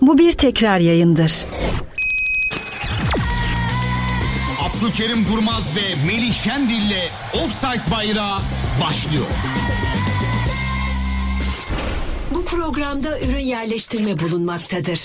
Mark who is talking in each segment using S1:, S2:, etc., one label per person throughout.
S1: Bu bir tekrar yayındır.
S2: Abdülkerim Durmaz ve Melih Şendil'le Offside Bayrağı başlıyor.
S3: Bu programda ürün yerleştirme bulunmaktadır.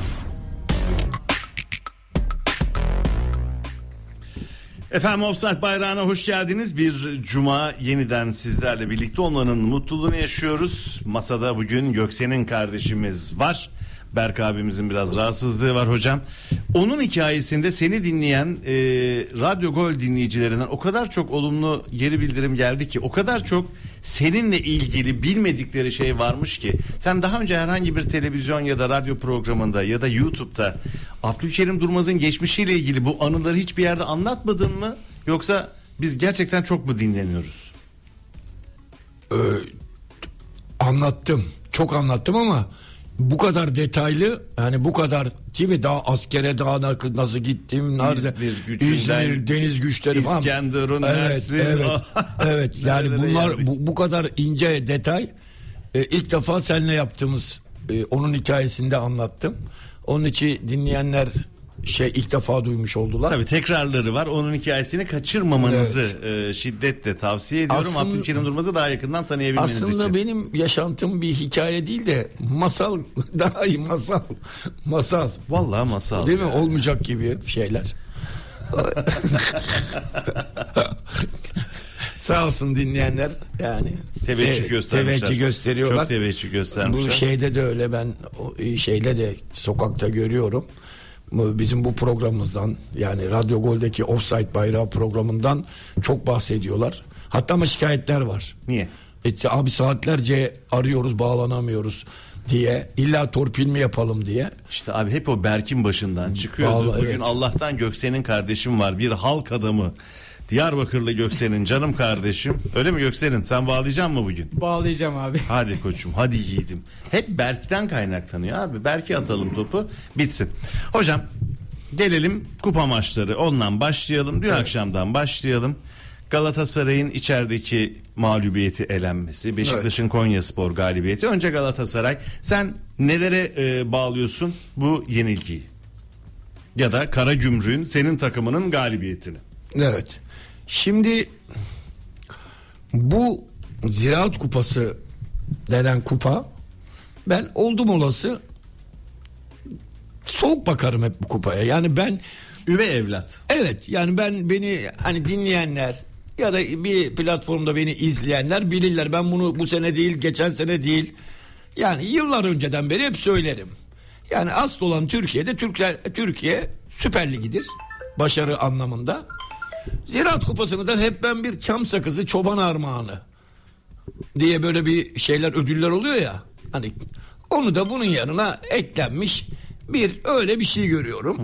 S4: Efendim Offside Bayrağı'na hoş geldiniz. Bir cuma yeniden sizlerle birlikte olmanın mutluluğunu yaşıyoruz. Masada bugün Göksen'in kardeşimiz var. Berk abimizin biraz rahatsızlığı var hocam. Onun hikayesinde seni dinleyen Radyo Gol dinleyicilerinden o kadar çok olumlu geri bildirim geldi ki, o kadar çok seninle ilgili bilmedikleri şey varmış ki. Sen daha önce herhangi bir televizyon ya da radyo programında ya da YouTube'da Abdülkerim Durmaz'ın geçmişiyle ilgili bu anıları hiçbir yerde anlatmadın mı? Yoksa biz gerçekten çok mu dinleniyoruz?
S5: Anlattım. Çok anlattım ama bu kadar detaylı, yani bu kadar değil mi? Daha askere daha nasıl gittim, İzmir deniz güçleri falan.
S4: İskenderun, Mersin.
S5: Evet. Yani bunlar bu kadar ince detay ilk defa seninle yaptığımız onun hikayesinde anlattım. Onun için dinleyenler ilk defa duymuş oldular.
S4: Tabii tekrarları var. Onun hikayesini kaçırmamanızı şiddetle tavsiye ediyorum. Abdülkerim Durmaz'ı daha yakından tanıyabilmeniz için.
S5: Aslında benim yaşantım bir hikaye değil de masal, daha iyi masal.
S4: Vallahi masal.
S5: Değil mi? Olmayacak gibi şeyler. Sağ olsun dinleyenler, yani teveccüh gösteriyorlar.
S4: Çok teveccüh göstermişler.
S5: Bu şeyde de öyle, ben şeyle de sokakta görüyorum. Bizim bu programımızdan, yani Radyo Gol'deki Offside Bayrağı programından çok bahsediyorlar. Hatta ama şikayetler var.
S4: Niye?
S5: Abi saatlerce arıyoruz, bağlanamıyoruz diye. İlla torpil mi yapalım diye.
S4: İşte abi hep o Berk'in başından çıkıyordu. Bugün evet. Allah'tan Göksen'in kardeşim var. Bir halk adamı. Diyarbakırlı Göksen'in canım kardeşim. Öyle mi Göksen'in? Sen bağlayacaksın mı bugün?
S6: Bağlayacağım abi.
S4: Hadi koçum, hadi yiğidim. Hep Berk'ten kaynaklanıyor abi. Berk'e atalım topu, bitsin. Hocam gelelim kupa maçları. Ondan başlayalım. Dün akşamdan başlayalım. Galatasaray'ın içerideki mağlubiyeti, elenmesi. Beşiktaş'ın Konyaspor galibiyeti. Önce Galatasaray. Sen nelere bağlıyorsun bu yenilgiyi? Ya da Karagümrük'ün, senin takımının galibiyetini.
S5: Evet. Şimdi bu Ziraat Kupası denen kupa, ben oldum olası soğuk bakarım hep bu kupaya. Yani ben
S4: üvey evlat.
S5: Evet, yani beni hani dinleyenler ya da bir platformda beni izleyenler bilirler. Ben bunu bu sene değil, geçen sene değil, yani yıllar önceden beri hep söylerim. Yani asıl olan Türkiye'de Türkiye Süper Ligi'dir başarı anlamında. Ziraat Kupası'nı da hep ben bir çam sakızı, çoban armağanı diye böyle bir şeyler, ödüller oluyor ya. Hani onu da bunun yanına eklenmiş öyle bir şey görüyorum.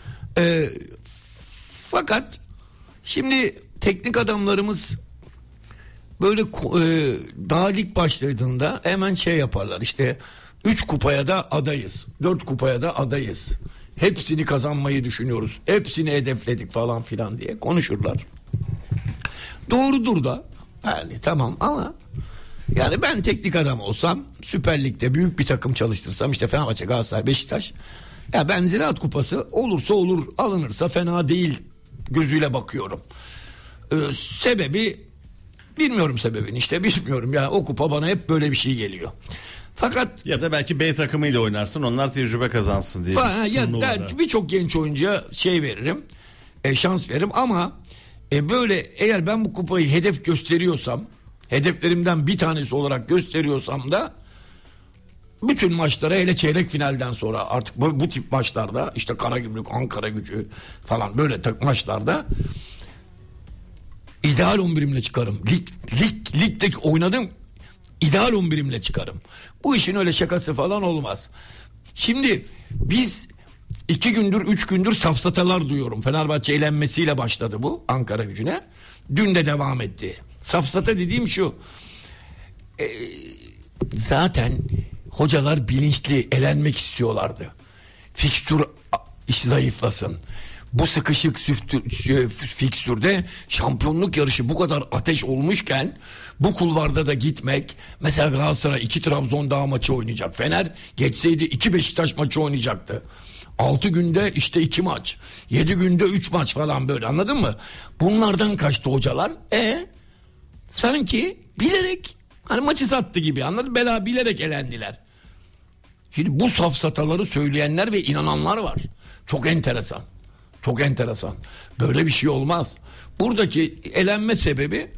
S5: Fakat şimdi teknik adamlarımız böyle daha lig başladığında hemen şey yaparlar, işte 3 kupaya da adayız, 4 kupaya da adayız, hepsini kazanmayı düşünüyoruz, hepsini hedefledik falan filan diye konuşurlar. Doğrudur da, yani tamam, ama yani ben teknik adam olsam, Süper Lig'de büyük bir takım çalıştırsam, işte Fenerbahçe, Galatasaray, Beşiktaş, ya ben Ziraat Kupası olursa olur, alınırsa fena değil gözüyle bakıyorum. Sebebi bilmiyorum, sebebini işte bilmiyorum, yani o kupa bana hep böyle bir şey geliyor. Fakat
S4: ya da belki B takımıyla oynarsın, onlar tecrübe kazansın diye.
S5: Ya da birçok genç oyuncuya şey veririm, şans veririm, ama böyle eğer ben bu kupayı hedef gösteriyorsam, hedeflerimden bir tanesi olarak gösteriyorsam da bütün maçlara, hele çeyrek finalden sonra artık bu tip maçlarda, işte Karagümrük, Ankaragücü falan böyle maçlarda ideal 11'imle çıkarım. Ligdeki oynadım, ideal 11'imle çıkarım. Bu işin öyle şakası falan olmaz. Şimdi biz 2 gündür 3 gündür safsatalar duyuyorum. Fenerbahçe elenmesiyle başladı bu Ankaragücü'ne. Dün de devam etti. Safsata dediğim şu. Zaten hocalar bilinçli elenmek istiyorlardı. Fikstür zayıflasın. bu sıkışık fikstürde şampiyonluk yarışı bu kadar ateş olmuşken bu kulvarda da gitmek, mesela Galatasaray 2 Trabzon daha maçı oynayacak, Fener geçseydi 2 Beşiktaş maçı oynayacaktı. 6 günde işte 2 maç, 7 günde 3 maç falan, böyle, anladın mı? Bunlardan kaçtı hocalar. Sanki bilerek hani maçı sattı gibi, anladın mı? Bilerek elendiler. Şimdi bu safsataları söyleyenler ve inananlar var. Çok enteresan. Çok enteresan. Böyle bir şey olmaz. Buradaki elenme sebebi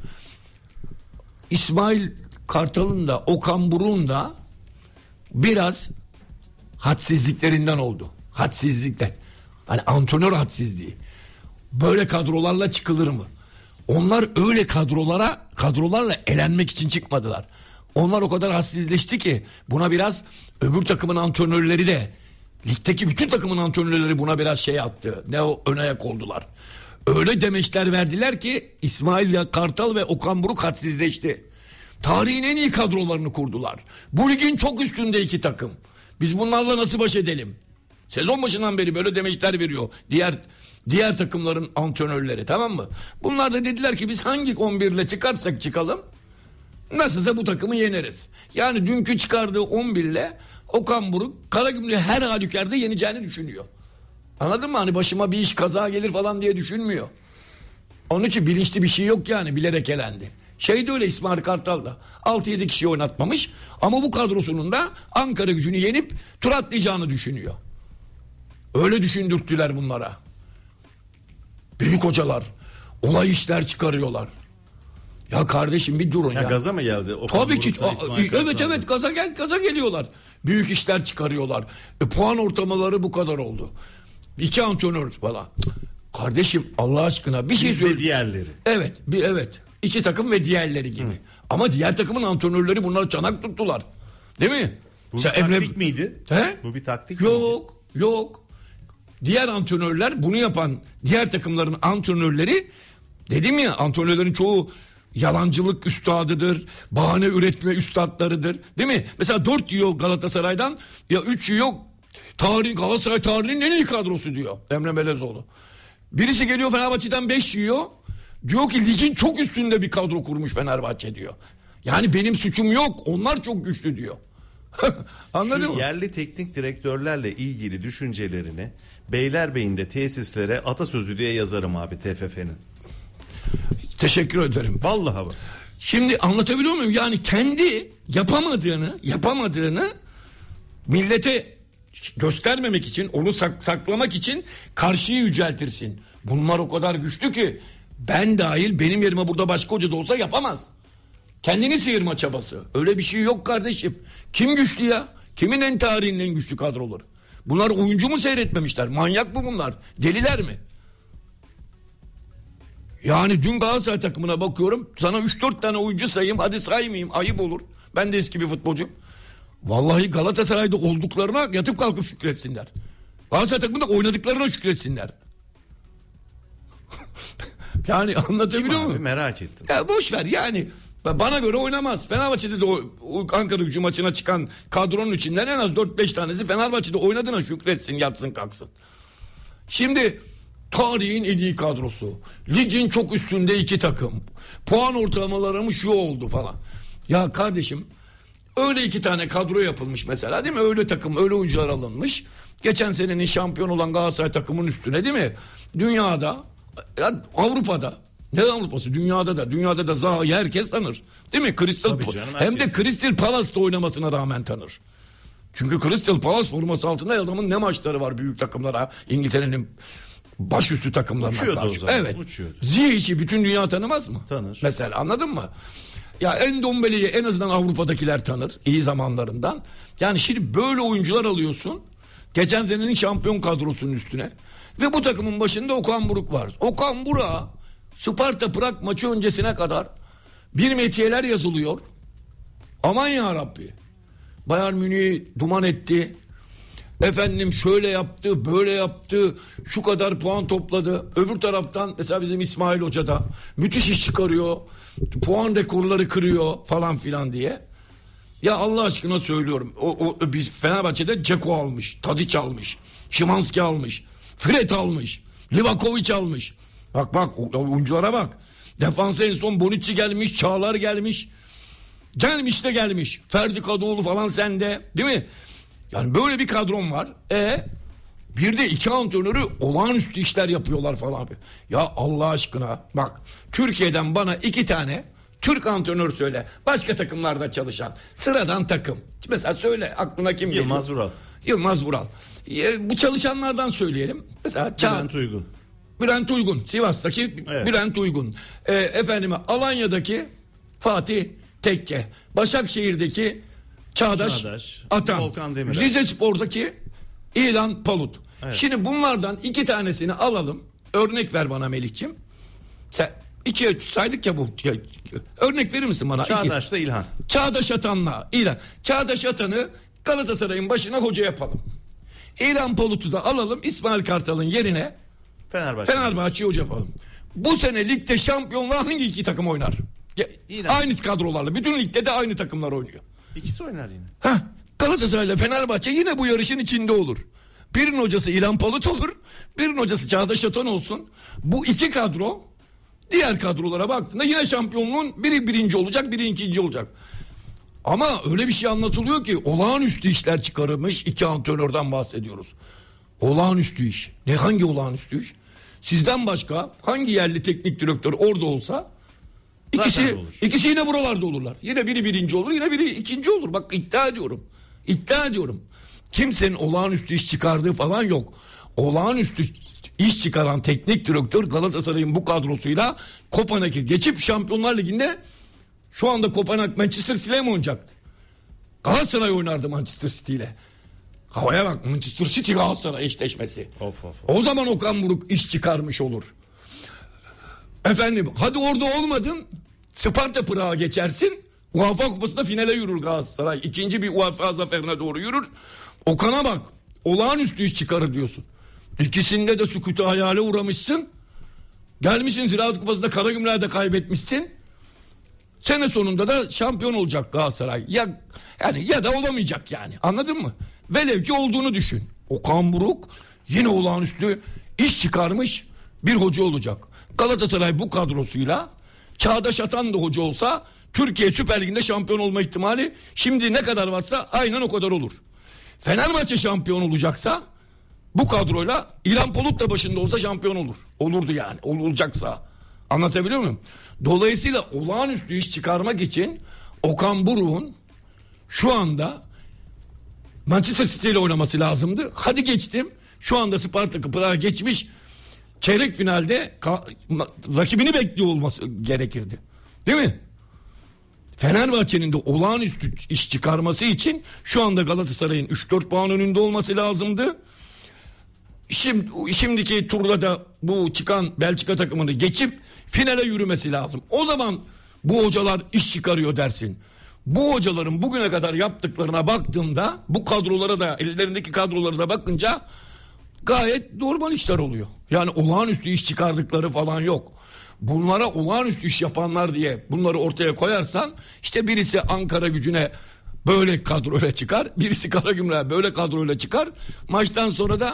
S5: İsmail Kartal'ın da Okan Buruk'un da biraz hadsizliklerinden oldu. Hadsizlikler. Hani antrenör hadsizliği. Böyle kadrolarla çıkılır mı? Onlar öyle kadrolarla elenmek için çıkmadılar. Onlar o kadar hadsizleşti ki buna biraz öbür takımın antrenörleri de, ligdeki bütün takımın antrenörleri buna biraz şey attı. Ön ayak oldular. Öyle demeçler verdiler ki İsmail Kartal ve Okan Buruk hadsizleşti. Tarihin en iyi kadrolarını kurdular. Bu ligin çok üstünde 2 takım. Biz bunlarla nasıl baş edelim? Sezon başından beri böyle demeçler veriyor diğer takımların antrenörleri, tamam mı? Bunlar da dediler ki biz hangi 11 ile çıkarsak çıkalım nasılsa bu takımı yeneriz. Yani dünkü çıkardığı 11 ile Okan Buruk Karagümrük'ü her halükarda yeneceğini düşünüyor. Anladın mı? Hani başıma bir iş kaza gelir falan diye düşünmüyor. Onun için bilinçli bir şey yok yani, bilerek elendi. De öyle, İsmail Kartal da 6-7 kişi oynatmamış ama bu kadrosunun da Ankara Gücü'nü yenip tur atlayacağını düşünüyor. Öyle düşündürttüler bunlara. Büyük hocalar olay işler çıkarıyorlar. Ya kardeşim bir durun ya.
S4: Gaza mı geldi?
S5: Tabii ki. Evet gaza geliyorlar. Büyük işler çıkarıyorlar. Puan ortalamaları bu kadar oldu. 2 antrenör falan. Kardeşim Allah aşkına bir şey söyle.
S4: Diğerleri.
S5: Evet. 2 takım ve diğerleri gibi. Ama diğer takımın antrenörleri bunları çanak tuttular. Değil mi?
S4: Bu bir taktik miydi?
S5: He?
S4: Bu bir taktik miydi?
S5: Yok. Diğer antrenörler, bunu yapan diğer takımların antrenörleri, dedim ya, antrenörlerin çoğu yalancılık üstadıdır, bahane üretme üstadlarıdır, değil mi? Mesela 4 yiyor Galatasaray'dan, ya 3 yiyor Galatasaray tarihinin en iyi kadrosu diyor Emre Belezoğlu. Birisi geliyor Fenerbahçe'den 5 yiyor, diyor ki ligin çok üstünde bir kadro kurmuş Fenerbahçe diyor. Yani benim suçum yok, onlar çok güçlü diyor. Anladın mı?
S4: Yerli teknik direktörlerle ilgili düşüncelerini Beylerbeyi'nde tesislere atasözü diye yazarım abi, TFF'nin.
S5: Teşekkür ederim.
S4: Vallahi bak.
S5: Şimdi anlatabiliyor muyum? Yani kendi yapamadığını millete göstermemek için, onu saklamak için karşıyı yüceltirsin. Bunlar o kadar güçlü ki ben dahil, benim yerime burada başka hoca da olsa yapamaz. Kendini sıyırma çabası. Öyle bir şey yok kardeşim. Kim güçlü ya? Kimin en tarihinin en güçlü kadroları? Bunlar oyuncu mu seyretmemişler? Manyak mı bunlar? Deliler mi? Yani dün Galatasaray takımına bakıyorum. Sana 3-4 tane oyuncu sayayım. Hadi saymayayım. Ayıp olur. Ben de eski bir futbolcuyum. Vallahi Galatasaray'da olduklarına yatıp kalkıp şükretsinler. Galatasaray takımında oynadıklarına şükretsinler. Yani anlatabiliyor muyum?
S4: Merak ettim.
S5: Ya boş ver yani. Bana göre oynamaz. Fenerbahçe'de de o Ankara Gücü maçına çıkan kadronun içinden en az 4-5 tanesi Fenerbahçe'de oynadığına şükretsin, yatsın kalksın. Şimdi tarihin en iyi kadrosu, ligin çok üstünde 2 takım, puan ortalamalarımız şu oldu falan. Ya kardeşim, öyle 2 tane kadro yapılmış mesela, değil mi? Öyle takım, öyle oyuncular alınmış. Geçen senenin şampiyon olan Galatasaray takımın üstüne, değil mi? Dünyada, Avrupa'da, ne Avrupa'sı, dünyada da Zaha'yı herkes tanır. Değil mi? Hem de Crystal Palace'da oynamasına rağmen tanır. Çünkü Crystal Palace forması altında adamın ne maçları var büyük takımlara, İngiltere'nin başüstü takımlarına
S4: uçuyordu
S5: karşı.
S4: O zaman.
S5: Evet.
S4: Uçuyordu.
S5: Ziyech'i bütün dünya tanımaz mı?
S4: Tanır.
S5: Mesela, anladın mı? Ya Endombele'yi en azından Avrupa'dakiler tanır iyi zamanlarından. Yani şimdi böyle oyuncular alıyorsun. Geçen senenin şampiyon kadrosunun üstüne. Ve bu takımın başında Okan Buruk var. Okan Buruk'a Sparta Prag maçı öncesine kadar bir metiyeler yazılıyor. Aman ya Rabbi. Bayern Münih'i duman etti. Efendim şöyle yaptı, böyle yaptı, şu kadar puan topladı. Öbür taraftan mesela bizim İsmail Hoca da müthiş iş çıkarıyor. Puan rekorları kırıyor falan filan diye. Ya Allah aşkına söylüyorum. Biz Fenerbahçe'de Ceko almış, Tadiç almış, Şimanski almış, Fred almış. Livakovic almış. Bak oyunculara bak. Defansa en son Bonucci gelmiş, Çağlar gelmiş. Gelmiş de gelmiş. Ferdi Kadıoğlu falan sende, değil mi? Yani böyle bir kadron var. Bir de 2 antrenörü olağanüstü işler yapıyorlar falan. Ya Allah aşkına bak, Türkiye'den bana 2 tane Türk antrenör söyle. Başka takımlarda çalışan sıradan takım. Mesela söyle, aklına kim geliyor? Yılmaz Vural. Bu çalışanlardan söyleyelim. Mesela Bülent Uygun. Sivas'taki evet. Bülent Uygun. Alanya'daki Fatih Tekke. Başakşehir'deki Çağdaş Atan. Rizespor'daki İlhan Palut. Evet. Şimdi bunlardan 2 tanesini alalım. Örnek ver bana Melih'ciğim. Sen 2'ye saydık ya bu. Örnek verir misin bana?
S4: Çağdaş'la İlhan.
S5: Çağdaş Atan'la İlhan. Çağdaş Atan'ı Galatasaray'ın başına hoca yapalım. İlhan Palut'u da alalım, İsmail Kartal'ın yerine Fenerbahçe'yi hoca yapalım. Bu sene ligde şampiyonluğa hangi 2 takım oynar? Aynı kadrolarla. Bütün ligde de aynı takımlar oynuyor.
S4: İkisi oynar yine.
S5: Galatasaray'la Fenerbahçe yine bu yarışın içinde olur. Birinin hocası İlhan Palut olur. Birinin hocası Çağdaş Atan olsun. Bu 2 kadro diğer kadrolara baktığında yine şampiyonluğun biri birinci olacak, biri ikinci olacak. Ama öyle bir şey anlatılıyor ki olağanüstü işler çıkarılmış 2 antrenörden bahsediyoruz. Olağanüstü iş. Hangi olağanüstü iş? Sizden başka hangi yerli teknik direktör orada olsa ikisi yine buralarda olurlar. Yine biri birinci olur, yine biri ikinci olur. Bak iddia ediyorum. Kimsenin olağanüstü iş çıkardığı falan yok. Olağanüstü iş çıkaran teknik direktör Galatasaray'ın bu kadrosuyla Kopenhag'ı geçip Şampiyonlar Ligi'nde şu anda Kopenhag Manchester City'yle mi oynayacaktı? Galatasaray oynardı Manchester City ile. Havaya bak, Manchester City Galatasaray eşleşmesi.
S4: Of.
S5: O zaman Okan Buruk iş çıkarmış olur. Hadi orada olmadın, Sparta Prag'a geçersin. UEFA Kupası'nda finale yürür Galatasaray. İkinci bir UEFA zaferine doğru yürür. Okan'a bak, olağanüstü iş çıkarır diyorsun. İkisinde de sükutu hayale uğramışsın. Gelmişsin Ziraat Kupası'nda Karagümrük'e kaybetmişsin. Sene sonunda da şampiyon olacak Galatasaray. Ya da olamayacak yani. Anladın mı? Velev ki olduğunu düşün. Okan Buruk yine olağanüstü iş çıkarmış bir hoca olacak. Galatasaray bu kadrosuyla Çağdaş Atan da hoca olsa Türkiye Süper Ligi'nde şampiyon olma ihtimali şimdi ne kadar varsa aynen o kadar olur. Fenerbahçe şampiyon olacaksa bu kadroyla İlhan Palut da başında olsa şampiyon olur. Olurdu yani. Olacaksa. Anlatabiliyor muyum? Dolayısıyla olağanüstü iş çıkarmak için Okan Buruk'un şu anda Manchester City ile oynaması lazımdı. Hadi geçtim. Şu anda Sparta Prag'a geçmiş. Çeyrek finalde rakibini bekliyor olması gerekirdi. Değil mi? Fenerbahçe'nin de olağanüstü iş çıkarması için şu anda Galatasaray'ın 3-4 puan önünde olması lazımdı. Şimdiki turda da bu çıkan Belçika takımını geçip finale yürümesi lazım. O zaman bu hocalar iş çıkarıyor dersin. Bu hocaların bugüne kadar yaptıklarına baktığımda, bu kadrolara da, ellerindeki kadrolara da bakınca gayet normal işler oluyor. Yani olağanüstü iş çıkardıkları falan yok. Bunlara olağanüstü iş yapanlar diye bunları ortaya koyarsan, işte birisi Ankara Gücü'ne böyle kadroyla çıkar, birisi Karagümrük'e böyle kadroyla çıkar. Maçtan sonra da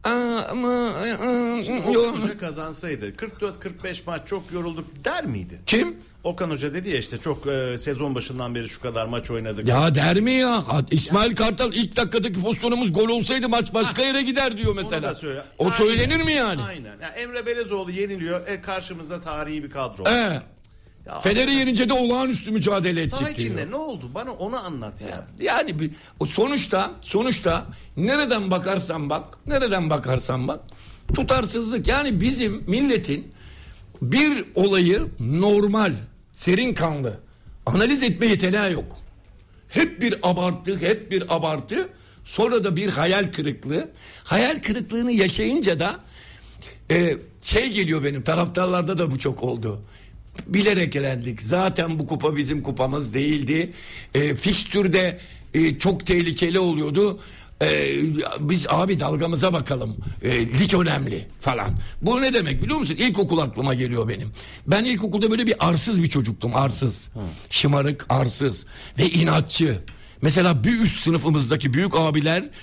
S4: Okan Hoca kazansaydı 44-45 maç çok yorulduk der miydi?
S5: Kim?
S4: Okan Hoca dedi ya, işte çok sezon başından beri şu kadar maç oynadık.
S5: Ya der mi ya? İsmail Kartal ilk dakikadaki pozisyonumuz gol olsaydı maç başka yere gider diyor mesela. O söylenir mi yani?
S4: Aynen. Yani Emre Belezoğlu yeniliyor. Karşımızda tarihi bir kadro.
S5: Fener'i yenince de olağanüstü mücadele ettik diyor.
S4: Saha içinde ne oldu? Bana onu anlat ya.
S5: Yani sonuçta nereden bakarsan bak tutarsızlık. Yani bizim milletin bir olayı normal, serin kanlı analiz etme yeteneği yok. Hep bir abartı, sonra da bir hayal kırıklığı. Hayal kırıklığını yaşayınca da geliyor, benim taraftarlarda da bu çok oldu. Bilerek elendik. Zaten bu kupa bizim kupamız değildi. Fikstürde çok tehlikeli oluyordu. Biz abi dalgamıza bakalım. Lig önemli falan. Bu ne demek biliyor musun? İlkokul aklıma geliyor benim. Ben ilkokulda böyle bir arsız bir çocuktum. Arsız. Şımarık, arsız ve inatçı. Mesela bir üst sınıfımızdaki büyük abiler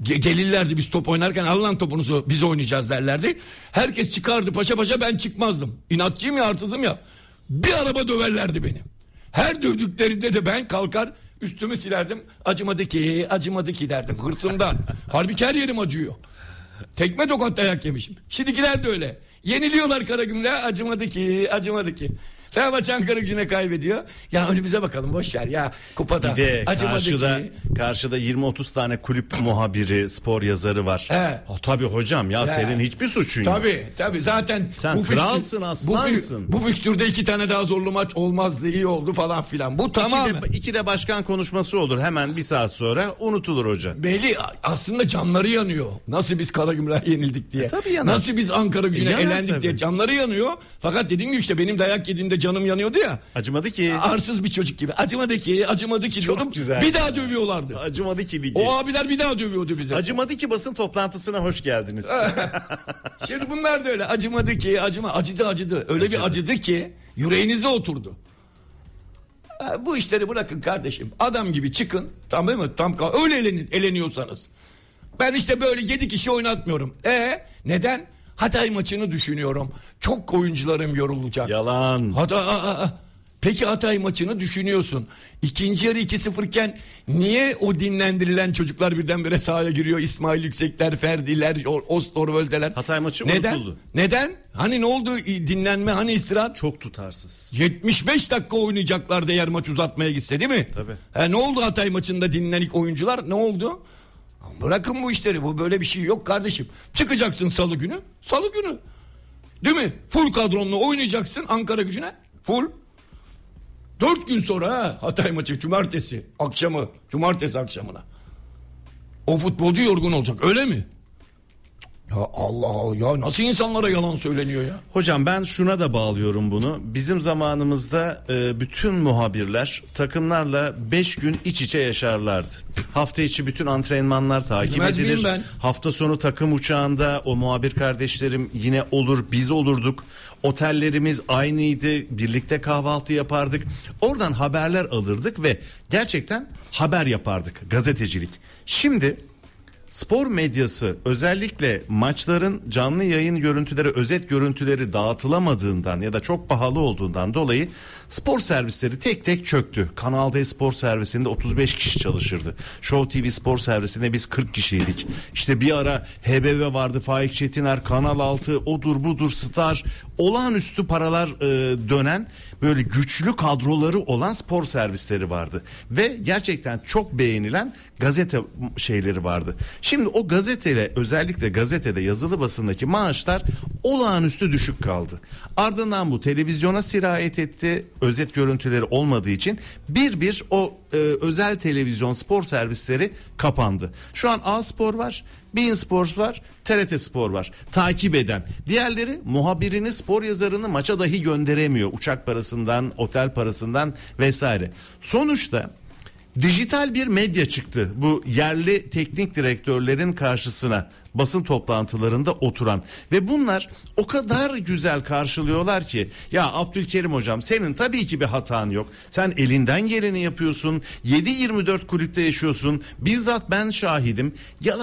S5: gelirlerdi biz top oynarken, al lan topunuzu biz oynayacağız derlerdi. Herkes çıkardı paşa paşa, ben çıkmazdım. İnatçıyım ya, arsızım ya. Bir araba döverlerdi beni. Her dövdüklerinde de ben kalkar üstümü silerdim. Acımadı ki derdim hırsımdan. Halbuki her yerim acıyor. Tekme tokat dayak yemişim. Şimdikiler de öyle. Yeniliyorlar Karagümrük'e, acımadı ki. Fenerbahçe Ankaragücü'ne kaybediyor. Ya önümüze bakalım, boş ver ya, kupada.
S4: Bir de
S5: acımadı
S4: karşıda 20-30 tane kulüp muhabiri, spor yazarı var.
S5: He.
S4: Tabii hocam ya, senin hiçbir suçun yok.
S5: Tabii zaten.
S4: Sen kralsın, aslansın.
S5: Bu fikstürde 2 tane daha zorlu maç olmazdı, iyi oldu falan filan. Bu tamam.
S4: İki de başkan konuşması olur hemen bir saat sonra, unutulur hoca.
S5: Belli aslında, canları yanıyor. Nasıl biz Karagümrük'e yenildik diye.
S4: Tabii yanar.
S5: Nasıl biz Ankaragücü'ne elendik
S4: tabii
S5: diye canları yanıyor. Fakat dediğim gibi işte benim dayak yediğimde canım yanıyordu ya.
S4: Acımadı ki.
S5: Arsız bir çocuk gibi. Acımadı ki diyordum.
S4: Güzel.
S5: Bir daha dövüyorlardı.
S4: Acımadı ki ligi.
S5: O abiler bir daha dövüyordu bize.
S4: Acımadı ki basın toplantısına hoş geldiniz.
S5: Şimdi bunlar da öyle. Acımadı ki, acıdı. Öyle bir acıdı ki yüreğinize oturdu. Bu işleri bırakın kardeşim. Adam gibi çıkın. Tamam mı? Öyle eleniyorsanız. Ben işte böyle 7 kişi oynatmıyorum. Neden? Hatay maçını düşünüyorum. Çok oyuncularım yorulacak.
S4: Yalan.
S5: Peki Hatay maçını düşünüyorsun. İkinci yarı 2-0 iken niye o dinlendirilen çocuklar birdenbire sahaya giriyor? İsmail Yüksekler, Ferdiler, Ostorvöldeler.
S4: Hatay maçı unutuldu.
S5: Neden? Hani ne oldu dinlenme, hani istirahat?
S4: Çok tutarsız.
S5: 75 dakika oynayacaklar eğer maç uzatmaya gitse, değil mi?
S4: Tabii.
S5: Ne oldu Hatay maçında dinlenik oyuncular? Ne oldu? Bırakın bu işleri. Bu böyle bir şey yok kardeşim. Çıkacaksın salı günü. Değil mi? Full kadronla oynayacaksın Ankaragücü'ne. Full. 4 gün sonra Hatay maçı cumartesi akşamına. O futbolcu yorgun olacak, öyle mi? Ya Allah ya, nasıl insanlara yalan söyleniyor ya?
S4: Hocam ben şuna da bağlıyorum bunu. Bizim zamanımızda bütün muhabirler takımlarla 5 gün iç içe yaşarlardı. Hafta içi bütün antrenmanlar takip
S5: Bilmez miyim
S4: edilir.
S5: ben?
S4: Hafta sonu takım uçağında o muhabir kardeşlerim yine olur, biz olurduk. Otellerimiz aynıydı. Birlikte kahvaltı yapardık. Oradan haberler alırdık ve gerçekten haber yapardık. Gazetecilik. Şimdi spor medyası özellikle maçların canlı yayın görüntüleri, özet görüntüleri dağıtılamadığından ya da çok pahalı olduğundan dolayı spor servisleri tek tek çöktü. Kanal D spor servisinde 35 kişi çalışırdı. Show TV spor servisinde biz 40 kişiydik. İşte bir ara HBB vardı, Faik Çetiner, Kanal 6, odur budur, Star, olağanüstü paralar dönen böyle güçlü kadroları olan spor servisleri vardı. Ve gerçekten çok beğenilen gazete şeyleri vardı. Şimdi o gazeteyle, özellikle gazetede, yazılı basındaki maaşlar olağanüstü düşük kaldı. Ardından bu televizyona sirayet etti. Özet görüntüleri olmadığı için bir o özel televizyon spor servisleri kapandı. Şu an A Spor var, Bein Sports var, TRT Spor var. Takip eden. Diğerleri muhabirini, spor yazarını maça dahi gönderemiyor. Uçak parasından, otel parasından vesaire. Sonuçta dijital bir medya çıktı bu yerli teknik direktörlerin karşısına, basın toplantılarında oturan ve bunlar o kadar güzel karşılıyorlar ki, ya Abdülkerim hocam senin tabii ki bir hatan yok, sen elinden geleni yapıyorsun, 7/24 kulüpte yaşıyorsun, bizzat ben şahidim,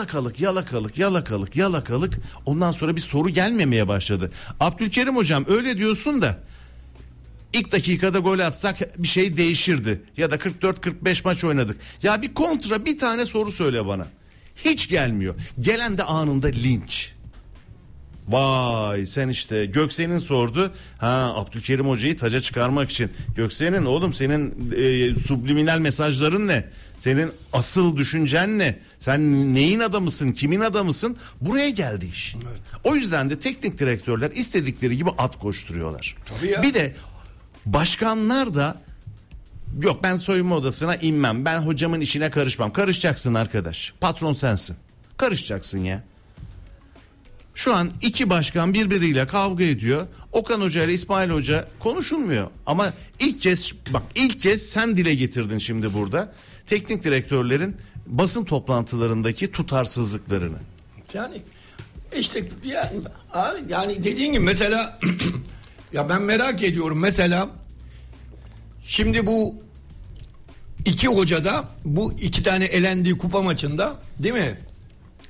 S4: yalakalık ondan sonra bir soru gelmemeye başladı. Abdülkerim hocam öyle diyorsun da İlk dakikada gol atsak bir şey değişirdi. Ya da 44-45 maç oynadık. Ya bir tane soru söyle bana. Hiç gelmiyor. Gelen de anında linç. Vay sen işte Göksen'in sordu. Abdülkerim hocayı taca çıkarmak için. Göksen'in oğlum senin subliminal mesajların ne? Senin asıl düşüncen ne? Sen neyin adamısın? Kimin adamısın? Buraya geldi iş. Evet. O yüzden de teknik direktörler istedikleri gibi at koşturuyorlar.
S5: Tabii ya.
S4: Bir de başkanlar da yok ben soyunma odasına inmem, ben hocamın işine karışmam. Karışacaksın arkadaş, patron sensin, karışacaksın ya. Şu an iki başkan birbiriyle kavga ediyor. Okan Hoca ile İsmail Hoca konuşulmuyor. Ama ilk kez sen dile getirdin şimdi burada teknik direktörlerin basın toplantılarındaki tutarsızlıklarını.
S5: Yani işte yani dediğin gibi mesela ya ben merak ediyorum mesela şimdi bu iki hoca da bu iki tane elendiği kupa maçında, değil mi?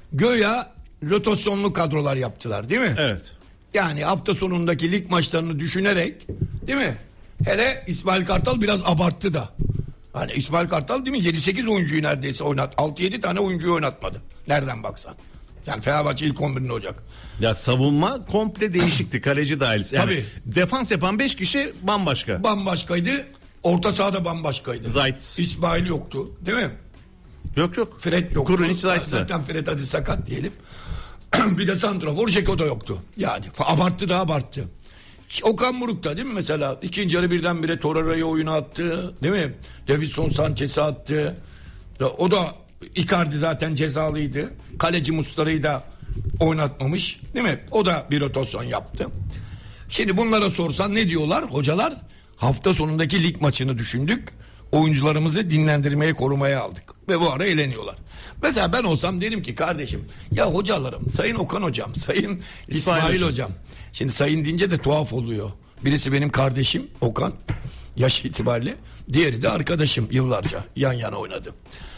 S5: Göya rotasyonlu kadrolar yaptılar değil mi?
S4: Evet.
S5: Yani hafta sonundaki lig maçlarını düşünerek, değil mi? Hele İsmail Kartal biraz abarttı da. Hani İsmail Kartal değil mi? 7-8 oyuncuyu neredeyse 6-7 tane oyuncuyu oynatmadı. Nereden baksan. Yani Fenerbahçe ilk 11'inde olacak.
S4: Ya savunma komple değişikti. Kaleci dahil. Yani
S5: Tabii.
S4: defans yapan 5 kişi bambaşka.
S5: Bambaşkaydı. Orta sahada bambaşkaydı.
S4: Zayt.
S5: İsmail yoktu değil mi?
S4: Yok.
S5: Fred yoktu.
S4: Kurunic, Zayt'tı.
S5: Zaten Fred hadi sakat diyelim. Bir de santrafor Ceko da yoktu. Yani abarttı. Okan Buruk da değil mi mesela? İkinci yarı birdenbire Torreira'yı oyuna attı. Değil mi? Davinson Sanchez'i attı. O da Icardi zaten cezalıydı. Kaleci Muslera'yı da oynatmamış. Değil mi? O da bir rotasyon yaptı. Şimdi bunlara sorsan ne diyorlar hocalar? Hafta sonundaki lig maçını düşündük. Oyuncularımızı dinlendirmeye, korumaya aldık. Ve bu ara eğleniyorlar. Mesela ben olsam derim ki kardeşim, ya hocalarım, Sayın Okan hocam, Sayın İsmail hocam. Şimdi sayın deyince de tuhaf oluyor. Birisi benim kardeşim Okan, yaş itibariyle. Diğeri de arkadaşım, yıllarca yan yana oynadım.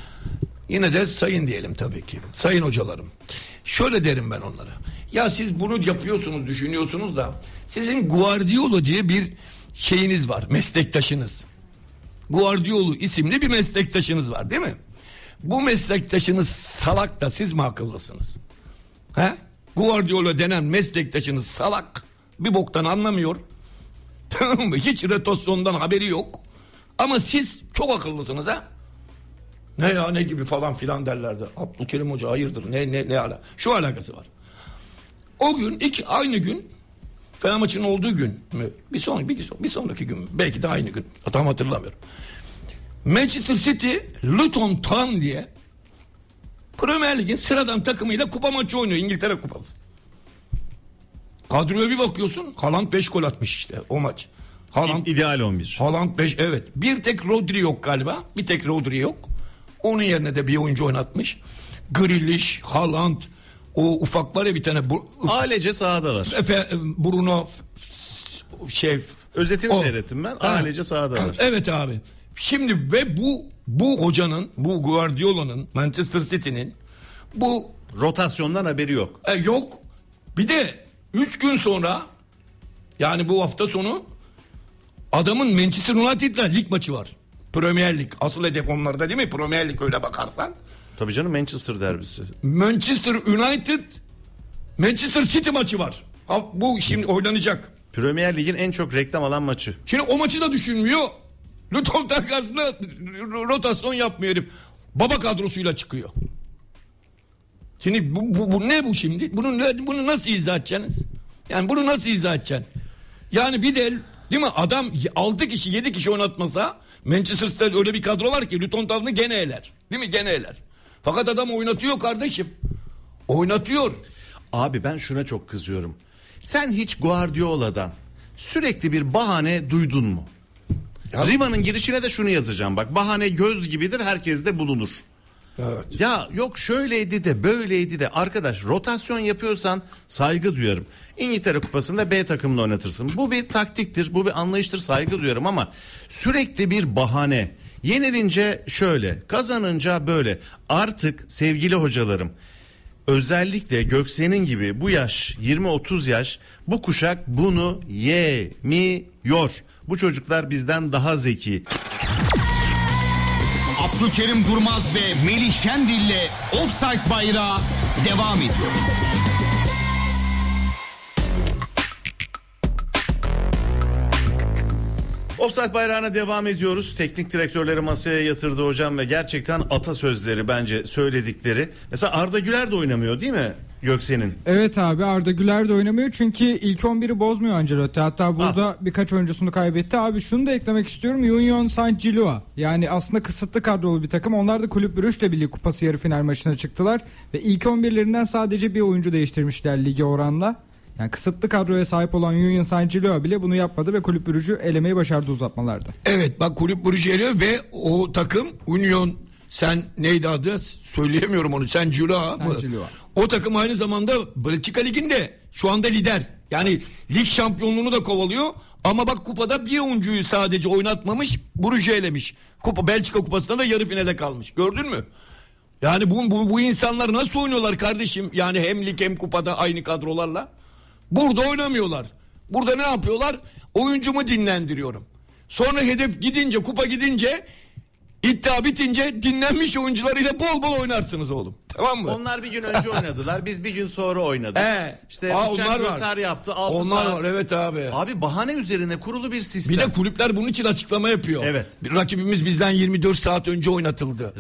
S5: Yine de sayın diyelim tabii ki. Sayın hocalarım. Şöyle derim ben onlara. Ya siz bunu yapıyorsunuz, düşünüyorsunuz da sizin Guardiola diye bir şeyiniz var, meslektaşınız. Guardiola isimli bir meslektaşınız var değil mi? Bu meslektaşınız salak da siz mi akıllısınız? He? Guardiola denen meslektaşınız salak. Bir boktan anlamıyor. Tamam mı? Hiç rotasyondan haberi yok. Ama siz çok akıllısınız ha? Ne ya ne gibi falan filan derlerdi. Abdülkerim Hoca hayırdır ne ala. Şu alakası var. O gün aynı gün Fener maçının olduğu gün mü? Bir sonraki gün mü? Belki de aynı gün. Tam hatırlamıyorum. Manchester City Luton Town diye Premier Lig'in sıradan takımıyla kupa maçı oynuyor. İngiltere Kupası. Kadroya bir bakıyorsun. Haaland 5 gol atmış işte o maç. Haaland
S4: İdeal 11.
S5: Haaland 5 evet. Bir tek Rodri yok galiba. Bir tek Rodri yok. Onun yerine de bir oyuncu oynatmış. Grealish, Haaland, o ufak var ya bir tane
S4: Ailece sahadalar.
S5: Bruno
S4: Özetini seyrettim ben. Ailece sahadalar.
S5: Evet abi. Şimdi ve bu hocanın, bu Guardiola'nın, Manchester City'nin bu
S4: rotasyondan haberi yok.
S5: Yok. Bir de 3 gün sonra yani bu hafta sonu adamın Manchester United'la lig maçı var. Premier Lig. Asıl hedef onlarda değil mi? Premier Lig öyle bakarsan.
S4: Tabii canım Manchester derbisi.
S5: Manchester United Manchester City maçı var. Bu şimdi oynanacak.
S4: Premier Lig'in en çok reklam alan maçı.
S5: Şimdi o maçı da düşünmüyor. Luton takasına rotasyon yapmıyor herif. Baba kadrosuyla çıkıyor. Şimdi bu ne bu şimdi? Bunu nasıl izah edeceksiniz? Yani bunu nasıl izah edeceksin? Yani bir de değil mi adam 6 kişi 7 kişi oynatmasa Manchester City'de öyle bir kadro var ki Luton Town'u gene eler. Değil mi? Gene eler. Fakat adam oynatıyor kardeşim. Oynatıyor.
S4: Abi ben şuna çok kızıyorum. Sen hiç Guardiola'dan sürekli bir bahane duydun mu? Riva'nın girişine de şunu yazacağım bak. Bahane göz gibidir, herkes de bulunur.
S5: Evet.
S4: Ya yok şöyleydi de böyleydi de. Arkadaş rotasyon yapıyorsan saygı duyarım. İngiltere Kupası'nda B takımını oynatırsın. Bu bir taktiktir, bu bir anlayıştır, saygı duyarım ama sürekli bir bahane. Yenilince şöyle, kazanınca böyle. Artık sevgili hocalarım, özellikle Göksen'in gibi bu yaş 20-30 yaş bu kuşak bunu yemiyor. Bu çocuklar bizden daha zeki.
S2: Abdülkerim Durmaz ve Melih Şendil'le Offside Bayrağı devam ediyor.
S4: Offside bayrağına devam ediyoruz. Teknik direktörleri masaya yatırdı hocam ve gerçekten atasözleri bence söyledikleri. Mesela Arda Güler de oynamıyor değil mi Göksen'in?
S1: Evet abi, Arda Güler de oynamıyor çünkü ilk 11'i bozmuyor Ancelotti. Hatta burada birkaç oyuncusunu kaybetti. Abi şunu da eklemek istiyorum. Union Saint-Gilloise. Yani aslında kısıtlı kadrolu bir takım. Onlar da Kulüp Brugge'le Birliği Kupası yarı final maçına çıktılar. Ve ilk 11'lerinden sadece bir oyuncu değiştirmişler lige oranla. Yani kısıtlı kadroya sahip olan Union Saint-Gilloise bile bunu yapmadı ve Kulüp Brugge'ü elemeyi başardı uzatmalarda.
S5: Evet bak Kulüp Brugge eliyor ve o takım Union neydi adı? Söyleyemiyorum onu. Saint-Gilloise mı? O takım aynı zamanda Belçika Ligi'nde şu anda lider. Yani lig şampiyonluğunu da kovalıyor. Ama bak kupada bir oyuncuyu sadece oynatmamış, Brugge elemiş. Belçika Kupası'nda da yarı finale kalmış. Gördün mü? Yani bu insanlar nasıl oynuyorlar kardeşim? Yani hem lig hem kupada aynı kadrolarla. Burada oynamıyorlar. Burada ne yapıyorlar? Oyuncumu dinlendiriyorum. Sonra hedef gidince, kupa gidince, iddia bitince dinlenmiş oyuncularıyla bol bol oynarsınız oğlum. Tamam mı?
S4: Onlar bir gün önce oynadılar. Biz bir gün sonra oynadık. İşte
S5: onlar
S4: rötar yaptı 6
S5: onlar
S4: saat.
S5: var evet abi.
S4: Abi bahane üzerine kurulu bir sistem.
S5: Bir de kulüpler bunun için açıklama yapıyor.
S4: Evet.
S5: Bir rakibimiz bizden 24 saat önce oynatıldı.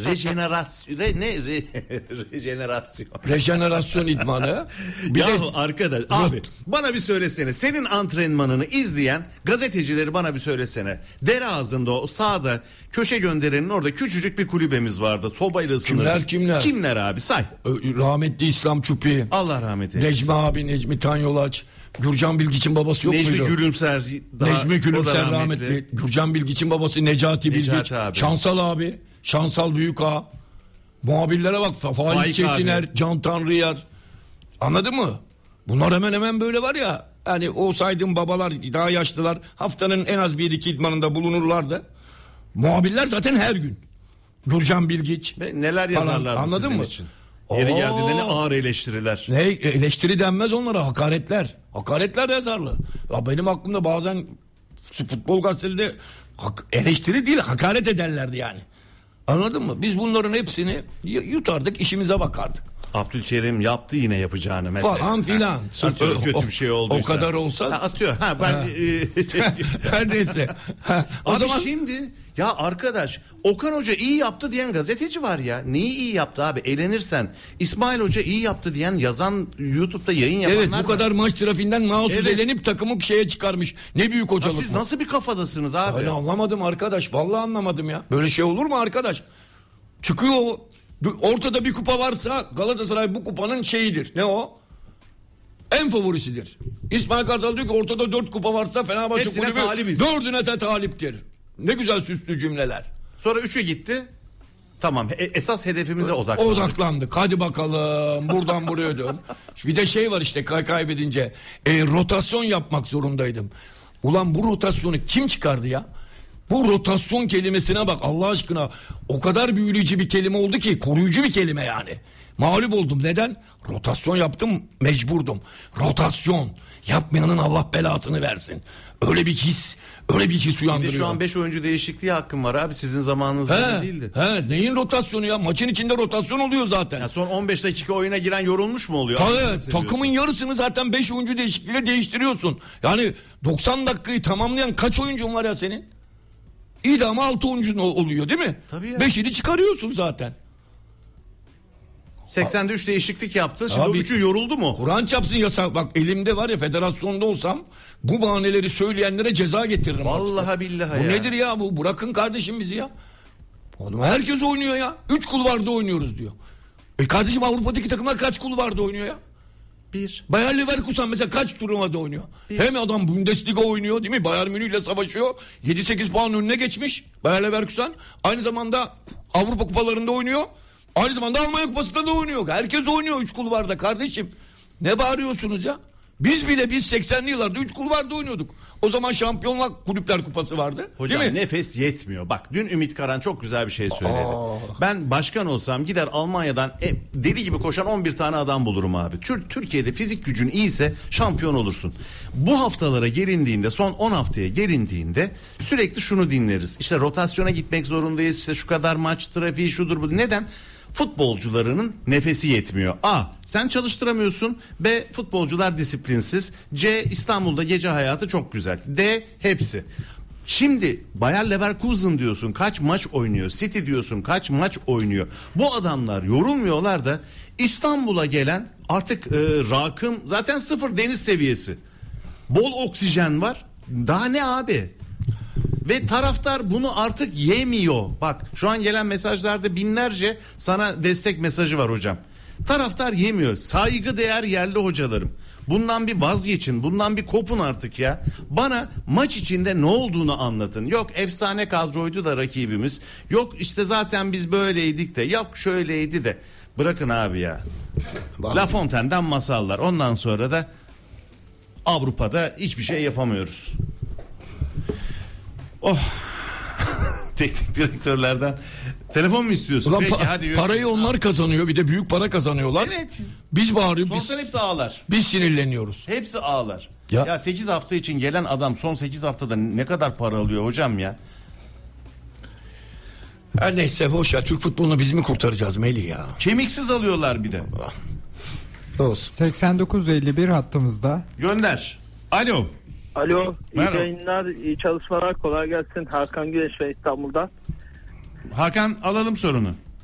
S4: Rejenerasyon.
S5: Rejenerasyon idmanı. Bir de
S4: Arkadaş abi bana bir söylesene. Senin antrenmanını izleyen gazetecileri bana bir söylesene. Dere ağzında o sağda köşe gönderenin orada küçücük bir kulübemiz vardı. Sobayla ısınırdık.
S5: Kimler?
S4: Kimler abi say.
S5: Rahmetli İslam Çupi.
S4: Allah rahmet eylesin.
S5: Necmi abi, Necmi Tanyolaç. Gürcan Bilgiç'in babası yok
S4: Necmi
S5: muydu?
S4: Gülümser.
S5: Necmi
S4: o
S5: Gülümser
S4: da
S5: rahmetli. Gürcan Bilgiç'in babası Necati Bilgiç.
S4: abi.
S5: Şansal abi. Şansal Büyükağa. Muhabirlere bak. Faik Çetiner, Can Tanrıyar. Anladın mı? Bunlar hemen hemen böyle var ya. Yani o saydığım babalar, daha yaşlılar haftanın en az 1-2 idmanında bulunurlardı. Muhabirler zaten her gün. Gürcan Bilgiç.
S4: Neler yazarlardı
S5: anladın
S4: sizin
S5: mı?
S4: için? Yeri geldiğinde ne ağır eleştiriler.
S5: Ne eleştiri denmez onlara, hakaretler. Hakaretler yazarlar. Ya benim aklımda bazen futbol gazetelerinde eleştiri değil hakaret ederlerdi yani. Anladın mı? Biz bunların hepsini yutardık, işimize bakardık.
S4: Abdülkerim yaptı yine yapacağını mesela.
S5: Falan filan.
S4: Sırf kötü bir şey olduysa.
S5: O kadar olsa.
S4: Atıyor.
S5: Her neyse. O
S4: Abi
S5: zaman
S4: şimdi ya arkadaş Okan Hoca iyi yaptı diyen gazeteci var ya. Neyi iyi yaptı abi? Elenirsen. İsmail Hoca iyi yaptı diyen yazan YouTube'da yayın yapanlar
S5: evet bu kadar maç trafiğinden mahsus elenip takımı şeye çıkarmış. Ne büyük hocalık
S4: siz
S5: bu.
S4: nasıl bir kafadasınız abi?
S5: Ben anlamadım arkadaş. Vallahi anlamadım ya. Böyle şey olur mu arkadaş? Çıkıyor ortada bir kupa varsa Galatasaray bu kupanın şeyidir. Ne o? En favorisidir. İsmail Kartal diyor ki ortada 4 kupa varsa Fenerbahçe
S4: hepsine
S5: kulübü
S4: talibiz.
S5: 4'üne de taliptir. Ne güzel süslü cümleler.
S4: Sonra 3'ü gitti. Tamam esas hedefimize odaklandık.
S5: Hadi bakalım buradan buraya dön. Bir de şey var işte kaybedince rotasyon yapmak zorundaydım. Ulan bu rotasyonu kim çıkardı ya? Bu rotasyon kelimesine bak Allah aşkına. O kadar büyüleyici bir kelime oldu ki, koruyucu bir kelime yani. Mağlup oldum. Neden? Rotasyon yaptım, mecburdum. Rotasyon. Yapmayanın Allah belasını versin. Öyle bir his uyandırıyor.
S4: Bir de şu an 5 oyuncu değişikliği hakkım var abi. Sizin zamanınızda değildi.
S5: Neyin rotasyonu ya? Maçın içinde rotasyon oluyor zaten.
S4: Ya son 15 dakika oyuna giren yorulmuş mu oluyor?
S5: Tabii, takımın yarısını zaten 5 oyuncu değişikliğiyle değiştiriyorsun. Yani 90 dakikayı tamamlayan kaç oyuncun var ya senin? İyi de ama 6 oyuncun oluyor değil mi?
S4: Tabii ya.
S5: 5'ini çıkarıyorsun zaten.
S4: 80'de 3 değişiklik yaptı. Şimdi o 3'ü yoruldu mu?
S5: Kur'an çapsın yasa. Bak elimde var ya, federasyonda olsam bu bahaneleri söyleyenlere ceza getiririm.
S4: Vallahi billahi
S5: bu
S4: ya.
S5: nedir ya bu? Bırakın kardeşim bizi ya. Oğlum herkes oynuyor ya. 3 kulvarda oynuyoruz diyor. Kardeşim Avrupa'daki takımlar kaç kulvarda oynuyor ya?
S4: 1.
S5: Bayer Leverkusen mesela kaç turnuvada oynuyor? Hem adam Bundesliga oynuyor değil mi? Bayern Münih ile savaşıyor. 7-8 puan önüne geçmiş Bayer Leverkusen. Aynı zamanda Avrupa kupalarında oynuyor. Aynı zamanda Almanya kupasında da oynuyor. Herkes oynuyor 3 kulvarda kardeşim. Ne bağırıyorsunuz ya? Biz 80'li yıllarda 3 kulvarda oynuyorduk. O zaman Şampiyonlar Kulüpler Kupası vardı.
S4: Hocam
S5: değil mi?
S4: nefes yetmiyor. Bak dün Ümit Karan çok güzel bir şey söyledi. Ben başkan olsam gider Almanya'dan deli gibi koşan 11 tane adam bulurum abi. Türkiye'de fizik gücün iyiyse şampiyon olursun. Bu haftalara gelindiğinde, son 10 haftaya gelindiğinde sürekli şunu dinleriz. İşte rotasyona gitmek zorundayız. İşte şu kadar maç trafiği şudur bu. Neden? Futbolcularının nefesi yetmiyor. A. Sen çalıştıramıyorsun. B. Futbolcular disiplinsiz. C. İstanbul'da gece hayatı çok güzel. D. Hepsi. Şimdi Bayer Leverkusen diyorsun kaç maç oynuyor. City diyorsun kaç maç oynuyor. Bu adamlar yorulmuyorlar da İstanbul'a gelen artık rakım zaten 0 deniz seviyesi. Bol oksijen var. Daha ne abi? Ve taraftar bunu artık yemiyor. Bak şu an gelen mesajlarda binlerce sana destek mesajı var hocam. Taraftar yemiyor. Saygıdeğer yerli hocalarım. Bundan bir vazgeçin. Bundan bir kopun artık ya. Bana maç içinde ne olduğunu anlatın. Yok efsane kadroydu da rakibimiz. Yok işte zaten biz böyleydik de. Yok şöyleydi de. Bırakın abi ya. La Fontaine'den masallar. Ondan sonra da Avrupa'da hiçbir şey yapamıyoruz. Oh. teknik direktörlerden. Telefon mu istiyorsun?
S5: Ulan
S4: Peki, hadi yürüsün.
S5: parayı onlar kazanıyor, bir de büyük para kazanıyorlar.
S4: Evet.
S5: Biz bağırıyoruz,
S4: Sorsan hepsi ağlar.
S5: biz sinirleniyoruz.
S4: Hepsi ağlar.
S5: Ya.
S4: Ya 8 hafta için gelen adam son 8 haftada ne kadar para alıyor hocam ya?
S5: Her neyse boş ver, Türk futbolunu biz mi kurtaracağız Melih ya?
S4: Kemiksiz alıyorlar bir de.
S5: Olsun.
S1: 8951 hattımızda.
S4: Gönder. Alo.
S6: Alo, iyi
S4: Merhaba.
S6: yayınlar, iyi çalışmalar, kolay gelsin. Hakan Güneş ve İstanbul'dan.
S4: Hakan, alalım sorunu.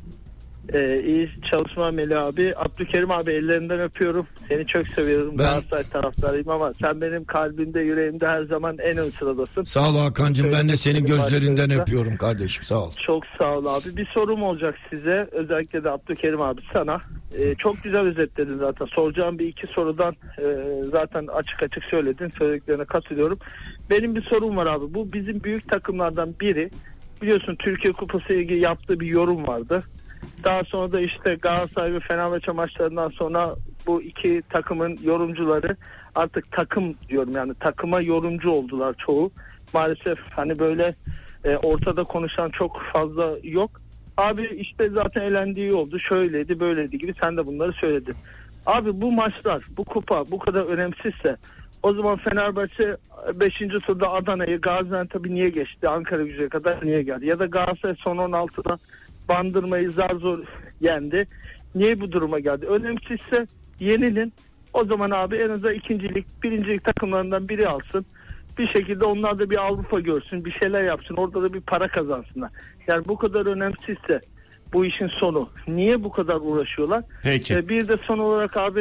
S6: İyi çalışma Melih abi. Abdülkerim abi, ellerinden öpüyorum. Seni çok seviyorum. Galatasaray taraftarıyım ama sen benim kalbimde, yüreğimde her zaman en ön sıradasın.
S5: Sağ ol Hakan'cığım, ben de senin gözlerinden
S6: Başlarında.
S5: öpüyorum kardeşim, sağ ol.
S6: Çok sağ ol abi. Bir sorum olacak size. Özellikle de Abdülkerim abi sana. Çok güzel özetledin zaten. Soracağım bir iki sorudan zaten açık açık söyledin. Söylediklerine katılıyorum. Benim bir sorum var abi. Bu bizim büyük takımlardan biri. Biliyorsun Türkiye Kupası ile ilgili yaptığı bir yorum vardı. Daha sonra da işte Galatasaray ve Fenerbahçe maçlarından sonra bu iki takımın yorumcuları, artık takım diyorum yani, takıma yorumcu oldular çoğu. Maalesef hani böyle ortada konuşan çok fazla yok. Abi işte zaten elendiği oldu, şöyleydi böyleydi gibi, sen de bunları söyledin. Abi bu maçlar, bu kupa bu kadar önemsizse o zaman Fenerbahçe 5. turda Adana'yı, Gaziantep'i niye geçti? Ankaragücü'ye kadar niye geldi? Ya da Galatasaray son 16'da Bandırma'yı zar zor yendi. Niye bu duruma geldi? Önemsizse yenilin. O zaman abi en azından ikincilik, birincilik takımlarından biri alsın. Bir şekilde onlar da bir Avrupa görsün, bir şeyler yapsın. Orada da bir para kazansınlar. Yani bu kadar önemsizse bu işin sonu, niye bu kadar uğraşıyorlar?
S4: Peki.
S6: Bir de son olarak abi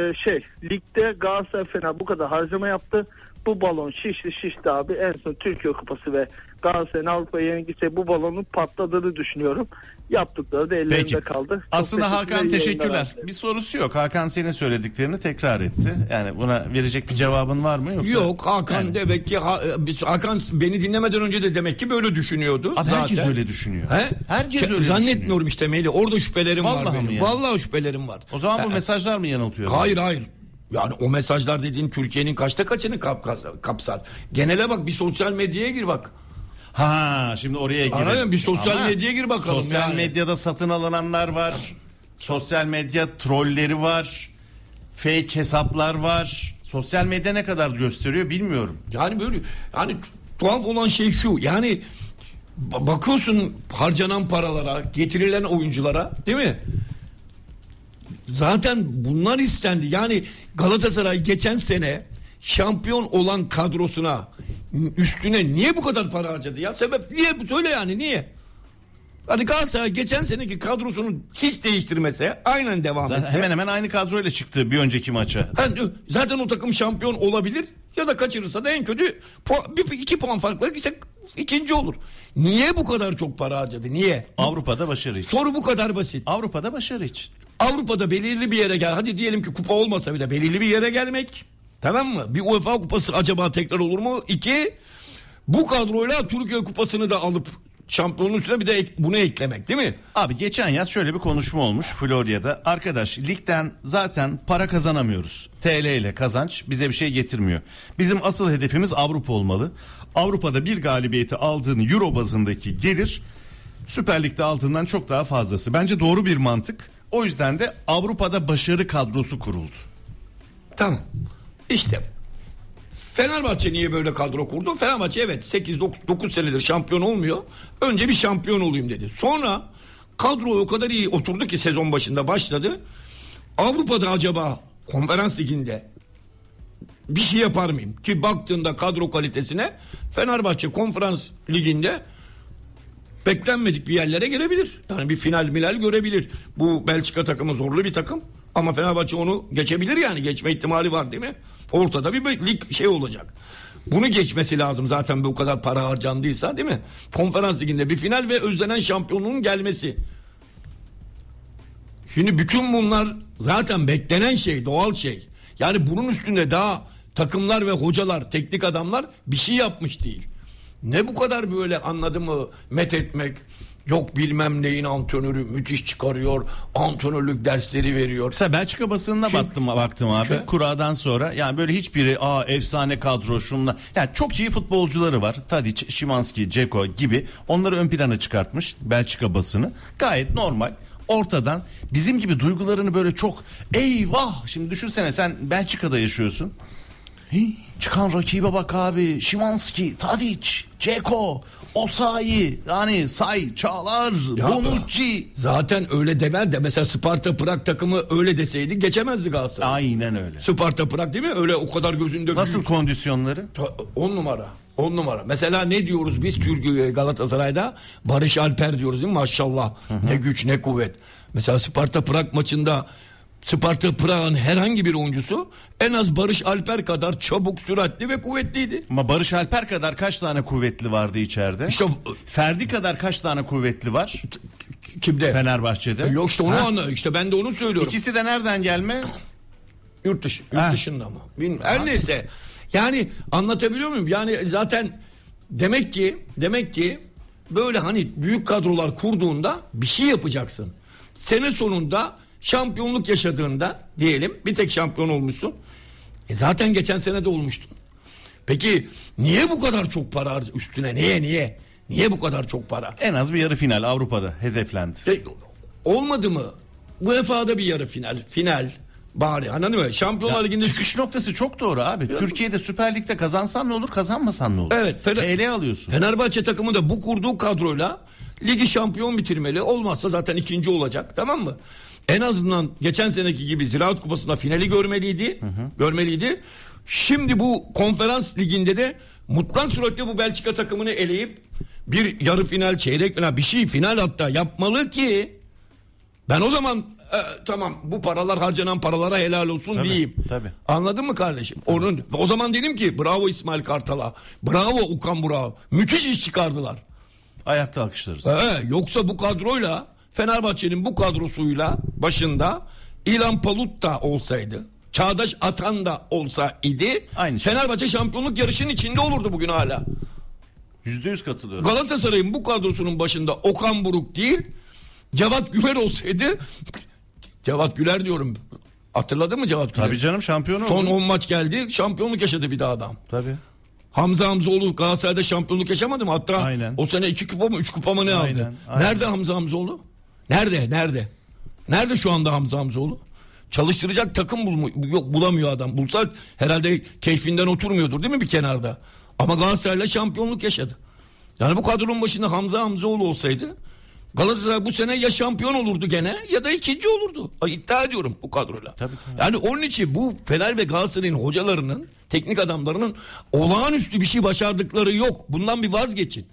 S6: ligde Galatasaray Fener bu kadar harcama yaptı. Bu balon şişti abi. En son Türkiye Kupası ve Galatasaray'ın Avrupa'ya yenilgisi bu balonun patladığını düşünüyorum. Yaptıkları da ellerinde
S4: Peki.
S6: kaldı. Çok
S4: Aslında Hakan teşekkürler.
S6: yayınlar.
S4: Bir sorusu yok. Hakan senin söylediklerini tekrar etti. Yani buna verecek bir cevabın var mı yoksa?
S5: Yok Hakan
S4: Yani.
S5: demek ki Hakan beni dinlemeden önce de demek ki böyle düşünüyordu.
S4: Abi herkes
S5: zaten.
S4: öyle düşünüyor.
S5: He?
S4: Herkes öyle
S5: Zannetmiyorum
S4: düşünüyor.
S5: işte Melih. Orada şüphelerim var
S4: Vallahi
S5: benim.
S4: mi ya?
S5: Vallahi şüphelerim var.
S4: O zaman bu mesajlar mı yanıltıyor?
S5: Hayır. Yani o mesajlar dediğin Türkiye'nin kaçını kapsar. Genele bak, bir sosyal medyaya gir bak.
S4: Ha, şimdi oraya girelim.
S5: Aynen, bir sosyal
S4: Ama
S5: medyaya gir bakalım
S4: Sosyal
S5: yani.
S4: medyada satın alınanlar var. Sosyal medya trolleri var. Fake hesaplar var. Sosyal medya ne kadar gösteriyor bilmiyorum.
S5: Yani böyle, yani tuhaf olan şey şu. Yani bakıyorsun harcanan paralara, getirilen oyunculara, değil mi? Zaten bunlar istendi. Yani Galatasaray geçen sene şampiyon olan kadrosuna üstüne niye bu kadar para harcadı ya? Sebep niye? Söyle yani, niye? Hani Galatasaray geçen seneki kadrosunu hiç değiştirmese, aynen devam etse.
S4: Hemen hemen aynı kadroyla çıktı bir önceki maça.
S5: Zaten o takım şampiyon olabilir ya da kaçırırsa da en kötü 2 puan farkla işte ikinci olur. Niye bu kadar çok para harcadı? Niye?
S4: Avrupa'da başarı için.
S5: Soru bu kadar basit.
S4: Avrupa'da başarı için.
S5: Avrupa'da belirli bir yere gel. Hadi diyelim ki kupa olmasa bile belirli bir yere gelmek. Tamam mı? Bir UEFA kupası acaba tekrar olur mu? 2, bu kadroyla Türkiye kupasını da alıp şampiyonun üstüne bir de bunu eklemek, değil mi?
S4: Abi geçen yaz şöyle bir konuşma olmuş Florya'da. Arkadaş, ligden zaten para kazanamıyoruz. TL ile kazanç bize bir şey getirmiyor. Bizim asıl hedefimiz Avrupa olmalı. Avrupa'da bir galibiyeti aldığın Euro bazındaki gelir Süper Lig'de aldığından çok daha fazlası. Bence doğru bir mantık. O yüzden de Avrupa'da başarı kadrosu kuruldu.
S5: Tamam. İşte Fenerbahçe niye böyle kadro kurdu? Fenerbahçe evet 8-9 senedir şampiyon olmuyor. Önce bir şampiyon olayım dedi. Sonra kadro o kadar iyi oturdu ki sezon başında başladı. Avrupa'da acaba Konferans Ligi'nde bir şey yapar mıyım? Ki baktığında kadro kalitesine Fenerbahçe Konferans Ligi'nde beklenmedik bir yerlere gelebilir. Yani bir final görebilir. Bu Belçika takımı zorlu bir takım. Ama Fenerbahçe onu geçebilir, yani geçme ihtimali var, değil mi? Ortada bir lig şey olacak. Bunu geçmesi lazım zaten, bu kadar para harcandıysa, değil mi? Konferans Ligi'nde bir final ve özlenen şampiyonluğun gelmesi. Şimdi bütün bunlar zaten beklenen şey, doğal şey. Yani bunun üstünde daha takımlar ve hocalar, teknik adamlar bir şey yapmış değil. Ne bu kadar böyle, anladın mı, met etmek, Yok bilmem neyin antrenörü müthiş çıkarıyor. Antrenörlük dersleri veriyor.
S4: Mesela Belçika basınına baktım abi. Kura'dan sonra yani böyle hiçbiri efsane kadro şunla. Yani çok iyi futbolcuları var. Tadic, Szymanski, Dzeko gibi. Onları ön plana çıkartmış Belçika basını. Gayet normal. Ortadan bizim gibi duygularını böyle çok eyvah. Şimdi düşünsene sen Belçika'da yaşıyorsun. Çıkan rakibe bak abi. Szymanski, Tadic, Dzeko, Osayi, yani Say, Çağlar, Bonucci.
S5: Zaten öyle demer de mesela Sparta Prag takımı öyle deseydi geçemezdi Galatasaray.
S4: Aynen öyle.
S5: Sparta Prag değil mi? Öyle o kadar gözünde.
S4: Nasıl
S5: büyük.
S4: kondisyonları?
S5: 10 numara. 10 numara. Mesela ne diyoruz biz Türkiye Galatasaray'da? Barış Alper diyoruz değil mi? Maşallah. Ne güç ne kuvvet. Mesela Sparta Prag maçında Sparta Prag'ın herhangi bir oyuncusu en az Barış Alper kadar çabuk, süratli ve kuvvetliydi.
S4: Ama Barış Alper kadar kaç tane kuvvetli vardı içeride?
S5: İşte
S4: Ferdi kadar kaç tane kuvvetli var?
S5: Kimde?
S4: Fenerbahçe'de.
S5: Yok işte onu anla. İşte ben de onu söylüyorum.
S4: İkisi de nereden gelme?
S5: Yurt dışında mı? Bilmiyorum. Her neyse. Yani anlatabiliyor muyum? Yani zaten demek ki böyle hani büyük kadrolar kurduğunda bir şey yapacaksın. Sene sonunda şampiyonluk yaşadığında diyelim bir tek şampiyon olmuşsun. Zaten geçen sene de olmuştun. Peki niye bu kadar çok para üstüne? Niye? Niye bu kadar çok para?
S4: En az bir yarı final Avrupa'da hedeflendi.
S5: Olmadı mı? UEFA'da bir yarı final. Bari anladın mı? Şampiyonlar Ligi'nde
S4: çıkış noktası çok doğru abi. Ya. Türkiye'de Süper Lig'de kazansan ne olur, kazanmasan ne olur?
S5: Evet.
S4: TL alıyorsun.
S5: Fenerbahçe takımı da bu kurduğu kadroyla ligi şampiyon bitirmeli. Olmazsa zaten ikinci olacak. Tamam mı? En azından geçen seneki gibi Ziraat Kupası'nda finali görmeliydi. Şimdi bu konferans liginde de mutlak suretle bu Belçika takımını eleyip bir yarı final, çeyrek final, bir şey final hatta yapmalı ki ben o zaman tamam bu paralar harcanan paralara helal olsun diyeyim.
S4: Tabii.
S5: Anladın mı kardeşim? O zaman dedim ki bravo İsmail Kartal'a, bravo Okan Burak'a, müthiş iş çıkardılar.
S4: Ayakta alkışlarız.
S5: Yoksa bu kadroyla Fenerbahçe'nin bu kadrosuyla başında İlhan Palut da olsaydı, Çağdaş Atan da olsa idi, Fenerbahçe şampiyonluk yarışının içinde olurdu bugün hala.
S4: %100 katılıyorum.
S5: Galatasaray'ın bu kadrosunun başında Okan Buruk değil, Cevat Güler olsaydı, Cevat Güler diyorum. Hatırladın mı Cevat Güler?
S4: Tabii canım, şampiyon oldu.
S5: Son 10 maç geldi, şampiyonluk yaşadı bir daha adam.
S4: Tabii.
S5: Hamza Hamzoğlu Galatasaray'da şampiyonluk yaşamadı mı? Hatta
S4: aynen.
S5: O sene 2 kupa mı 3 kupa mı ne aldı? Aynen. Nerede Hamza Hamzoğlu? Nerede? Nerede şu anda Hamza Hamzoğlu? Çalıştıracak takım bulamıyor adam. Bulsa herhalde keyfinden oturmuyordur değil mi bir kenarda? Ama Galatasaray'la şampiyonluk yaşadı. Yani bu kadronun başında Hamza Hamzoğlu olsaydı Galatasaray bu sene ya şampiyon olurdu gene ya da ikinci olurdu. İddia ediyorum bu kadroyla.
S4: Tabii.
S5: Yani onun için bu Fener ve Galatasaray'ın hocalarının, teknik adamlarının olağanüstü bir şey başardıkları yok. Bundan bir vazgeçin.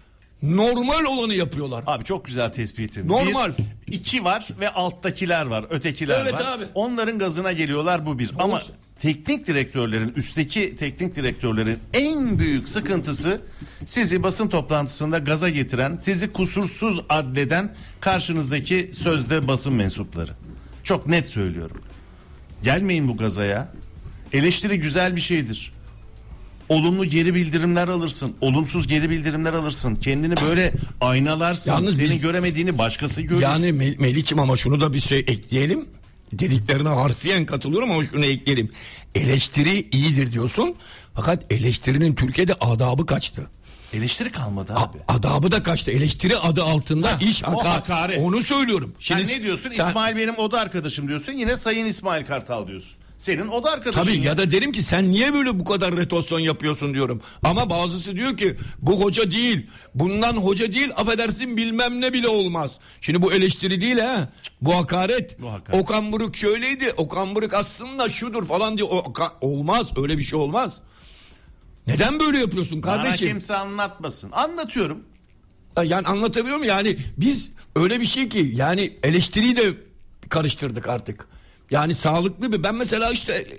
S5: Normal olanı yapıyorlar.
S4: Abi çok güzel tespitin.
S5: Normal.
S4: 2 var ve alttakiler var, ötekiler var.
S5: Abi.
S4: Onların gazına geliyorlar, bu bir. Ama teknik direktörlerin, üstteki teknik direktörlerin en büyük sıkıntısı sizi basın toplantısında gaza getiren, sizi kusursuz adleden karşınızdaki sözde basın mensupları. Çok net söylüyorum. Gelmeyin bu gaza ya. Eleştiri güzel bir şeydir. Olumlu geri bildirimler alırsın, olumsuz geri bildirimler alırsın. Kendini böyle aynalarsın.
S5: Yalnız
S4: senin göremediğini başkası görür.
S5: Yani Melih'ciğim ama şunu da bir şey ekleyelim. Dediklerine harfiyen katılıyorum ama şunu ekleyelim. Eleştiri iyidir diyorsun. Fakat eleştirinin Türkiye'de adabı kaçtı.
S4: Eleştiri kalmadı abi.
S5: Adabı da kaçtı. Eleştiri adı altında iş hakaret. Onu söylüyorum.
S4: Şimdi sen ne diyorsun? İsmail benim oda arkadaşım diyorsun. Yine Sayın İsmail Kartal diyorsun. Senin oda arkadaşın.
S5: Tabii ya da derim ki sen niye böyle bu kadar rotasyon yapıyorsun diyorum. Ama bazısı diyor ki bu hoca değil. Bundan hoca değil, affedersin bilmem ne bile olmaz. Şimdi bu eleştiri değil ha. Bu hakaret. Okan Buruk şöyleydi. Okan Buruk aslında şudur falan diyor. Olmaz, öyle bir şey olmaz. Neden böyle yapıyorsun kardeşim?
S4: Bana kimse anlatmasın. Anlatıyorum.
S5: Yani anlatabiliyor muyum? Yani biz öyle bir şey ki yani eleştiriyi de karıştırdık artık. Yani sağlıklı bir, ben mesela işte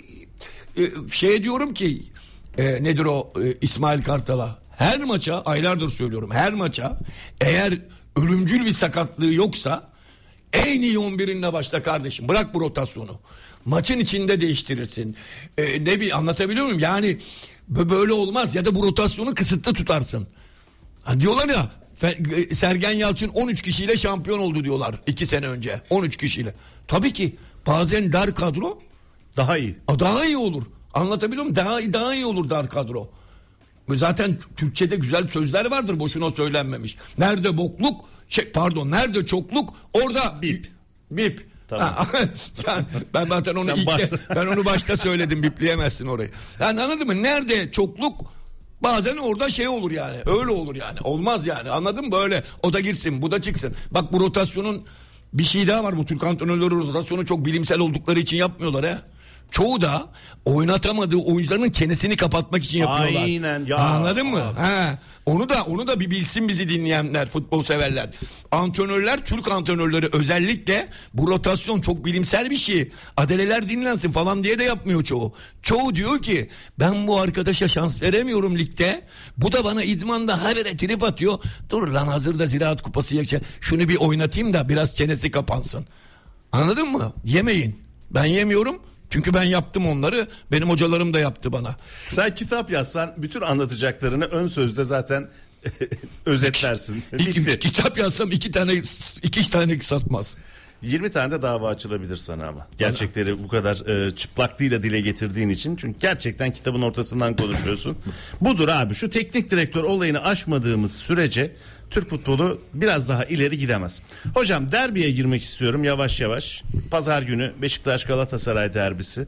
S5: diyorum ki nedir o İsmail Kartal'a, her maça, aylardır söylüyorum, her maça eğer ölümcül bir sakatlığı yoksa en iyi 11'inle başla kardeşim, bırak bu rotasyonu, maçın içinde değiştirirsin, anlatabiliyor muyum? Yani böyle olmaz ya da bu rotasyonu kısıtlı tutarsın. Ha, diyorlar ya Sergen Yalçın 13 kişiyle şampiyon oldu diyorlar 2 sene önce. 13 kişiyle. Tabii ki bazen dar kadro
S4: daha iyi.
S5: Daha iyi olur. Anlatabiliyor muyum? Daha iyi olur dar kadro. Zaten Türkçe'de güzel sözler vardır, boşuna söylenmemiş. Nerede bokluk, nerede çokluk, orada bip.
S4: Tamam.
S5: Yani ben zaten onu ben onu başta söyledim, bipleyemezsin orayı. Yani anladın mı? Nerede çokluk, bazen orada olur yani. Öyle olur yani. Olmaz yani. Anladın mı? Böyle o da girsin, bu da çıksın. Bak, bu rotasyonun bir şey daha var. Bu Türk antrenörleri rotasyonu çok bilimsel oldukları için yapmıyorlar ha. Çoğu da oynatamadığı oyuncuların çenesini kapatmak için yapıyorlar.
S4: Aynen ya.
S5: Anladın mı? Ha. Onu da bir bilsin bizi dinleyenler, futbol severler. Antrenörler, Türk antrenörleri özellikle, bu rotasyon çok bilimsel bir şey. Adeleler dinlensin falan diye de yapmıyor çoğu. Çoğu diyor ki ben bu arkadaşa şans veremiyorum ligde. Bu da bana idmanda habire trip atıyor. Dur lan, hazırda Ziraat Kupası yakacak. Şunu bir oynatayım da biraz çenesi kapansın. Anladın mı? Yemeyin. Ben yemiyorum. Çünkü ben yaptım onları. Benim hocalarım da yaptı bana.
S4: Sen kitap yazsan bütün anlatacaklarını ön sözde zaten özetlersin.
S5: Kitap yazsam iki tane satmaz.
S4: 20 tane de dava açılabilir sana ama. Gerçekleri bu kadar çıplaklığıyla dile getirdiğin için. Çünkü gerçekten kitabın ortasından konuşuyorsun. Budur abi, şu teknik direktör olayını aşmadığımız sürece Türk futbolu biraz daha ileri gidemez. Hocam, derbiye girmek istiyorum yavaş yavaş. Pazar günü Beşiktaş Galatasaray derbisi.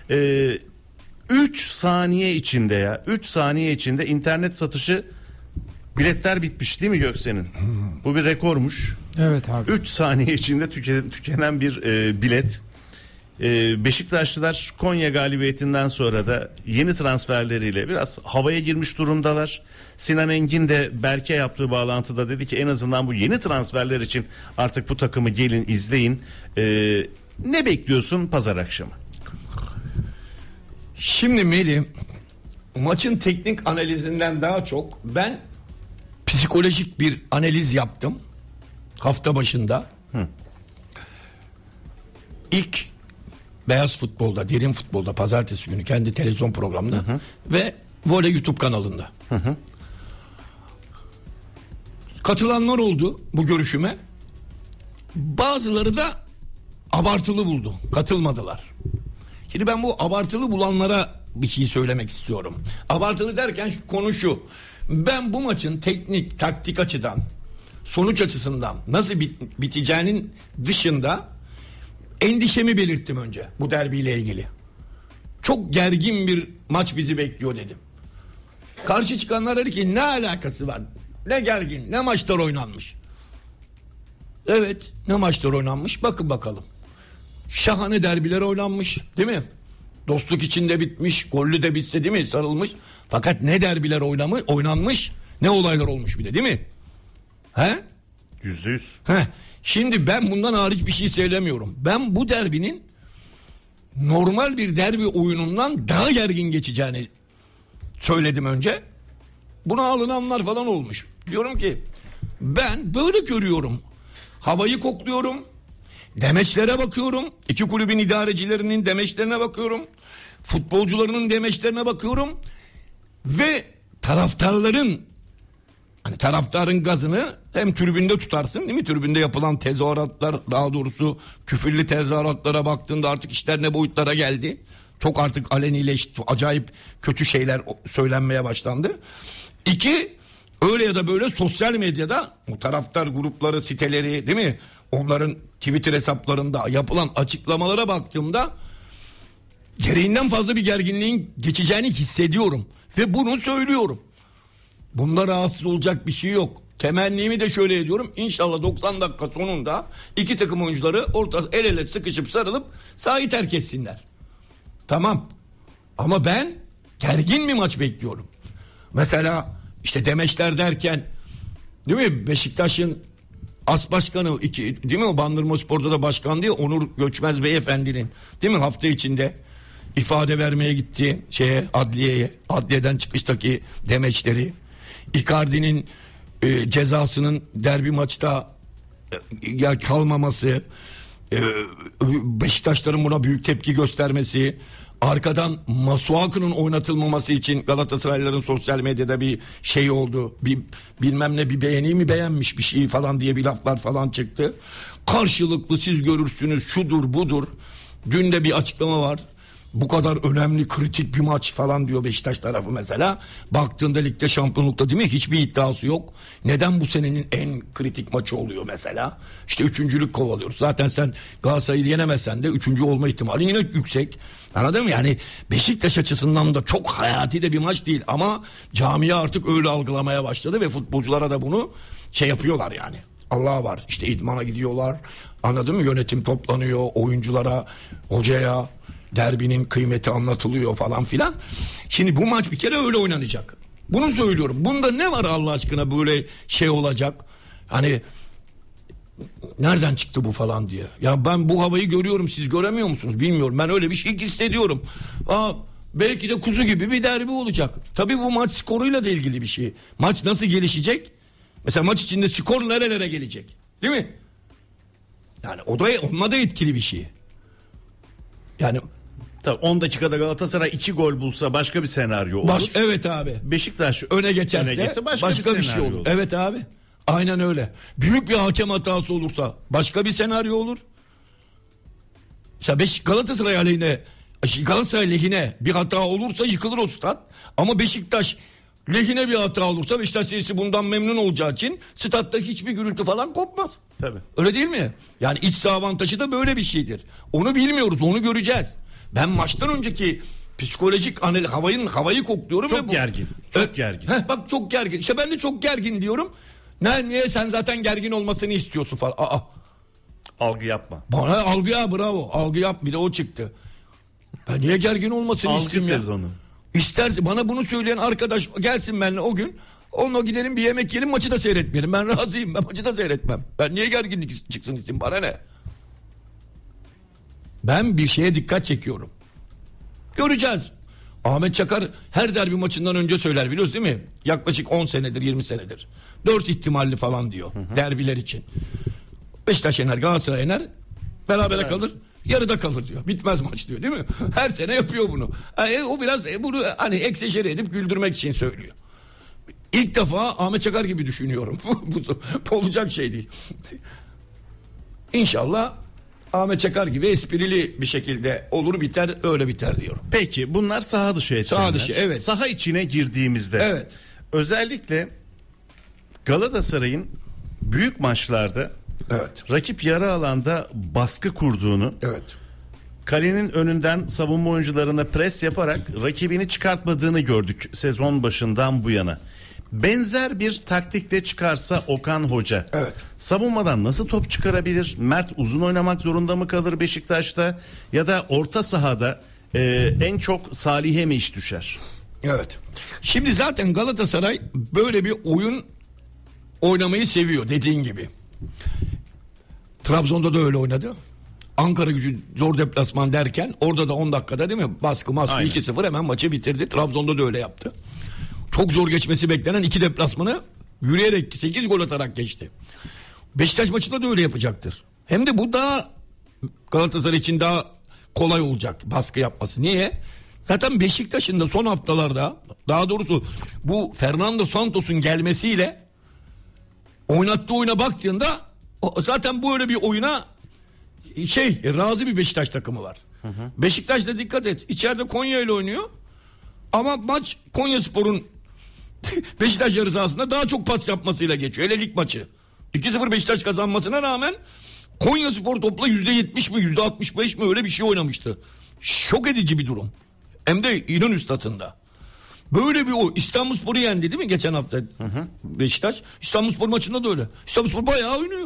S4: 3 saniye içinde 3 saniye içinde internet satışı, biletler bitmiş değil mi Göksen'in? Bu bir rekormuş.
S1: Evet abi.
S4: 3 saniye içinde tükenen bir bilet. Beşiktaşlılar Konya galibiyetinden sonra da yeni transferleriyle biraz havaya girmiş durumdalar. Sinan Engin de Berke yaptığı bağlantıda dedi ki en azından bu yeni transferler için artık bu takımı gelin izleyin. Ne bekliyorsun pazar akşamı?
S5: Şimdi Melih, maçın teknik analizinden daha çok ben psikolojik bir analiz yaptım hafta başında. İlk Beyaz Futbol'da, Derin Futbol'da pazartesi günü kendi televizyon programında ve Voley YouTube kanalında. Katılanlar oldu bu görüşüme. Bazıları da abartılı buldu. Katılmadılar. Şimdi ben bu abartılı bulanlara bir şey söylemek istiyorum. Abartılı derken konu şu. Ben bu maçın teknik, taktik açıdan, sonuç açısından nasıl biteceğinin dışında endişemi belirttim önce bu derbiyle ilgili. Çok gergin bir maç bizi bekliyor dedim. Karşı çıkanlar dedi ki ne alakası var? Ne gergin, ne maçlar oynanmış. Evet, ne maçlar oynanmış, bakın bakalım. Şahane derbiler oynanmış, değil mi? Dostluk içinde bitmiş, gollü de bitse değil mi, sarılmış. Fakat ne derbiler oynanmış, ne olaylar olmuş bir de, değil mi? He?
S4: %100.
S5: Şimdi ben bundan hariç bir şey söylemiyorum. Ben bu derbinin normal bir derbi oyunundan daha gergin geçeceğini söyledim önce. Buna alınanlar falan olmuş. Diyorum ki ben böyle görüyorum. Havayı kokluyorum. Demeçlere bakıyorum. İki kulübün idarecilerinin demeçlerine bakıyorum. Futbolcularının demeçlerine bakıyorum. Ve taraftarların, hani taraftarın gazını hem tribünde tutarsın değil mi? Tribünde yapılan tezahüratlar, daha doğrusu küfürlü tezahüratlara baktığında artık işler ne boyutlara geldi. Çok artık alenileşti. Acayip kötü şeyler söylenmeye başlandı. İki, öyle ya da böyle sosyal medyada o taraftar grupları, siteleri değil mi? Onların Twitter hesaplarında yapılan açıklamalara baktığımda gereğinden fazla bir gerginliğin geçeceğini hissediyorum. Ve bunu söylüyorum. Bunda rahatsız olacak bir şey yok. Temennimi de şöyle ediyorum. İnşallah 90 dakika sonunda iki takım oyuncuları el ele sıkışıp sarılıp sahayı terk etsinler. Tamam. Ama ben gergin bir maç bekliyorum. Mesela işte demeçler derken, değil mi? Beşiktaş'ın as başkanı, değil mi, o Bandırmaspor'da da başkan diye Onur Göçmez Beyefendinin, değil mi, hafta içinde ifade vermeye gitti adliyeye, adliyeden çıkıştaki demeçleri, Icardi'nin cezasının derbi maçta kalmaması, Beşiktaşların buna büyük tepki göstermesi, Arkadan Masuaku'nun oynatılmaması için Galatasaraylıların sosyal medyada bir şey oldu. Bir bilmem ne, bir beğeni mi beğenmiş bir şey falan diye bir laflar falan çıktı. Karşılıklı siz görürsünüz, şudur budur. Dün de bir açıklama var. Bu kadar önemli, kritik bir maç falan diyor Beşiktaş tarafı mesela. Baktığında ligde, şampiyonlukta değil mi? Hiçbir iddiası yok. Neden bu senenin en kritik maçı oluyor mesela? İşte üçüncülük kovalıyoruz. Zaten sen Galatasaray'ı yenemezsen de üçüncü olma ihtimali yine yüksek. Anladın mı? Yani Beşiktaş açısından da çok hayati de bir maç değil. Ama camia artık öyle algılamaya başladı ve futbolculara da bunu şey yapıyorlar yani. Allah var. İşte idmana gidiyorlar. Anladın mı? Yönetim toplanıyor. Oyunculara, hocaya derbinin kıymeti anlatılıyor falan filan. Şimdi bu maç bir kere öyle oynanacak. Bunu söylüyorum. Bunda ne var Allah aşkına böyle şey olacak? Hani nereden çıktı bu falan diye. Ya ben bu havayı görüyorum, siz göremiyor musunuz bilmiyorum. Ben öyle bir şey hissediyorum. Belki de kuzu gibi bir derbi olacak. Tabii bu maç skoruyla da ilgili bir şey. Maç nasıl gelişecek? Mesela maç içinde skor nerelere gelecek? Değil mi? Yani o da onunla da etkili bir şey. Yani
S4: tabii 10 dakikada Galatasaray 2 gol bulsa başka bir senaryo olur.
S5: Evet abi.
S4: Beşiktaş
S5: öne geçerse başka bir şey olur. Evet abi. Aynen öyle. Büyük bir hakem hatası olursa başka bir senaryo olur. Mesela Galatasaray lehine bir hata olursa yıkılır o stat. Ama Beşiktaş lehine bir hata olursa Beşiktaş seyircisi bundan memnun olacağı için statta hiçbir gürültü falan kopmaz.
S4: Tabii.
S5: Öyle değil mi? Yani iç saha avantajı da böyle bir şeydir. Onu bilmiyoruz, onu göreceğiz. Ben maçtan önceki psikolojik havayı kokluyorum.
S4: Çok gergin. Çok gergin.
S5: Bak çok gergin. İşte ben de çok gergin diyorum. Niye sen zaten gergin olmasını istiyorsun falan.
S4: Algı yapma.
S5: Bana algı ya, bravo. Algı yap, bir de o çıktı. Ben niye gergin olmasını isteyeyim ya?
S4: Algı sezonu.
S5: İsterse bana bunu söyleyen arkadaş gelsin benimle o gün. Onunla gidelim bir yemek yiyelim, maçı da seyretmeyelim. Ben razıyım, ben maçı da seyretmem. Ben niye gerginlik çıksın isteyeyim, bana ne? Ben bir şeye dikkat çekiyorum. Göreceğiz. Ahmet Çakar her derbi maçından önce söyler, biliyoruz değil mi? Yaklaşık 10 senedir 20 senedir. 4 ihtimalli falan diyor derbiler için. Beşiktaş yener, Galatasaray yener, berabere kalır, yarıda kalır diyor. Bitmez maç diyor değil mi? Her sene yapıyor bunu. O biraz bunu hani eksejeri edip güldürmek için söylüyor. İlk defa Ahmet Çakar gibi düşünüyorum. Bu olacak şey değil. İnşallah Ahmet Çakar gibi esprili bir şekilde olur biter, öyle biter diyorum.
S4: Peki bunlar saha dışı etkenler.
S5: Saha dışı, evet.
S4: Saha içine girdiğimizde
S5: evet.
S4: Özellikle Galatasaray'ın büyük maçlarda rakip yarı alanda baskı kurduğunu, kalenin önünden savunma oyuncularına pres yaparak rakibini çıkartmadığını gördük sezon başından bu yana. Benzer bir taktikle çıkarsa Okan Hoca savunmadan nasıl top çıkarabilir? Mert uzun oynamak zorunda mı kalır Beşiktaş'ta, ya da orta sahada en çok Salih'e mi iş düşer?
S5: Evet. Şimdi zaten Galatasaray böyle bir oyun oynamayı seviyor dediğin gibi. Trabzon'da da öyle oynadı. Ankara Gücü zor deplasman derken orada da 10 dakikada değil mi? Baskı 2-0 hemen maçı bitirdi. Trabzon'da da öyle yaptı. Çok zor geçmesi beklenen 2 deplasmanı yürüyerek 8 gol atarak geçti. Beşiktaş maçında da öyle yapacaktır. Hem de bu daha Galatasaray için daha kolay olacak baskı yapması. Niye? Zaten Beşiktaş'ın da son haftalarda, daha doğrusu bu Fernando Santos'un gelmesiyle oynattığı oyuna baktığında zaten böyle bir oyuna razı bir Beşiktaş takımı var. Beşiktaş'ta dikkat et. İçeride Konya ile oynuyor. Ama maç Konyaspor'un Beşiktaş yarı sahasında daha çok pas yapmasıyla geçiyor. Hele lig maçı. 2-0 Beşiktaş kazanmasına rağmen Konyaspor topla %70 mi %65 mi öyle bir şey oynamıştı. Şok edici bir durum. Hem de İnönü Stadı'nda. Böyle bir İstanbulspor'u yendi değil mi geçen hafta Beşiktaş? İstanbulspor maçında da öyle. İstanbulspor bayağı oynuyor.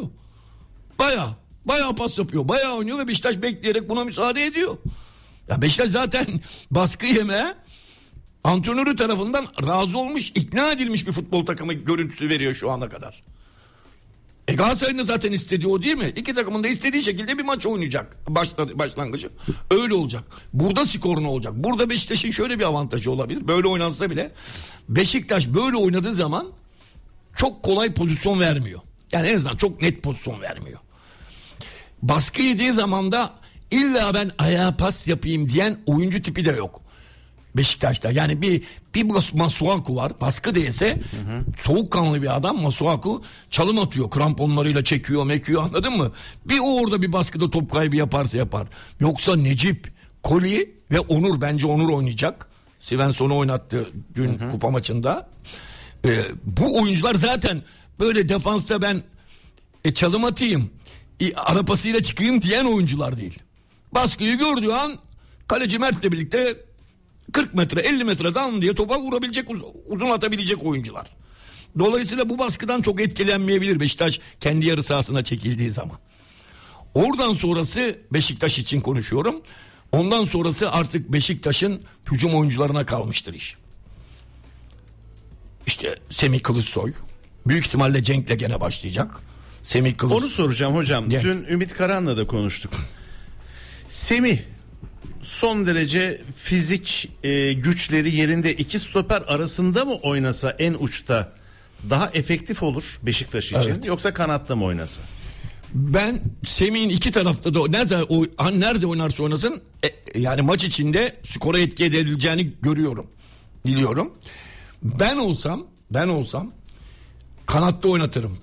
S5: Bayağı pas yapıyor. Bayağı oynuyor ve Beşiktaş bekleyerek buna müsaade ediyor. Ya Beşiktaş zaten baskı yeme, antrenörü tarafından razı olmuş, ikna edilmiş bir futbol takımı görüntüsü veriyor şu ana kadar. Galatasaray'ın da zaten istediği o değil mi? İki takımın da istediği şekilde bir maç oynayacak. Başlangıcı. Öyle olacak. Burada skor ne olacak? Burada Beşiktaş'ın şöyle bir avantajı olabilir. Böyle oynansa bile Beşiktaş böyle oynadığı zaman çok kolay pozisyon vermiyor. Yani en azından çok net pozisyon vermiyor. Baskı yediği zaman da illa ben ayağa pas yapayım diyen oyuncu tipi de yok Beşiktaş'ta. Yani bir Masuaku var, baskı değilse soğukkanlı bir adam. Masuaku çalım atıyor, kramponlarıyla çekiyor mekiyor, anladın mı? Bir o orada bir baskıda top kaybı yaparsa yapar. Yoksa Necip, Koli ve Onur, bence Onur oynayacak. Svensson'u oynattı dün kupa maçında. Bu oyuncular zaten böyle defansta ben çalım atayım, ara pasıyla çıkayım diyen oyuncular değil. Baskıyı gördüğü an kaleci Mert'le birlikte 40 metre 50 metre down diye topa vurabilecek, uzun atabilecek oyuncular. Dolayısıyla bu baskıdan çok etkilenmeyebilir Beşiktaş kendi yarı sahasına çekildiği zaman. Oradan sonrası, Beşiktaş için konuşuyorum, ondan sonrası artık Beşiktaş'ın hücum oyuncularına kalmıştır iş. İşte Semih Kılıçsoy büyük ihtimalle Cenk'le gene başlayacak. Semih Kılıçsoy.
S4: Onu soracağım hocam.
S5: Cenk.
S4: Dün Ümit Karan'la da konuştuk. Semih son derece fizik güçleri yerinde, iki stoper arasında mı oynasa en uçta daha efektif olur Beşiktaş için,
S5: Evet.
S4: yoksa kanatta mı oynasa?
S5: Ben Semih'in iki tarafta da nerede oynarsa oynasın yani maç içinde skora etki edebileceğini görüyorum. Biliyorum. Ben olsam kanatta oynatırım.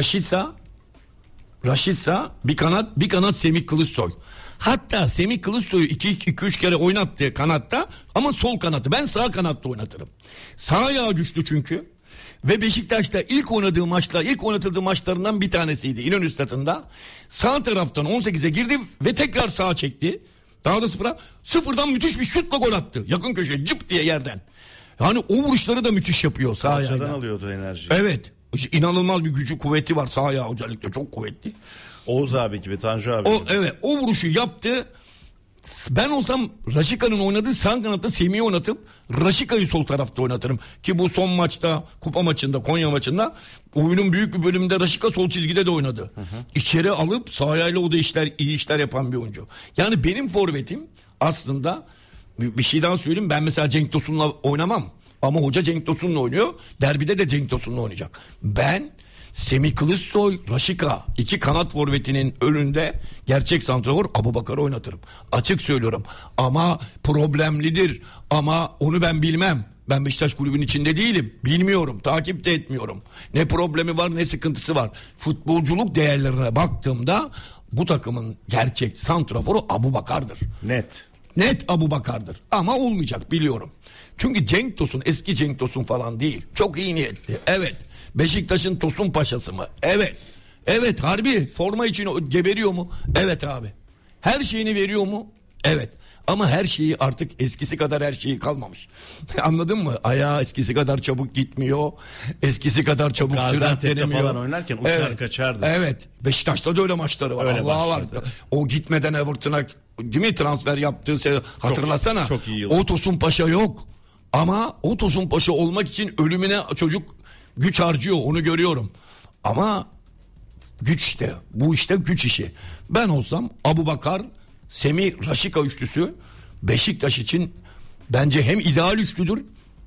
S5: Raşitsa bir kanat Semih Kılıçsoy. Hatta Semih Kılıçsoy'u 2-3 kere oynattı kanatta ama sol kanatta. Ben sağ kanatta oynatırım. Sağ ayağı güçlü çünkü. Ve Beşiktaş'ta ilk oynatıldığı maçlarından bir tanesiydi İnönü Stadı'nda. Sağ taraftan 18'e girdi ve tekrar sağa çekti. Daha da sıfırdan müthiş bir şutla gol attı. Yakın köşe cıp diye yerden. Yani o vuruşları da müthiş yapıyor sağ ayağıyla.
S4: Parçadan alıyordu enerji.
S5: Evet. İnanılmaz bir gücü, kuvveti var sağ ayağı, özellikle çok kuvvetli.
S4: Oğuz abi gibi, Tanju abi gibi.
S5: O vuruşu yaptı. Ben olsam Raşika'nın oynadığı sağ kanatta Semih'i oynatıp Raşika'yı sol tarafta oynatırım. Ki bu son maçta, kupa maçında, Konya maçında oyunun büyük bir bölümünde Raşika sol çizgide de oynadı. İçeri alıp sağ ayağıyla o da iyi işler yapan bir oyuncu. Yani benim forvetim aslında, bir şey daha söyleyeyim, ben mesela Cenk Tosun'la oynamam. Ama hoca Cenk Tosun'la oynuyor. Derbide de Cenk Tosun'la oynayacak. Ben Semih Kılıçsoy, Raşika, iki kanat forvetinin önünde gerçek santrafor Abubakar'ı oynatırım. Açık söylüyorum. Ama problemlidir. Ama onu ben bilmem. Ben Beşiktaş kulübünün içinde değilim. Bilmiyorum. Takip de etmiyorum. Ne problemi var, ne sıkıntısı var. Futbolculuk değerlerine baktığımda bu takımın gerçek santraforu Abubakar'dır. Net Abubakar'dır. Ama olmayacak, biliyorum. Çünkü Cenk Tosun eski Cenk Tosun falan değil. Çok iyi niyetli. Evet. Beşiktaş'ın Tosun Paşası mı? Evet. Evet, harbi forma için geberiyor mu? Evet abi. Her şeyini veriyor mu? Evet. Ama her şeyi artık eskisi kadar her şeyi kalmamış. Anladın mı? Ayağı eskisi kadar çabuk gitmiyor. Eskisi kadar çabuk süratlenemiyor.
S4: falan oynarken uçar kaçardı.
S5: Evet. Beşiktaş'ta da öyle maçları var.
S4: Öyle
S5: Allah var.
S4: başladı.
S5: O gitmeden Everton'a, değil mi, transfer yaptığı hatırlasana.
S4: Çok iyi yıl.
S5: O Tosun Paşa yok. Ama o Tosun Paşa olmak için ölümüne çocuk güç harcıyor, onu görüyorum. Ama güç işte. Bu işte güç işi. Ben olsam Abubakar, Semih, Raşika üçlüsü Beşiktaş için bence hem ideal üçlüdür,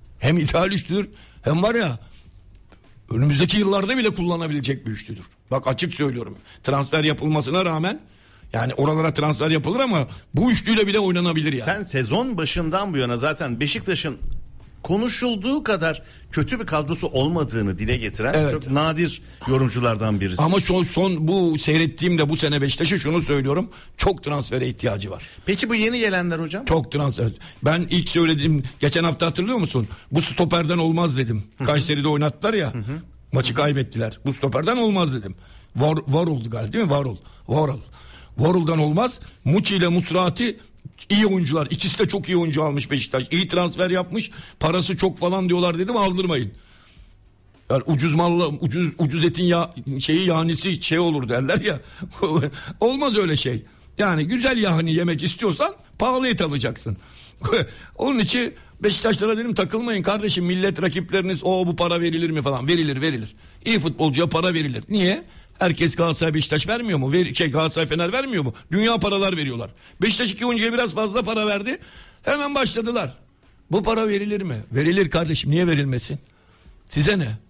S5: hem var ya önümüzdeki yıllarda bile kullanabilecek bir üçlüdür. Bak açık söylüyorum. Transfer yapılmasına rağmen, yani oralara transfer yapılır ama bu üçlüyle bile oynanabilir yani.
S4: Sen sezon başından bu yana zaten Beşiktaş'ın konuşulduğu kadar kötü bir kadrosu olmadığını dile getiren çok nadir yorumculardan birisi.
S5: Ama son bu seyrettiğimde bu sene Beşiktaş'a şunu söylüyorum. Çok transfere ihtiyacı var.
S4: Peki bu yeni gelenler hocam?
S5: Çok transfer. Ben ilk söylediğim, geçen hafta hatırlıyor musun? Bu stoperden olmaz dedim. Kayseri'de oynattılar ya. Maçı kaybettiler. Bu stoperden olmaz dedim. Varol'du galiba, değil mi? Varol'dan olmaz. Muçi ile Musrati iyi oyuncular. İkisi de çok iyi oyuncu almış Beşiktaş. İyi transfer yapmış. Parası çok falan diyorlar dedim, aldırmayın. Yani ucuz malla, ucuz etin yahnisi olur derler ya. Olmaz öyle şey. Yani güzel yahni yemek istiyorsan pahalı et alacaksın. Onun için Beşiktaşlara dedim, takılmayın kardeşim, millet rakipleriniz bu para verilir mi falan. Verilir. İyi futbolcuya para verilir. Niye? Herkes Galatasaray Beşiktaş vermiyor mu? Galatasaray Fener vermiyor mu? Dünya paralar veriyorlar. Beşiktaş 2 oyuncuya biraz fazla para verdi. Hemen başladılar. Bu para verilir mi? Verilir kardeşim. Niye verilmesin? Size ne?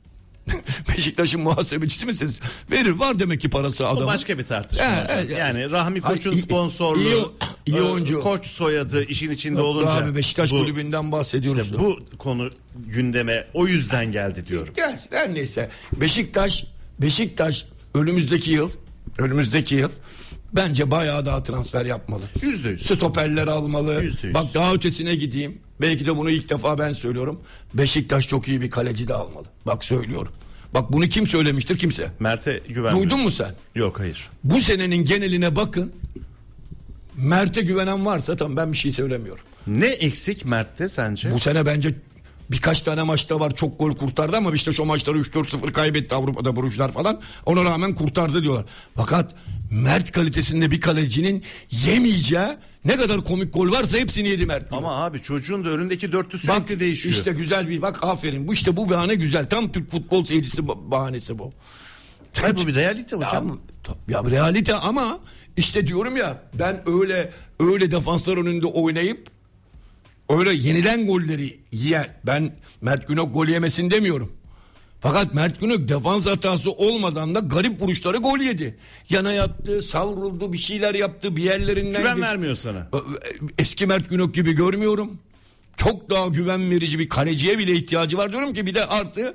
S5: Beşiktaş'ın muhasebecisi misiniz? Verir, var demek ki parası adamın.
S4: O başka bir tartışma hocam. Yani Rahmi Koç'un sponsorluğu,
S5: iyi oyuncu.
S4: Koç soyadı işin içinde olunca.
S5: Abi Beşiktaş kulübünden bahsediyoruz.
S4: İşte bu konu gündeme o yüzden geldi diyorum.
S5: Gelsin, her neyse. Beşiktaş önümüzdeki yıl bence bayağı daha transfer yapmalı.
S4: %100.
S5: Stoperler almalı.
S4: %100.
S5: Bak daha ötesine gideyim. Belki de bunu ilk defa ben söylüyorum. Beşiktaş çok iyi bir kaleci de almalı. Bak söylüyorum. Bak bunu kim söylemiştir? Kimse.
S4: Mert'e güvenmiyorsun.
S5: Duydun mu sen?
S4: Yok, hayır.
S5: Bu senenin geneline bakın. Mert'e güvenen varsa tamam, ben bir şey söylemiyorum.
S4: Ne eksik Mert'te sence?
S5: Bu sene bence birkaç tane maçta var, çok gol kurtardı ama Beşiktaş o maçları 3-4-0 kaybetti, Avrupa'da Brugge'lar falan. Ona rağmen kurtardı diyorlar. Fakat Mert kalitesinde bir kalecinin yemeyeceği ne kadar komik gol varsa hepsini yedi Mert.
S4: Ama abi çocuğun da önündeki dörtlü sürekli
S5: bak,
S4: değişiyor.
S5: İşte güzel bir bak, aferin. Bu bahane güzel. Tam Türk futbol seyircisi bahanesi bu.
S4: Hayır, bu bir realite hocam.
S5: Ya realite ama işte diyorum ya, ben öyle defanslar önünde oynayıp öyle yenilen golleri ben Mert Günok gol yemesin demiyorum. Fakat Mert Günok defans hatası olmadan da garip vuruşları gol yedi. Yana yattı, savruldu, bir şeyler yaptı, bir yerlerinden
S4: güven vermiyor sana.
S5: Eski Mert Günok gibi görmüyorum. Çok daha güven verici bir kaleciye bile ihtiyacı var diyorum ki, bir de artı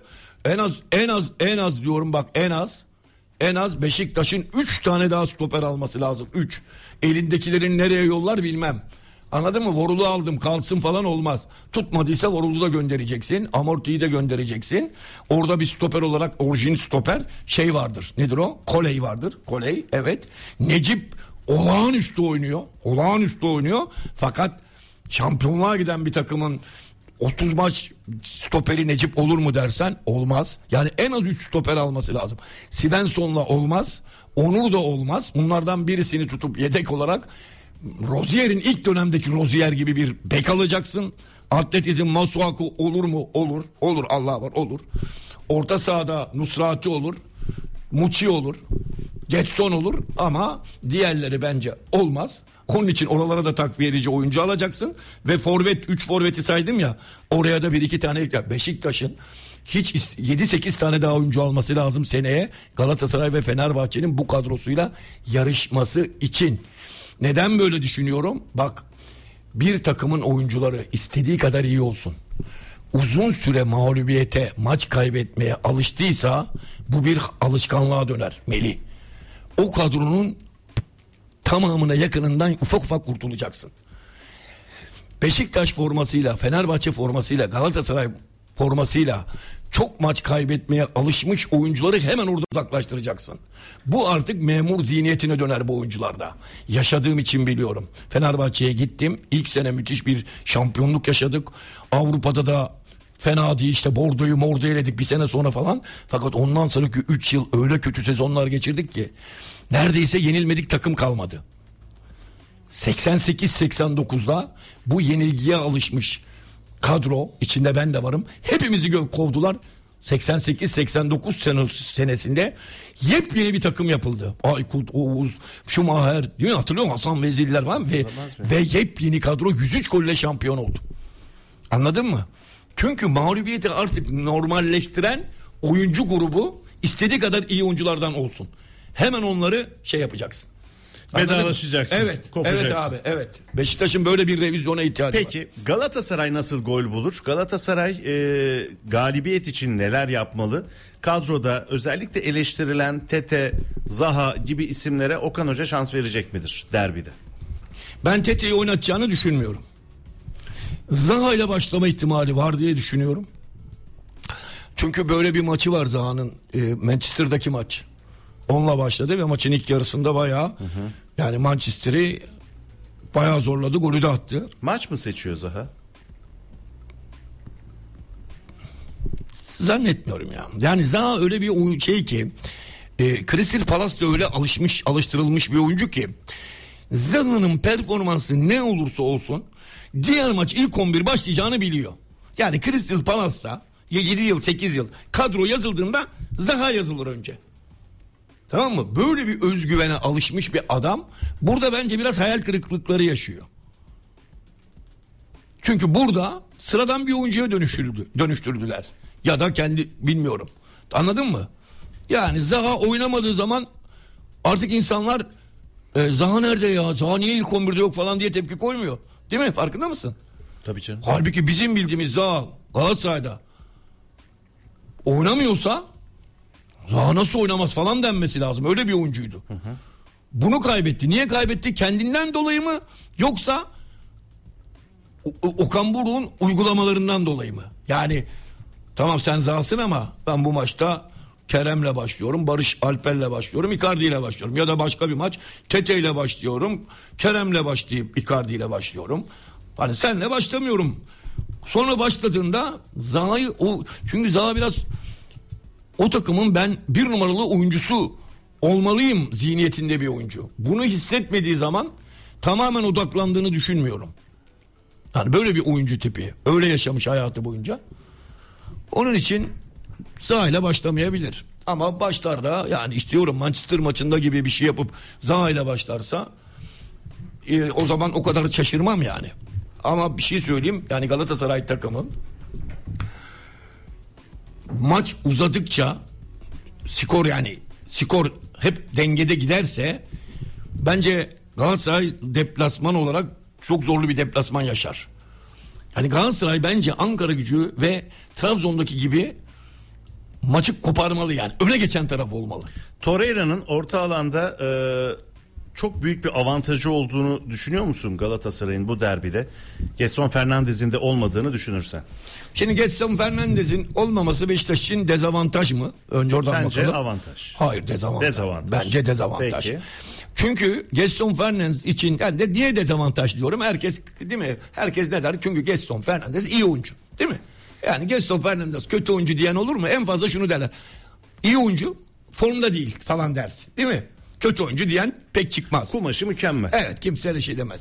S5: en az diyorum bak, en az Beşiktaş'ın 3 tane daha stoper alması lazım. 3. Elindekilerin nereye yollar bilmem. Anladın mı? Vorulu aldım kalsın falan olmaz. Tutmadıysa Vorulu da göndereceksin. Amorti'yi de göndereceksin. Orada bir stoper olarak orijin stoper şey vardır. Nedir o? Koley vardır. Koley, evet. Necip olağanüstü oynuyor. Fakat şampiyonluğa giden bir takımın 30 maç stoperi Necip olur mu dersen olmaz. Yani en az 3 stoper alması lazım. Svensson'la olmaz. Onur da olmaz. Bunlardan birisini tutup yedek olarak Rozier'in ilk dönemdeki Rozier gibi bir bek alacaksın. Atletizm Masuaku olur mu? Olur. Allah var, olur. Orta sahada Nusrati olur. Muçi olur. Getson olur ama diğerleri bence olmaz. Onun için oralara da takviye edici oyuncu alacaksın ve forvet, 3 forveti saydım ya, oraya da 1-2 tane ekler. Beşiktaş'ın hiç 7-8 tane daha oyuncu alması lazım seneye, Galatasaray ve Fenerbahçe'nin bu kadrosuyla yarışması için. Neden böyle düşünüyorum? Bak, bir takımın oyuncuları istediği kadar iyi olsun, uzun süre mağlubiyete, maç kaybetmeye alıştıysa bu bir alışkanlığa döner Melih. O kadronun tamamına yakınından ufak ufak kurtulacaksın. Beşiktaş formasıyla, Fenerbahçe formasıyla, Galatasaray formasıyla çok maç kaybetmeye alışmış oyuncuları hemen orada uzaklaştıracaksın. Bu artık memur zihniyetine döner bu oyuncularda. Yaşadığım için biliyorum. Fenerbahçe'ye gittim. İlk sene müthiş bir şampiyonluk yaşadık. Avrupa'da da fena değil, işte Bordeaux'u eledik bir sene sonra falan. Fakat ondan sonraki 3 yıl öyle kötü sezonlar geçirdik ki neredeyse yenilmedik takım kalmadı. 88-89'da bu yenilgiye alışmış kadro, içinde ben de varım, hepimizi kovdular. 88-89 senesinde yepyeni bir takım yapıldı. Aykut, Oğuz, Schumacher, değil mi? Hatırlıyor musun? Hasan Vezirler var ve yepyeni kadro 103 golle şampiyon oldu. Anladın mı? Çünkü mağlubiyeti artık normalleştiren oyuncu grubu istediği kadar iyi oyunculardan olsun. Hemen onları şey yapacaksın.
S4: Vedalaşacaksın.
S5: Evet.
S4: Kopacaksın.
S5: Evet abi, evet. Beşiktaş'ın böyle bir revizyona ihtiyacı var.
S4: Peki Galatasaray nasıl gol bulur? Galatasaray galibiyet için neler yapmalı? Kadroda özellikle eleştirilen Tete, Zaha gibi isimlere Okan Hoca şans verecek midir derbide? Ben
S5: Tete'yi oynatacağını düşünmüyorum. Zaha ile başlama ihtimali var diye düşünüyorum. Çünkü böyle bir maçı var Zaha'nın, Manchester'daki maç. Onunla başladı ve maçın ilk yarısında bayağı yani Manchester'i bayağı zorladı, golü de attı.
S4: Maç mı seçiyor Zaha?
S5: Zannetmiyorum ya. Yani Zaha öyle bir şey ki, Crystal Palace'da öyle alıştırılmış bir oyuncu ki, Zaha'nın performansı ne olursa olsun diğer maç ilk 11 başlayacağını biliyor. Yani Crystal Palace'da 7 yıl 8 yıl kadro yazıldığında Zaha yazılır önce. Tamam mı? Böyle bir özgüvene alışmış bir adam burada bence biraz hayal kırıklıkları yaşıyor. Çünkü burada sıradan bir oyuncuya dönüştürdüler. Ya da kendi bilmiyorum. Anladın mı? Yani Zaha oynamadığı zaman artık insanlar Zaha nerede ya? Zaha niye ilk 11'de yok falan diye tepki koymuyor. Değil mi? Farkında mısın?
S4: Tabii canım.
S5: Halbuki bizim bildiğimiz Zaha Galatasaray'da oynamıyorsa Zaha nasıl oynamaz falan denmesi lazım. Öyle bir oyuncuydu. Hı. Bunu kaybetti. Niye kaybetti? Kendinden dolayı mı? Yoksa Okan Buruk'un uygulamalarından dolayı mı? Yani tamam sen Zaha'sın ama ben bu maçta Kerem'le başlıyorum, Barış Alper'le başlıyorum, Icardi'yle başlıyorum. Ya da başka bir maç Tete'yle başlıyorum, Kerem'le başlayıp Icardi'yle başlıyorum. Hani senle başlamıyorum. Sonra başladığında Zaha'yı çünkü Zaha biraz o takımın ben bir numaralı oyuncusu olmalıyım zihniyetinde bir oyuncu. Bunu hissetmediği zaman tamamen odaklandığını düşünmüyorum. Yani böyle bir oyuncu tipi. Öyle yaşamış hayatı boyunca. Onun için Zaha ile başlamayabilir. Ama başlar da yani istiyorum Manchester maçında gibi bir şey yapıp Zaha ile başlarsa o zaman o kadar şaşırmam yani. Ama bir şey söyleyeyim. Yani Galatasaray takımı maç uzadıkça skor hep dengede giderse bence Galatasaray deplasman olarak çok zorlu bir deplasman yaşar. Yani Galatasaray bence Ankaragücü ve Trabzon'daki gibi maçı koparmalı yani. Öne geçen taraf olmalı.
S4: Torreira'nın orta alanda çok büyük bir avantajı olduğunu düşünüyor musun Galatasaray'ın bu derbide? Gedson Fernandez'in de olmadığını düşünürsen.
S5: Şimdi Gedson Fernandez'in olmaması Beşiktaş için dezavantaj mı? Önce oradan
S4: Sence
S5: bakalım.
S4: avantaj.
S5: Hayır dezavantaj. Bence dezavantaj.
S4: Peki.
S5: Çünkü Gedson Fernandez için yani de niye dezavantaj diyorum? Herkes değil mi? Herkes ne der? Çünkü Gedson Fernandez iyi oyuncu. Değil mi? Yani Gedson Fernandez kötü oyuncu diyen olur mu? En fazla şunu derler. İyi oyuncu formda değil falan dersin. Değil mi? Kötü oyuncu diyen pek çıkmaz.
S4: Kumaşı mükemmel.
S5: Evet kimse de şey demez.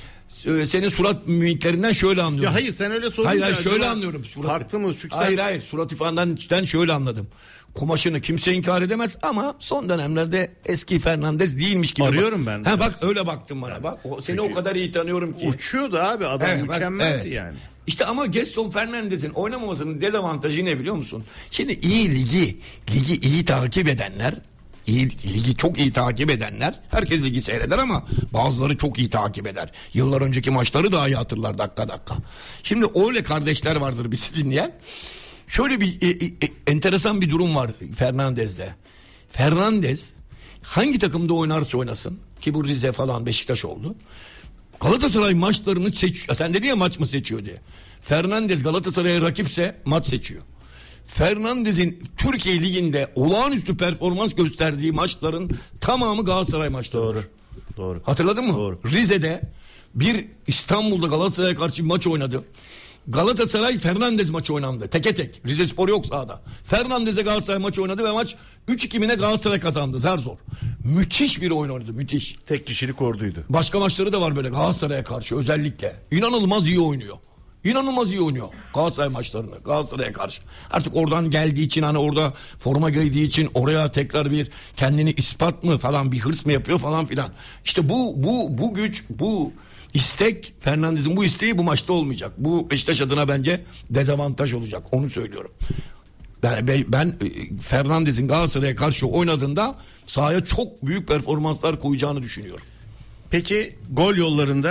S5: Senin surat mimiklerinden şöyle anlıyorum.
S4: Ya hayır sen öyle sorunca.
S5: Hayır şöyle anlıyorum.
S4: Farklı mı? Çünkü
S5: hayır surat ifadenden şöyle anladım. Kumaşını kimse inkar edemez ama son dönemlerde eski Fernandez değilmiş gibi.
S4: Arıyorum ben.
S5: Ha bak öyle baktın bana bak. Seni o kadar iyi tanıyorum ki.
S4: Uçuyordu abi adam mükemmeldi yani.
S5: İşte ama Gedson Fernandez'in oynamamasının dezavantajı ne biliyor musun? Şimdi ligi iyi takip edenler, ligi çok iyi takip edenler, herkes ligi seyreder ama bazıları çok iyi takip eder. Yıllar önceki maçları daha iyi hatırlar dakika. Şimdi öyle kardeşler vardır bizi dinleyen. Şöyle bir enteresan bir durum var Fernandez'de. Fernandez hangi takımda oynarsa oynasın ki bu Rize falan Beşiktaş oldu. Galatasaray maçlarını seçiyor. Sen dedi ya maç mı seçiyor diye. Fernandez Galatasaray'a rakipse maç seçiyor. Fernandez'in Türkiye Ligi'nde olağanüstü performans gösterdiği maçların tamamı Galatasaray maçları.
S4: Doğru.
S5: Hatırladın mı?
S4: Doğru.
S5: Rize'de bir İstanbul'da Galatasaray'a karşı bir maç oynadı. Galatasaray Fernandez maçı oynandı. Teke tek. Rizespor yok sahada. Fernandez'e Galatasaray maçı oynadı ve maç 3-2'mine Galatasaray kazandı. Zar zor. Müthiş bir oyun oynadı. Müthiş.
S4: Tek kişilik orduydu.
S5: Başka maçları da var böyle Galatasaray'a karşı özellikle. İnanılmaz iyi oynuyor. İnanılmaz iyi oynuyor Galatasaray maçlarını Galatasaray'a karşı. Artık oradan geldiği için hani orada forma giydiği için oraya tekrar bir kendini ispat mı falan bir hırs mı yapıyor falan filan. İşte bu güç bu istek Fernandez'in bu isteği bu maçta olmayacak. Bu Beşiktaş adına bence dezavantaj olacak onu söylüyorum. Yani ben Fernandez'in Galatasaray'a karşı oynadığında sahaya çok büyük performanslar koyacağını düşünüyorum.
S4: Peki gol yollarında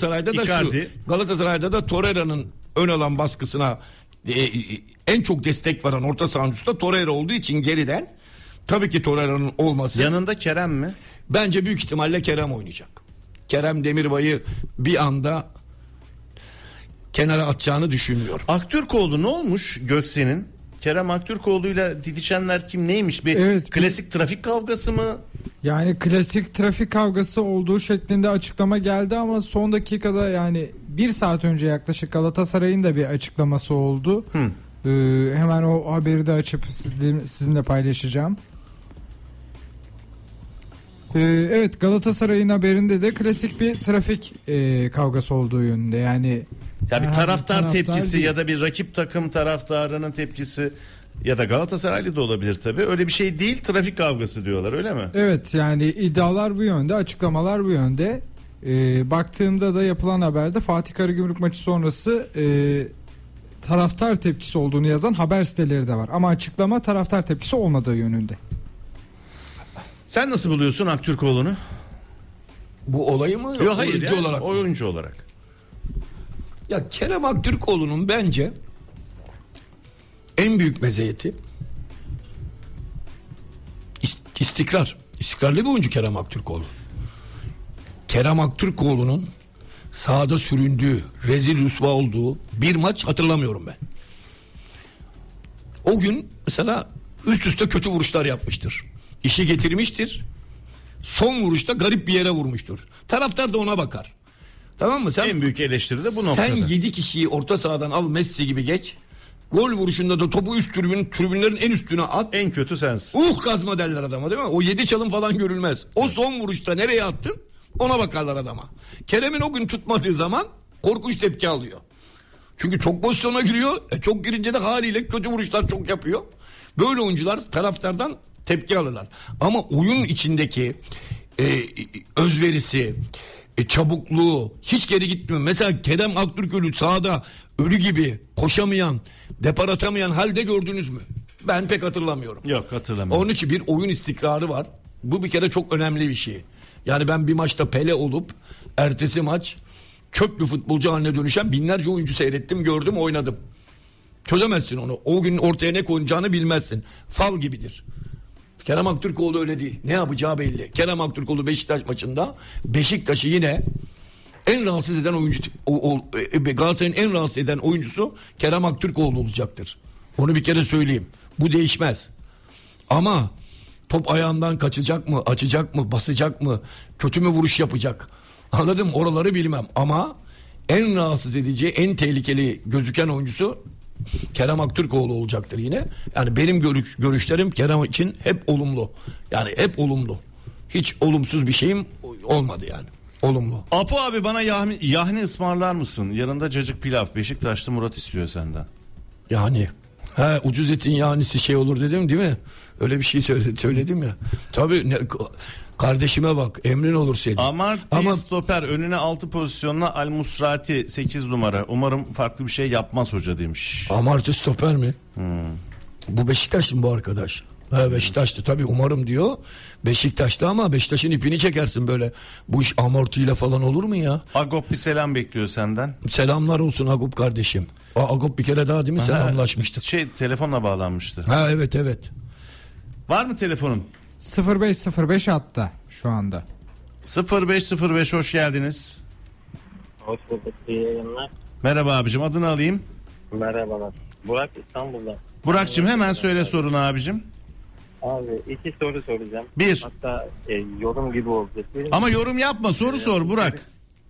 S5: Galatasaray'da da Torreira'nın ön alan baskısına en çok destek veren orta sahancısı da Torreira olduğu için geriden tabii ki Torreira'nın olması.
S4: Yanında Kerem mi?
S5: Bence büyük ihtimalle Kerem oynayacak. Kerem Demirbay'ı bir anda kenara atacağını düşünmüyorum.
S4: Aktürkoğlu ne olmuş Göksen'in? Kerem Aktürkoğlu'yla didişenler kim neymiş? Klasik trafik kavgası mı?
S1: Yani klasik trafik kavgası olduğu şeklinde açıklama geldi ama son dakikada yani bir saat önce yaklaşık Galatasaray'ın da bir açıklaması oldu. Hemen o haberi de açıp sizinle paylaşacağım. Evet Galatasaray'ın haberinde de klasik bir trafik kavgası olduğu yönünde yani.
S4: Ya bir taraftar tepkisi değil. Ya da bir rakip takım taraftarının tepkisi ya da Galatasaraylı da olabilir tabii. Öyle bir şey değil, trafik kavgası diyorlar öyle mi?
S1: Evet yani iddialar bu yönde, açıklamalar bu yönde. Baktığımda da yapılan haberde Fatih Karagümrük maçı sonrası taraftar tepkisi olduğunu yazan haber siteleri de var. Ama açıklama taraftar tepkisi olmadığı yönünde.
S4: Sen nasıl buluyorsun Aktürkoğlu'nu?
S5: Bu olayı mı?
S4: Yok hayır
S5: Oyuncu
S4: ya,
S5: olarak.
S4: oyuncu olarak.
S5: Ya Kerem Aktürkoğlu'nun bence en büyük meziyeti istikrar. İstikrarlı bir oyuncu Kerem Aktürkoğlu. Kerem Aktürkoğlu'nun sahada süründüğü, rezil rüsva olduğu bir maç hatırlamıyorum ben. O gün mesela üst üste kötü vuruşlar yapmıştır. İşi getirmiştir. Son vuruşta garip bir yere vurmuştur. Taraftar da ona bakar. Tamam mı?
S4: En büyük eleştiri de bu noktada.
S5: Sen 7 kişiyi orta sahadan al, Messi gibi geç. Gol vuruşunda da topu üst tribünlerin en üstüne at.
S4: En kötü sensin.
S5: Kazma derler adama, değil mi? O 7 çalım falan görülmez. O son vuruşta nereye attın? Ona bakarlar adama. Kerem'in o gün tutmadığı zaman korkunç tepki alıyor. Çünkü çok pozisyona giriyor. Çok girince de haliyle kötü vuruşlar çok yapıyor. Böyle oyuncular taraftardan tepki alırlar. Ama oyun içindeki özverisi, çabukluğu hiç geri gitmiyor. Mesela Kerem Aktürkoğlu sahada ölü gibi koşamayan, depar atamayan halde gördünüz mü? Ben pek hatırlamıyorum.
S4: Yok, hatırlamıyorum.
S5: Onun için bir oyun istikrarı var. Bu bir kere çok önemli bir şey. Yani ben bir maçta Pele olup ertesi maç çöp bir futbolcu haline dönüşen binlerce oyuncu seyrettim, gördüm, oynadım. Çözemezsin onu. O gün ortaya ne koyacağını bilmezsin. Fal gibidir. Kerem Aktürkoğlu öyle değil. Ne yapacağı belli. Kerem Aktürkoğlu Beşiktaş maçında Beşiktaş'ı yine en rahatsız eden oyuncu, Galatasaray'ın en rahatsız eden oyuncusu Kerem Aktürkoğlu olacaktır. Onu bir kere söyleyeyim. Bu değişmez. Ama top ayağından kaçacak mı, açacak mı, basacak mı, kötü mü vuruş yapacak? Anladım, oraları bilmem. Ama en rahatsız edici, en tehlikeli gözüken oyuncusu Kerem Aktürkoğlu olacaktır yine. Yani benim görüşlerim Kerem için hep olumlu. Yani hep olumlu. Hiç olumsuz bir şeyim olmadı yani. Olumlu.
S4: Apo abi, bana yahni ısmarlar mısın? Yanında cacık pilav. Beşiktaşlı Murat istiyor senden.
S5: Yani. Ucuz etin yahnisi şey olur dedim, değil mi? Öyle bir şey söyledim ya. Tabii kardeşime bak, emrin olur senin.
S4: Amartey stoper, önüne 6 pozisyonla Al Musrati 8 numara. Umarım farklı bir şey yapmaz hoca demiş.
S5: Amartey stoper mi? Bu Beşiktaşlı mı bu arkadaş? Beşiktaşlı tabii, umarım diyor. Beşiktaşlı ama Beşiktaş'ın ipini çekersin böyle. Bu iş amortiyle falan olur mu ya?
S4: Agop bir selam bekliyor senden.
S5: Selamlar olsun Agop kardeşim. Agop bir kere daha değil mi selamlaşmıştık?
S4: Telefonla bağlanmıştı.
S5: Evet.
S4: Var mı telefonun?
S1: 0505 hatta şu anda.
S4: 0505, hoş geldiniz.
S7: Hoş bulduk, iyi yayınlar.
S4: Merhaba abicim, adını alayım.
S7: Merhabalar. Burak İstanbul'dan.
S4: Burak'cığım hemen söyle sorunu abicim.
S7: Abi 2 soru soracağım.
S4: 1.
S7: Hatta yorum gibi olacak.
S4: Ama yorum yapma, soru sor Burak.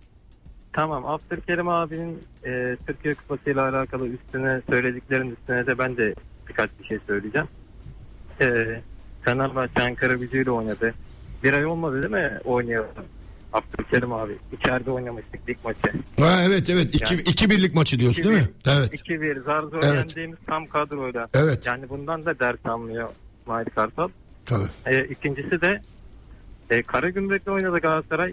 S7: Tamam, Abdülkerim abinin Türkiye Kupası ile alakalı üstüne söylediklerinin üstüne de ben de birkaç bir şey söyleyeceğim. Fenerbahçe Ankara Gücü'yle oynadı. Bir ay olmadı değil mi oynayalım? Abdülkerim abi içeride oynamıştık lig maçı.
S5: Evet. 2-1'lik maçı diyorsun değil mi? Evet.
S7: 2-1 zar zor yendiğimiz tam kadroyla.
S5: Evet.
S7: Yani bundan da ders almıyor İsmail Kartal.
S5: Tabii.
S7: İkincisi de Karagümrük'le oynadı Galatasaray.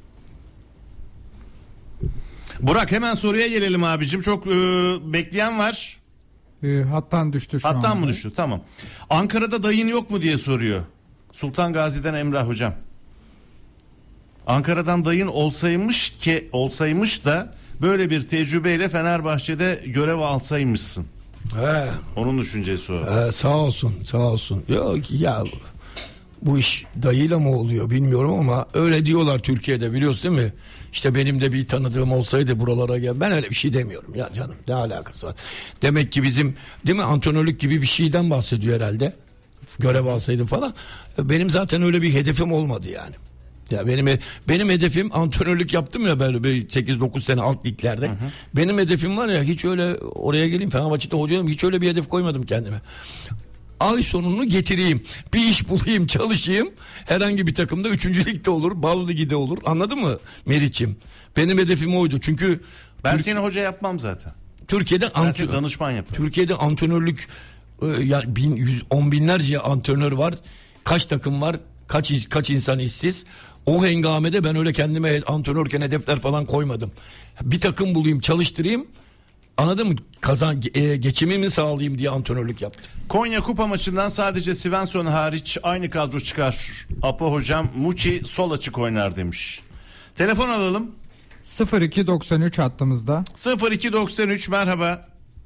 S4: Burak, hemen soruya gelelim abicim. Çok bekleyen var.
S1: Hattan düştü şu anda.
S4: Hattan mı düştü? Tamam. Ankara'da dayın yok mu diye soruyor. Sultan Gazi'den Emrah hocam. Ankara'dan dayın olsaymış da böyle bir tecrübeyle Fenerbahçe'de görev alsaymışsın. Onun düşüncesi o.
S5: Sağ olsun. Yok ya, bu iş dayıyla mı oluyor bilmiyorum ama öyle diyorlar Türkiye'de, biliyorsun değil mi? İşte benim de bir tanıdığım olsaydı buralara gel. Ben öyle bir şey demiyorum ya canım. Ne alakası var? Demek ki bizim, değil mi, antrenörlük gibi bir şeyden bahsediyor herhalde. Görev alsaydım falan. Benim zaten öyle bir hedefim olmadı yani. Ya benim hedefim, antrenörlük yaptım ya böyle 8-9 sene alt liglerde. Benim hedefim var ya, hiç öyle oraya geleyim Fenerbahçe'de hocayım, hiç öyle bir hedef koymadım kendime. Ay sonunu getireyim, bir iş bulayım, çalışayım, herhangi bir takımda 3. ligde olur, Bal Ligi'de olur, anladın mı Meriç'im? Benim hedefim oydu çünkü
S4: ben seni hoca yapmam zaten.
S5: Türkiye'de
S4: danışman yaparım.
S5: Türkiye'de antrenörlük yani 10 binlerce antrenör var, kaç takım var, kaç insan işsiz. O hengamede ben öyle kendime antrenörken hedefler falan koymadım. Bir takım bulayım, çalıştırayım, Anladın mı? Geçimimi sağlayayım diye antrenörlük yaptım.
S4: Konya Kupa maçından sadece Svensson hariç aynı kadro çıkar. Apo hocam Muçi sol açık oynar demiş. Telefon alalım.
S1: 0293 hattımızda.
S4: 0293 merhaba.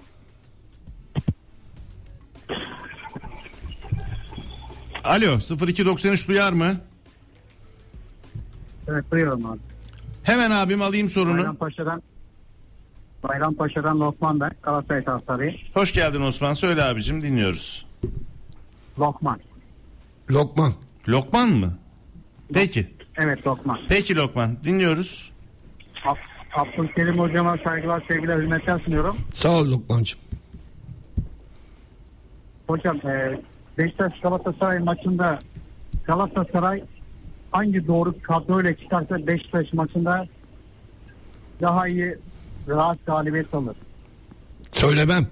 S4: Alo 0293 duyar mı?
S8: Evet duyuyorum abi.
S4: Hemen abim alayım sorunu.
S8: Bayrampaşa'dan Lokman ben. Galatasaray taraftarıyım.
S4: Hoş geldin Osman. Söyle abicim, dinliyoruz.
S8: Lokman.
S4: Lokman mı? Peki.
S8: Evet Lokman.
S4: Peki Lokman, dinliyoruz.
S8: Abdülkerim hocama saygılar, sevgiler, hürmetler sunuyorum.
S5: Sağ ol Lokman'cığım.
S8: Hocam Beşiktaş Galatasaray maçında Galatasaray hangi doğru kadroyla çıkarsa Beşiktaş maçında daha iyi, rahat galibiyet alır.
S5: Söylemem.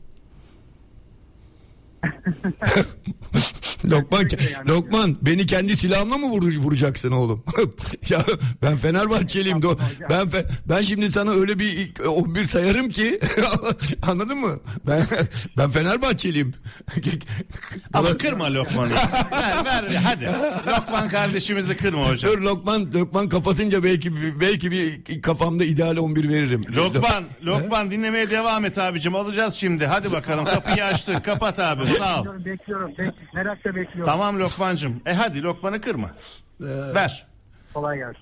S5: Lokman beni kendi silahımla mı vuracaksın oğlum? Ya ben Fenerbahçeliyim. Ben şimdi sana öyle bir 11 sayarım ki anladın mı? Ben Fenerbahçeliyim.
S4: Ama kırma Lokman'ı. ver hadi. Lokman kardeşimizi kırma hocam.
S5: Dur Lokman kapatınca belki bir kafamda ideal 11 veririm.
S4: Lokman dinlemeye devam et abicim. Alacağız şimdi. Hadi bakalım, kapıyı açtık. Kapat abi. Sağ ol.
S8: Bekliyorum. Merakla bekliyorum.
S4: Tamam Lokmancığım. Hadi Lokman'ı kırma. Ver.
S8: Kolay gelsin.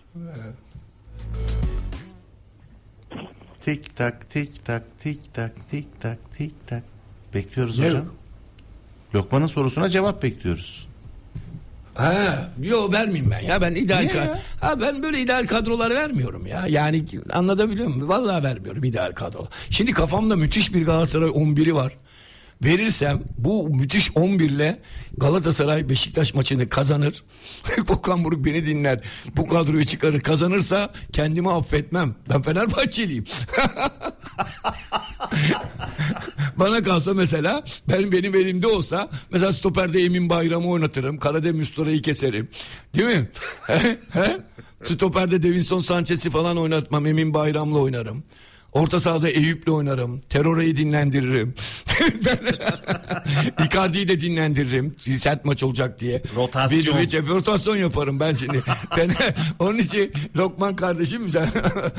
S4: Tik tak tik tak tik tak tik tak tik tak. Bekliyoruz hocam. Lokman'ın sorusuna cevap bekliyoruz.
S5: Yok vermeyeyim ben ya. Ben ben böyle ideal kadrolar vermiyorum ya. Yani anlatabiliyor muyum? Vallahi vermiyorum ideal kadrolar. Şimdi kafamda müthiş bir Galatasaray 11'i var. Verirsem bu müthiş 11'le Galatasaray Beşiktaş maçını kazanır. Okan Buruk beni dinler. Bu kadroyu çıkarır, kazanırsa kendimi affetmem. Ben Fenerbahçeliyim. Bana kalsa mesela benim elimde olsa mesela stoperde Emin Bayram'ı oynatırım. Kalede Muslera'yı keserim. Değil mi? Stoperde Davinson Sanchez'i falan oynatmam. Emin Bayram'la oynarım. Orta sahada Eyüp'le oynarım. Terora'yı dinlendiririm. Icardi'yi de dinlendiririm. Sert maç olacak diye. Rotasyon yaparım ben şimdi. Onun için Lokman kardeşim sen.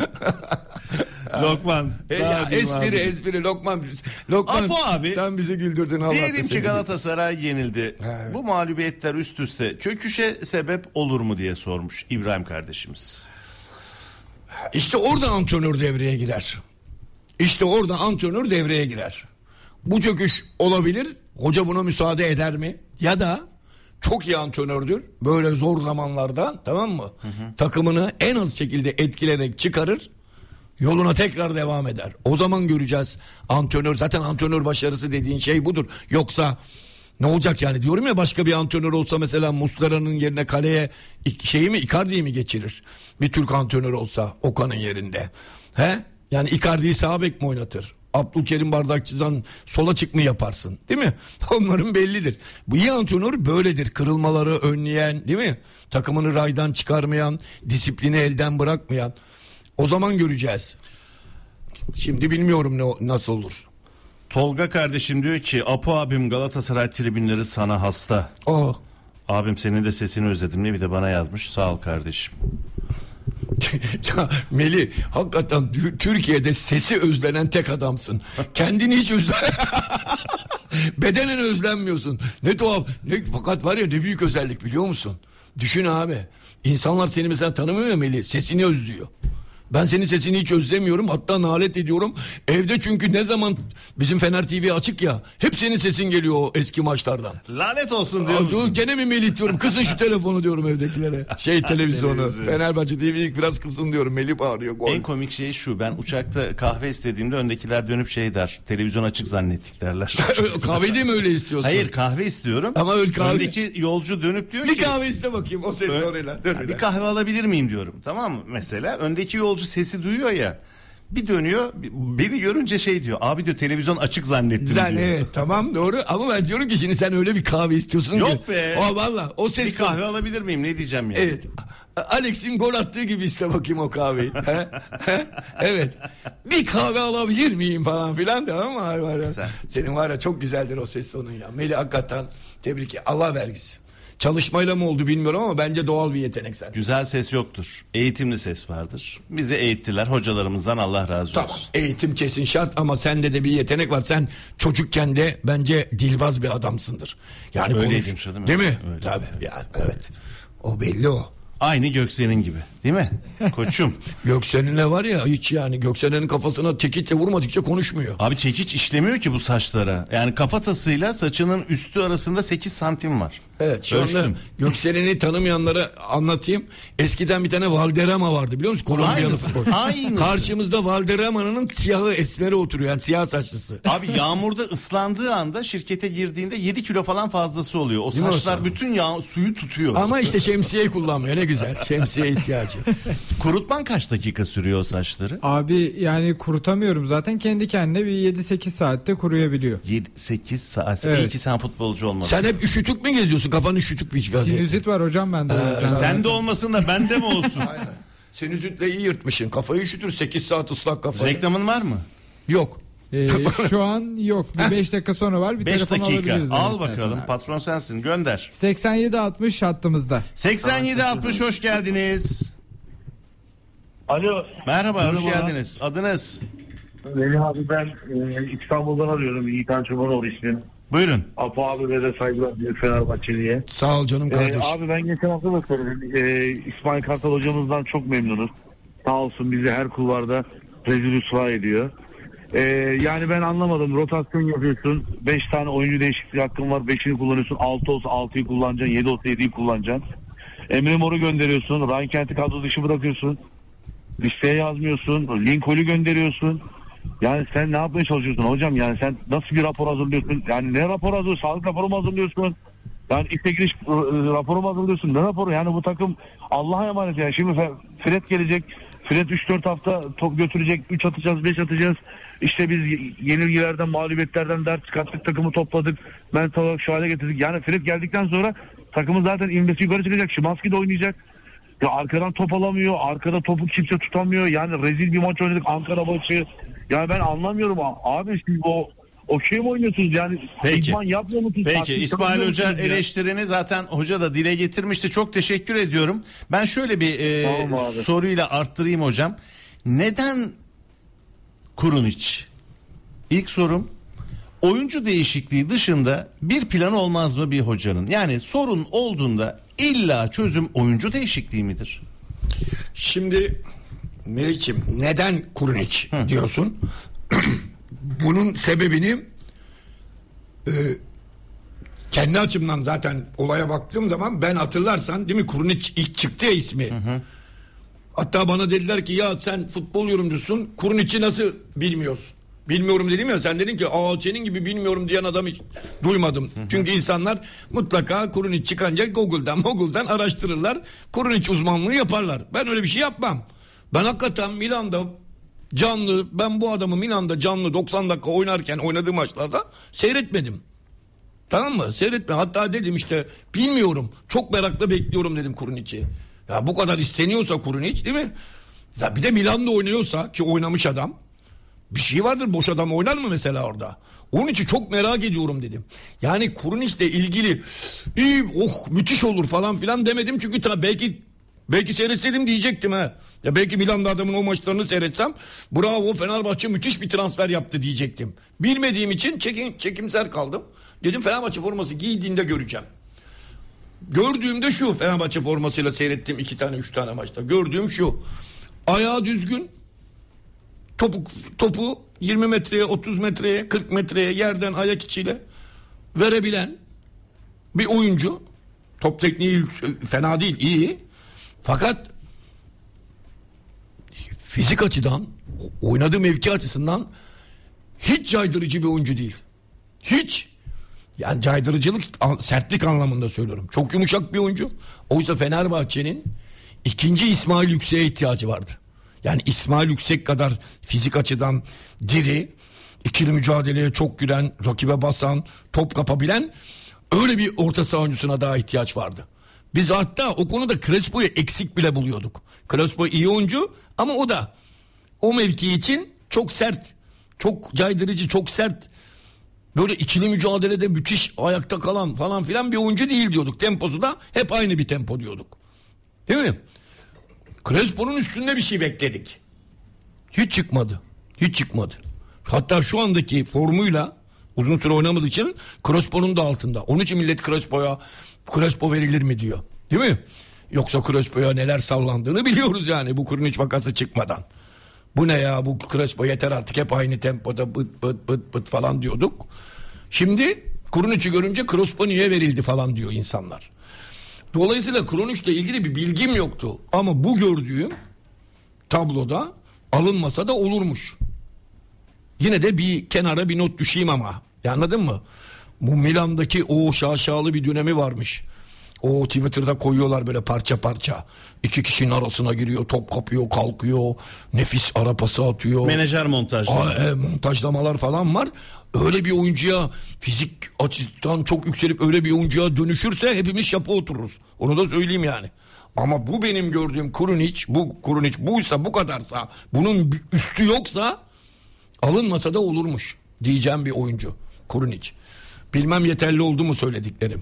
S4: Lokman.
S5: Espri Lokman
S4: Apo abi,
S5: sen bizi güldürdün. Allah
S4: diyelim ki Galatasaray yenildi. Evet. Bu mağlubiyetler üst üste çöküşe sebep olur mu diye sormuş İbrahim kardeşimiz.
S5: İşte orada antrenör devreye girer. Bu çöküş olabilir. Hoca buna müsaade eder mi? Ya da çok iyi antrenördür. Böyle zor zamanlarda, tamam mı? Takımını en az şekilde etkileyerek çıkarır. Yoluna tekrar devam eder. O zaman göreceğiz. Zaten antrenör başarısı dediğin şey budur. Yoksa ne olacak yani, diyorum ya, başka bir antrenör olsa mesela Muslera'nın yerine kaleye Icardi'yi mi geçirir? Bir Türk antrenör olsa Okan'ın yerinde. Yani Icardi'yi sağ bek mi oynatır? Abdülkerim Bardakçı'dan sola çık mı yaparsın? Değil mi? Onların bellidir. Bu iyi antrenör böyledir. Kırılmaları önleyen, değil mi? Takımını raydan çıkarmayan, disiplini elden bırakmayan. O zaman göreceğiz. Şimdi bilmiyorum nasıl olur.
S4: Tolga kardeşim diyor ki Apo abim Galatasaray tribünleri sana hasta. Abim senin de sesini özledim diye bir de bana yazmış. Sağ ol kardeşim.
S5: Ya Melih, hakikaten Türkiye'de sesi özlenen tek adamsın. Kendini hiç bedenen özlenmiyorsun. Ne tuhaf. Fakat var ya, ne büyük özellik biliyor musun? Düşün abi. İnsanlar seni mesela tanımıyor ya Melih. Sesini özlüyor. Ben senin sesini hiç özlemiyorum. Hatta nalet ediyorum. Evde çünkü ne zaman bizim Fener TV açık ya, hep senin sesin geliyor o eski maçlardan.
S4: Lanet olsun diyor musun?
S5: Gene mi Melih diyorum. Kısın şu telefonu diyorum evdekilere. Televizyonu. Fenerbahçe TV biraz kısın diyorum. Melih bağırıyor. Gol.
S4: En komik şey şu. Ben uçakta kahve istediğimde öndekiler dönüp der. Televizyon açık zannettik derler.
S5: Kahveyi de mi öyle istiyorsun?
S4: Hayır, kahve istiyorum.
S5: Ama öyle kahve.
S4: Öndeki yolcu dönüp diyor ki.
S5: Bir kahve iste bakayım o sesle orayla.
S4: Bir kahve alabilir miyim diyorum. Tamam mı? Mesela öndeki yolcu sesi duyuyor ya. Bir dönüyor, beni görünce şey diyor. Abi diyor, televizyon açık zannettim diyor.
S5: Evet, tamam, doğru, ama ben diyorum ki şimdi sen öyle bir kahve istiyorsun ki.
S4: Yok be.
S5: O valla o ses.
S4: Bir kahve alabilir miyim, ne diyeceğim ya?
S5: Evet. Alex'in gol attığı gibi iste bakayım o kahveyi. Evet. Bir kahve alabilir miyim falan filan, tamam mı? Var ya. Senin var ya, çok güzeldir o ses tonun ya. Melih, hakikaten tebrik ederim. Allah vergisi. Çalışmayla mı oldu bilmiyorum ama bence doğal bir yetenek sen.
S4: Güzel ses yoktur. Eğitimli ses vardır. Bizi eğittiler hocalarımızdan, Allah razı olsun.
S5: Tamam, eğitim kesin şart ama sende de bir yetenek var. Sen çocukken de bence dilbaz bir adamsındır. Yani
S4: öyleydim
S5: konuş,
S4: değil mi?
S5: Değil mi?
S4: Öyle.
S5: Tabii. Yani, evet. O belli o.
S4: Aynı Göksel'in gibi, değil mi? Koçum.
S5: Göksel'inle var ya hiç, yani Göksel'in kafasına tekitle vurmadıkça konuşmuyor.
S4: Abi çekiç işlemiyor ki bu saçlara. Yani kafatasıyla saçının üstü arasında 8 santim var.
S5: Evet, şu anda Göksel'ini tanımayanlara anlatayım. Eskiden bir tane Valderrama vardı, biliyor musun? Kolombiyalı futbolcu.
S4: Aynısı.
S5: Karşımızda Valderrama'nın siyahı esmeri oturuyor, yani siyah saçlısı.
S4: Abi yağmurda ıslandığı anda şirkete girdiğinde 7 kilo falan fazlası oluyor. O saçlar bütün suyu tutuyor.
S5: Ama işte şemsiye kullanmıyor, ne güzel. Şemsiye ihtiyacı.
S4: Kurutman kaç dakika sürüyor o saçları?
S1: Abi yani kurutamıyorum zaten, kendi kendine bir 7-8 saatte kuruyabiliyor.
S4: 7-8 saat.
S1: Evet.
S4: İyi ki sen futbolcu olmadın.
S5: Sen hep üşütük mü geziyorsun? Kafanın üşütük bir vaziyette.
S1: Sinüzit var hocam bende.
S4: Sen de olmasın da bende mi olsun?
S5: Aynen. Sinüzitle iyi yırtmışsın. Kafayı üşütür, 8 saat ıslak kafayı.
S4: Reklamın var mı?
S5: Yok.
S1: Şu an yok. Bir 5 dakika sonra var. Bir
S4: 5
S1: telefon
S4: dakika.
S1: alabiliriz.
S4: Al bakalım. Patron sensin. Gönder.
S1: 87-60 hattımızda.
S4: 87-60 hoş geldiniz.
S8: Alo.
S4: Merhaba, hoş geldiniz. Adınız?
S8: Melih abi, ben İstanbul'dan arıyorum. Yiğitan Çobanoğlu ismim.
S4: Buyurun.
S8: Apo abime de saygılar, büyük Fenerbahçeli'ye.
S5: Sağ ol canım kardeş.
S8: Abi ben geçen hafta da söyledim. İsmail Kartal hocamızdan çok memnunuz. Sağ olsun, bizi her kulvarda rezil rüsva ediyor. Yani ben anlamadım. Rotasyon yapıyorsun. 5 tane oyuncu değişikliği hakkın var. 5'ini kullanıyorsun. 6 olsa 6'yı kullanacaksın. 7 olsa 7'yi kullanacaksın. Emre Mor'u gönderiyorsun. Ryan Kent'i kadro dışı bırakıyorsun. Listeye yazmıyorsun. Lincoln'u gönderiyorsun. Yani sen ne yapmaya çalışıyorsun hocam? Yani sen nasıl bir rapor hazırlıyorsun? Yani ne rapor hazırlıyorsun? Sağlık raporu mu hazırlıyorsun? Yani işe giriş raporu mu hazırlıyorsun? Ne raporu? Yani bu takım Allah'a emanet yani. Şimdi Fred gelecek. Fred 3-4 hafta top götürecek. 3 atacağız, 5 atacağız. İşte biz yenilgilerden, mağlubiyetlerden ders çıkarttık. Takımı topladık. Mental olarak şu hale getirdik. Yani Fred geldikten sonra takımın zaten invesi yukarı çıkacak. Şimanski de oynayacak. Ya arkadan top alamıyor. Arkada topu kimse tutamıyor. Yani rezil bir maç oynadık, Ankara maçı. Yani ben anlamıyorum abi, şimdi o şey mi oynuyorsunuz yani?
S4: Peki.
S8: İdman yapmıyor musunuz?
S4: Peki, İsmail Hoca eleştirini zaten hoca da dile getirmişti. Çok teşekkür ediyorum. Ben şöyle bir soruyla arttırayım hocam. Neden Kurunic? İlk sorum, oyuncu değişikliği dışında bir plan olmaz mı bir hocanın? Yani sorun olduğunda illa çözüm oyuncu değişikliği midir?
S5: Şimdi Melih'ciğim, neden Kurunic diyorsun? Bunun sebebini kendi açımdan zaten olaya baktığım zaman, ben hatırlarsan değil mi, Kurunic ilk çıktı ya ismi. Hatta bana dediler ki ya sen futbol yorumcusun, Kurunic'i nasıl bilmiyorsun? Bilmiyorum dedim ya, sen dedin ki senin gibi bilmiyorum diyen adam hiç duymadım. Çünkü insanlar mutlaka Kurunic çıkınca Google'dan araştırırlar. Kurunic uzmanlığı yaparlar. Ben öyle bir şey yapmam. Ben hakikaten Milan'da ben bu adamı Milan'da canlı 90 dakika oynarken oynadığı maçlarda seyretmedim. Tamam mı? Seyretme. Hatta dedim işte bilmiyorum. Çok merakla bekliyorum dedim Kurunic'i. Ya bu kadar isteniyorsa Kurunic, değil mi? Ya bir de Milan'da oynuyorsa, ki oynamış adam. Bir şey vardır, boş adam oynar mı mesela orada? Onun için çok merak ediyorum dedim. Yani Kurunic'le ilgili müthiş olur falan filan demedim. Çünkü belki seyretseydim diyecektim ha. Ya belki Milan'da adamın o maçlarını seyretsem bravo Fenerbahçe müthiş bir transfer yaptı diyecektim. Bilmediğim için çekimser kaldım. Dedim Fenerbahçe forması giydiğinde göreceğim. Gördüğümde şu, Fenerbahçe formasıyla seyrettiğim 2-3 tane maçta gördüğüm şu: ayağı düzgün, topu 20 metreye, 30 metreye, 40 metreye yerden ayak içiyle verebilen bir oyuncu. Top tekniği fena değil, iyi. Fakat fizik açıdan, oynadığı mevki açısından hiç caydırıcı bir oyuncu değil. Hiç. Yani caydırıcılık, sertlik anlamında söylüyorum. Çok yumuşak bir oyuncu. Oysa Fenerbahçe'nin ikinci İsmail Yüksek'e ihtiyacı vardı. Yani İsmail Yüksek kadar fizik açıdan diri, ikili mücadeleye çok giren, rakibe basan, top kapabilen öyle bir orta saha oyuncusuna daha ihtiyaç vardı. Biz hatta o konuda Crespo'yu eksik bile buluyorduk. Crespo iyi oyuncu ama o da o mevki için çok sert, çok caydırıcı, çok sert, böyle ikili mücadelede müthiş ayakta kalan falan filan bir oyuncu değil diyorduk. Temposu da hep aynı bir tempo diyorduk. Değil mi? Crespo'nun üstünde bir şey bekledik. Hiç çıkmadı. Hiç çıkmadı. Hatta şu andaki formuyla uzun süre oynamamız için Crespo'nun da altında. Onun için millet Crespo verilir mi diyor. Değil mi? Yoksa Crespo'ya neler sallandığını biliyoruz yani bu Krunic vakası çıkmadan. Bu ne ya, bu Crespo yeter artık, hep aynı tempoda bıt bıt bıt bıt falan diyorduk. Şimdi Krunic'i görünce Crespo niye verildi falan diyor insanlar. Dolayısıyla Krunic'le ilgili bir bilgim yoktu. Ama bu gördüğüm tabloda alınmasa da olurmuş. Yine de bir kenara bir not düşeyim ama. Ya anladın mı? Bu Milan'daki o şaşalı bir dönemi varmış. O Twitter'da koyuyorlar böyle parça parça. 2 kişinin arasına giriyor, top kapıyor, kalkıyor. Nefis ara pası atıyor.
S4: Menajer montajlama.
S5: Montajlamalar falan var. Öyle bir oyuncuya fizik açıdan çok yükselip öyle bir oyuncuya dönüşürse hepimiz şapa otururuz. Onu da söyleyeyim yani. Ama bu benim gördüğüm Krunic buysa, bu kadarsa, bunun üstü yoksa alınmasa da olurmuş diyeceğim bir oyuncu Krunic. Bilmem yeterli oldu mu söylediklerim.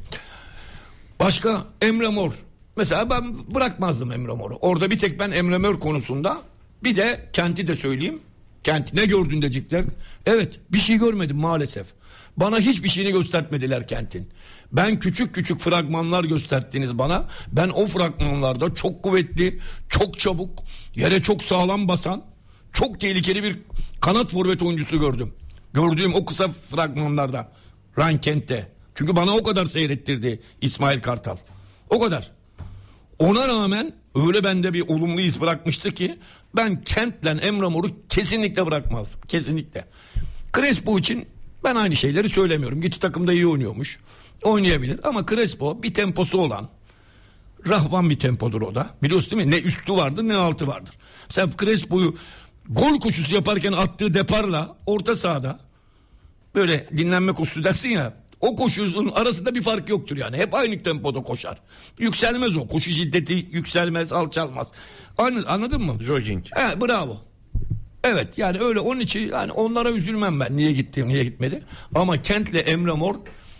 S5: Başka Emre Mor. Mesela ben bırakmazdım Emre Mor'u. Orada bir tek ben Emre Mor konusunda, bir de Kent'i de söyleyeyim. Kent ne gördün diyecekler. Evet, bir şey görmedim maalesef. Bana hiçbir şeyini göstermediler Kent'in. Ben küçük fragmanlar gösterdiniz bana. Ben o fragmanlarda çok kuvvetli, çok çabuk, yere çok sağlam basan, çok tehlikeli bir kanat forvet oyuncusu gördüm. Gördüğüm o kısa fragmanlarda Ryan Kent'te. Çünkü bana o kadar seyrettirdi İsmail Kartal. O kadar. Ona rağmen öyle bende bir olumlu iz bırakmıştı ki ben Kent'le Emre Mor'u kesinlikle bırakmazdım. Kesinlikle. Crespo için ben aynı şeyleri söylemiyorum. Geçi takımda iyi oynuyormuş. Oynayabilir ama Crespo bir temposu olan, rahvan bir tempodur o da. Biliyorsun değil mi? Ne üstü vardır ne altı vardır. Sen Crespo'yu gol koşusu yaparken attığı deparla orta sahada böyle dinlenme koşusu dersin ya, o koşusunun arasında bir fark yoktur yani. Hep aynı tempoda koşar. Yükselmez o. Koşu şiddeti yükselmez, alçalmaz. Anladın mı?
S4: Jogging.
S5: Bravo. Evet yani öyle, onun için yani onlara üzülmem ben. Niye gitti, niye gitmedi. Ama Kent'le Emre Mor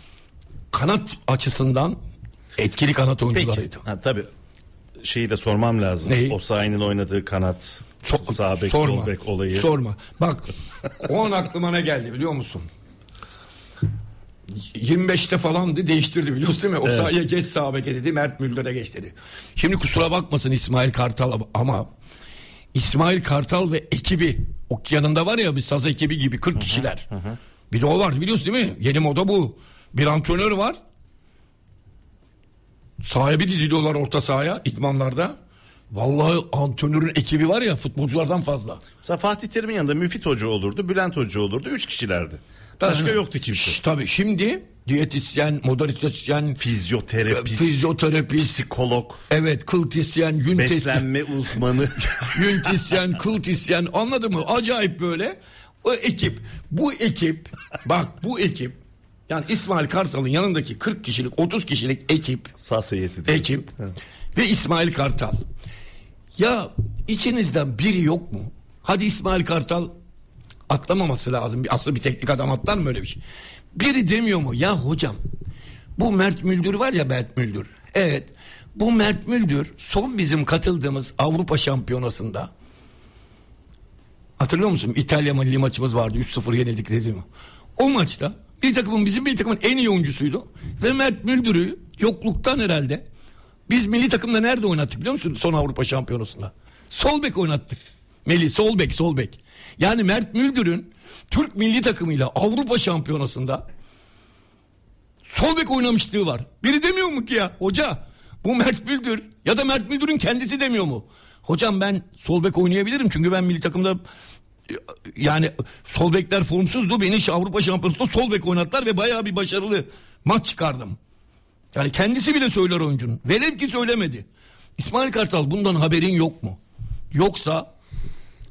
S5: kanat açısından etkili kanat oyuncularıydı.
S4: Peki. Tabii. Şeyi de sormam lazım.
S5: Neyi?
S4: Osayi'nin oynadığı kanat, sağ bek, sol bek olayı.
S5: Sorma. Bak o an aklıma ne geldi biliyor musun? 25'te falandı, değiştirdi biliyorsun değil mi? O sahaya geç sağ beke dedi, Mert Müller'e geç dedi. Şimdi kusura bakmasın İsmail Kartal ama İsmail Kartal ve ekibi, o yanında var ya bir saz ekibi gibi 40 kişiler. Bir de o vardı biliyorsun değil mi? Yeni moda bu. Bir antrenör var. Sahaya bir diziliyorlar orta sahaya idmanlarda. Vallahi antrenörün ekibi var ya futbolculardan fazla.
S4: Mesela Fatih Terim'in yanında Müfit Hoca olurdu, Bülent Hoca olurdu. 3 kişilerdi. Başka yoktu kimse.
S5: Tabii şimdi diyetisyen, modernizasyon, fizyoterapist,
S4: psikolog.
S5: Evet, kıltisyen,
S4: beslenme uzmanı.
S5: Yüntisyen, kıltisyen, anladın mı? Acayip böyle. O ekip, bu ekip yani İsmail Kartal'ın yanındaki 40 kişilik, 30 kişilik ekip.
S4: Sas heyeti diyorsun.
S5: Ekip. Ve İsmail Kartal. Ya içinizden biri yok mu? Hadi İsmail Kartal atlamaması lazım. Aslında bir teknik adam atlar mı öyle bir şey? Biri demiyor mu? Ya hocam bu Mert Müldür var ya, Mert Müldür. Evet. Bu Mert Müldür son bizim katıldığımız Avrupa Şampiyonası'nda, hatırlıyor musun? İtalya milli maçımız vardı. 3-0 yenildik rezil mi? O maçta bizim milli takımın en iyi oyuncusuydu. Ve Mert Müldür'ü yokluktan herhalde biz milli takımda nerede oynattık biliyor musun? Son Avrupa Şampiyonası'nda. Sol bek oynattık. Melih sol bek. Yani Mert Müldür'ün Türk milli takımıyla Avrupa Şampiyonası'nda sol bek oynamışlığı var. Biri demiyor mu ki ya hoca bu Mert Müldür, ya da Mert Müldür'ün kendisi demiyor mu? Hocam ben sol bek oynayabilirim çünkü ben milli takımda yani sol bekler formsuzdu. Beni Avrupa Şampiyonası'nda sol bek oynattılar ve bayağı bir başarılı maç çıkardım. Yani kendisi bile söyler oyuncunun. Velev ki söylemedi. İsmail Kartal bundan haberin yok mu? Yoksa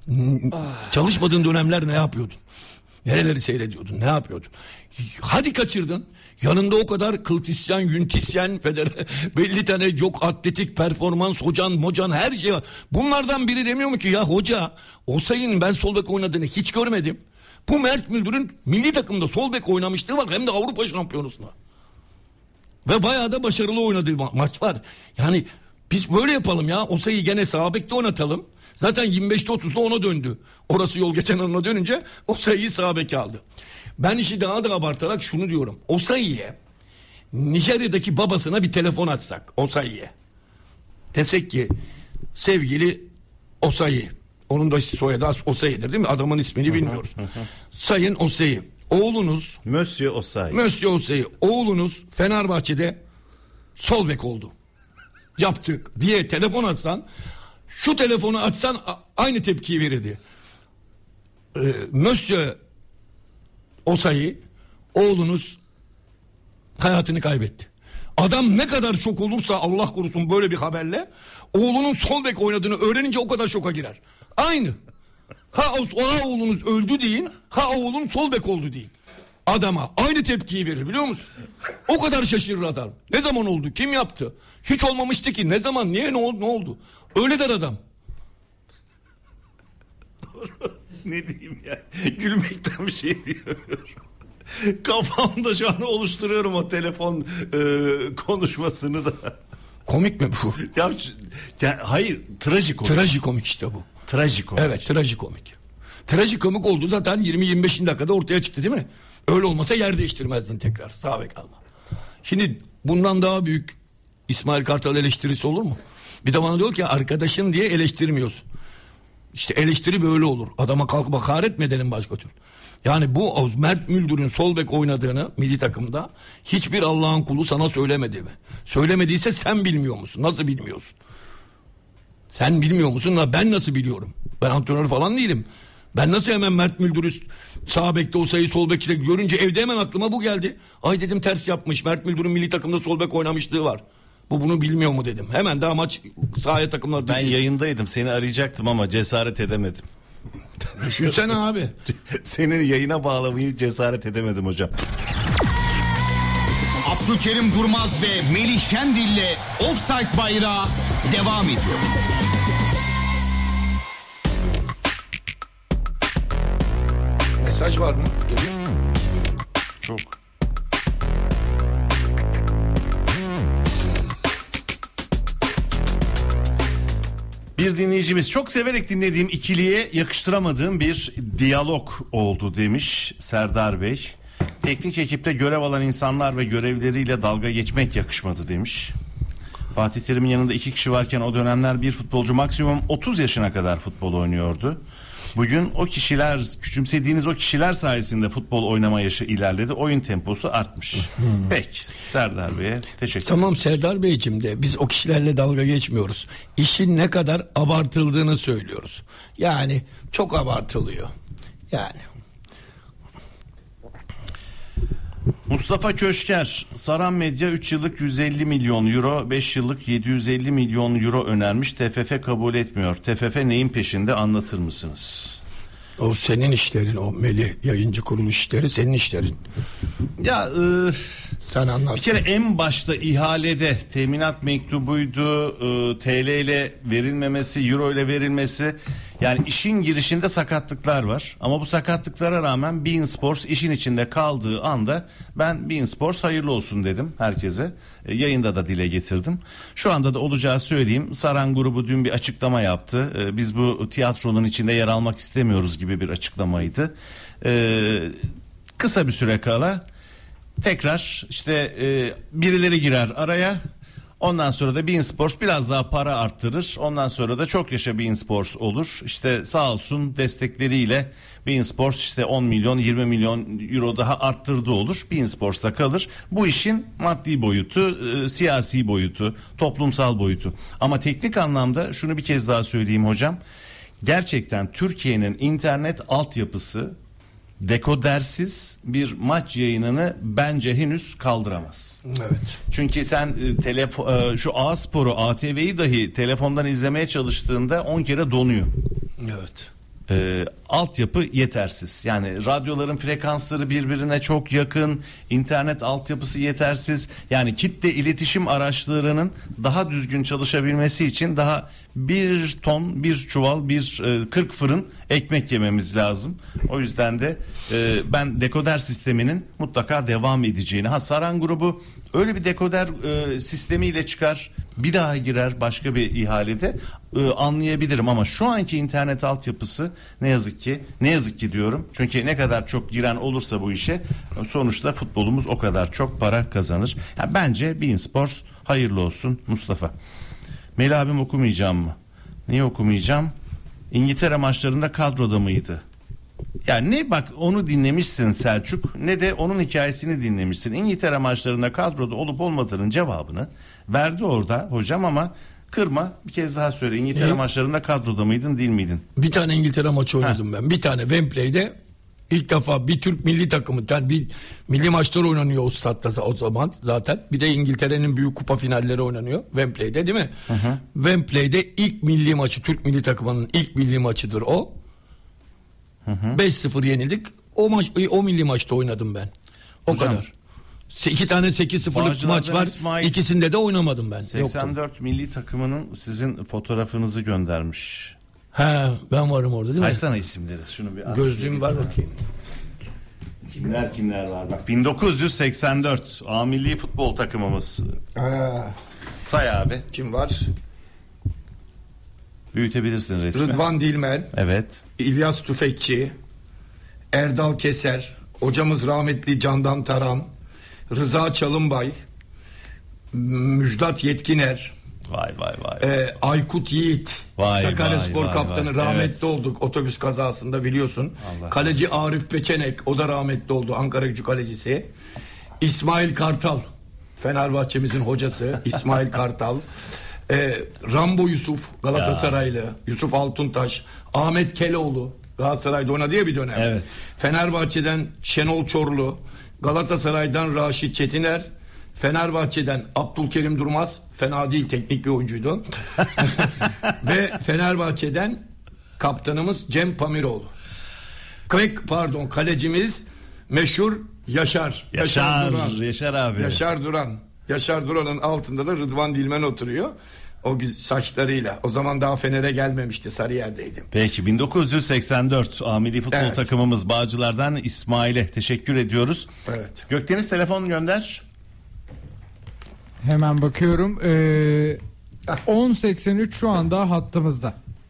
S5: Çalışmadığın dönemler ne yapıyordun? Nereleri seyrediyordun? Ne yapıyordun? Hadi kaçırdın. Yanında o kadar kıltisyen, yüntisyen, belli tane yok atletik performans, hocan her şey var. Bunlardan biri demiyor mu ki ya hoca Osayi'nin ben sol bek oynadığını hiç görmedim. Bu Mert Müldür'ün milli takımda sol bek oynamışlığı var, hem de Avrupa Şampiyonası'nda. Ve bayağı da başarılı oynadığı maç var. Yani biz böyle yapalım ya. Osayi'yi gene sağ bekte oynatalım. Zaten 25'te 30'da ona döndü. Orası yol geçen anına dönünce Osayi'yi sağ beke aldı. Ben işi daha da abartarak şunu diyorum. Osayi'ye Nijerya'daki babasına bir telefon açsak, Osayi'ye desek ki sevgili Osayi, onun da soyadı Osayi'dir değil mi? Adamın ismini bilmiyoruz. Sayın Osayi, oğlunuz Monsieur Osayi, oğlunuz Fenerbahçe'de sol bek oldu. Yaptık diye telefon açsan, şu telefonu açsan aynı tepkiyi verirdi. Monsieur Osayi, oğlunuz hayatını kaybetti. Adam ne kadar şok olursa Allah korusun böyle bir haberle, oğlunun sol bek oynadığını öğrenince o kadar şoka girer. Aynı. Ha oğlunuz öldü deyin, ha oğlun sol bek oldu deyin. Adama aynı tepkiyi verir, biliyor musun? O kadar şaşırır adam. Ne zaman oldu? Kim yaptı? Hiç olmamıştı ki. Ne zaman? Niye? Ne oldu? Öyle der adam.
S4: Ne diyeyim ya? Gülmekten bir şey diyemiyorum. Kafamda şu an oluşturuyorum o telefon konuşmasını da.
S5: Komik mi bu?
S4: Ya hayır, trajikomik.
S5: Trajikomik işte bu.
S4: Trajikomik.
S5: Evet, trajikomik. Trajikomik oldu zaten 20-25 dakikada ortaya çıktı değil mi? Öyle olmasa yer değiştirmezdin tekrar. Sağ bek alma. Şimdi bundan daha büyük İsmail Kartal eleştirisi olur mu? Bir de bana diyor ki arkadaşın diye eleştirmiyorsun. İşte eleştiri böyle olur. Adama kalkıp hakaret mi edelim başka türlü? Yani bu Mert Müldür'ün sol bek oynadığını milli takımda hiçbir Allah'ın kulu sana söylemedi mi? Söylemediyse sen bilmiyor musun? Nasıl bilmiyorsun? Sen bilmiyor musun? Ben nasıl biliyorum? Ben antrenör falan değilim. Ben nasıl hemen Mert Müldür'ü sağ bekte Osayi sol bekte görünce evde hemen aklıma bu geldi. Ay dedim ters yapmış. Mert Müldür'ün milli takımda sol bek oynamışlığı var. Bu bunu bilmiyor mu dedim. Hemen daha maç sahaya takımlar.
S4: Ben yayındaydım, seni arayacaktım ama cesaret edemedim.
S5: Düşünsene abi.
S4: Senin yayına bağlamayı cesaret edemedim hocam.
S2: Abdülkerim Durmaz ve Melih Şendil'le Offside Bayrağı devam ediyor.
S5: Mesaj var mı? Geliyor.
S4: Çok. Bir dinleyicimiz, çok severek dinlediğim ikiliye yakıştıramadığım bir diyalog oldu demiş Serdar Bey. Teknik ekipte görev alan insanlar ve görevleriyle dalga geçmek yakışmadı demiş. Fatih Terim'in yanında 2 kişi varken o dönemler bir futbolcu maksimum 30 yaşına kadar futbol oynuyordu. Bugün o kişiler, küçümsediğiniz o kişiler sayesinde futbol oynama yaşı ilerledi. Oyun temposu artmış. Peki Serdar Bey'e teşekkür ederim.
S5: Tamam Serdar Beyciğim de biz o kişilerle dalga geçmiyoruz. İşin ne kadar abartıldığını söylüyoruz. Yani çok abartılıyor. Yani.
S4: Mustafa Köşker, Saran Medya 3 yıllık 150 milyon euro, 5 yıllık 750 milyon euro önermiş. TFF kabul etmiyor. TFF neyin peşinde, anlatır mısınız?
S5: O senin işlerin, o Melih yayıncı kuruluş işleri senin işlerin.
S4: Ya
S5: sen anlarsın.
S4: Bir kere en başta ihalede teminat mektubuydu, TL ile verilmemesi, euro ile verilmesi, yani işin girişinde sakatlıklar var. Ama bu sakatlıklara rağmen beIN Sports işin içinde kaldığı anda ben beIN Sports hayırlı olsun dedim herkese. Yayında da dile getirdim. Şu anda da olacağı söyleyeyim. Saran grubu dün bir açıklama yaptı. Biz bu tiyatronun içinde yer almak istemiyoruz gibi bir açıklamaydı. Kısa bir süre kala tekrar işte birileri girer araya. Ondan sonra da beIN Sports biraz daha para arttırır. Ondan sonra da çok yaşa beIN Sports olur. İşte sağ olsun destekleriyle beIN Sports işte 10 milyon 20 milyon euro daha arttırdı olur. beIN Sports'ta kalır. Bu işin maddi boyutu, siyasi boyutu, toplumsal boyutu. Ama teknik anlamda şunu bir kez daha söyleyeyim hocam. Gerçekten Türkiye'nin internet altyapısı dekodersiz bir maç yayınını bence henüz kaldıramaz.
S5: Evet.
S4: Çünkü sen şu A-Spor'u, ATV'yi dahi telefondan izlemeye çalıştığında 10 kere donuyor.
S5: Evet.
S4: altyapı yetersiz. Yani radyoların frekansları birbirine çok yakın, internet altyapısı yetersiz. Yani kitle iletişim araçlarının daha düzgün çalışabilmesi için daha bir ton, bir çuval, 40 fırın ekmek yememiz lazım. O yüzden de ben dekoder sisteminin mutlaka devam edeceğini, Saran grubu öyle bir dekoder sistemiyle çıkar, bir daha girer başka bir ihalede, anlayabilirim ama şu anki internet altyapısı ne yazık ki diyorum. Çünkü ne kadar çok giren olursa bu işe, sonuçta futbolumuz o kadar çok para kazanır. Yani bence beIN Sports hayırlı olsun Mustafa. Melih abim okumayacağım mı? Niye okumayacağım? İngiltere maçlarında kadroda mıydı? Yani ne bak onu dinlemişsin Selçuk, ne de onun hikayesini dinlemişsin. İngiltere maçlarında kadroda olup olmadığının cevabını verdi orada hocam ama kırma, bir kez daha söyle. İngiltere maçlarında kadroda mıydın, değil miydin?
S5: Bir tane İngiltere maçı oynadım ben. Bir tane Wembley'de ilk defa bir Türk milli takımı, yani bir milli maçlar oynanıyor o statta o zaman zaten. Bir de İngiltere'nin büyük kupa finalleri oynanıyor Wembley'de, değil mi? Wembley'de ilk milli maçı, Türk milli takımının ilk milli maçıdır o. 5-0 yenildik. O milli maçta oynadım ben. O hocam, kadar. 2 tane 8-0'lık maç var. İsmail, ikisinde de oynamadım ben.
S4: 84
S5: yoktum.
S4: milli takımının sizin fotoğrafınızı göndermiş.
S5: He, ben varım orada, değil mi?
S4: Saysana isimleri. Şunu bir
S5: gözlüğüm var bakayım.
S4: Kimler var? Bak 1984 A milli futbol takımımız. Say abi.
S5: Kim var?
S4: Büyütebilirsin resmi.
S5: Rıdvan Dilmen.
S4: Evet.
S5: İlyas Tüfekçi. Erdal Keser. Hocamız rahmetli Candan Taran. Rıza Çalınbay. Müjdat Yetkiner.
S4: Vay.
S5: Aykut Yiğit. Sakaryaspor kaptanı rahmetli olduk otobüs kazasında, biliyorsun. Kaleci Arif Peçenek, o da rahmetli oldu, Ankara Gücü kalecisi. İsmail Kartal, Fenerbahçe'mizin hocası İsmail Kartal. Rambo Yusuf, Galatasaraylı. Yusuf Altuntaş. Ahmet Keloğlu, Galatasaray'da oynadı ya bir dönem.
S4: Evet.
S5: Fenerbahçe'den Şenol Çorlu. Galatasaray'dan Raşit Çetiner. Fenerbahçe'den Abdülkerim Durmaz, fena değil, teknik bir oyuncuydu. Ve Fenerbahçe'den kaptanımız Cem Pamiroğlu. Kalecimiz meşhur Yaşar
S4: abi.
S5: Yaşar Duran'ın altında da Rıdvan Dilmen oturuyor. O saçlarıyla. O zaman daha Fener'e gelmemişti, Sarıyer'deydim.
S4: Peki 1984 A milli futbol takımımız Bağcılar'dan İsmail'e teşekkür ediyoruz.
S5: Evet.
S4: Gökdeniz telefon gönder.
S1: Hemen bakıyorum. 1083 şu anda hattımızda.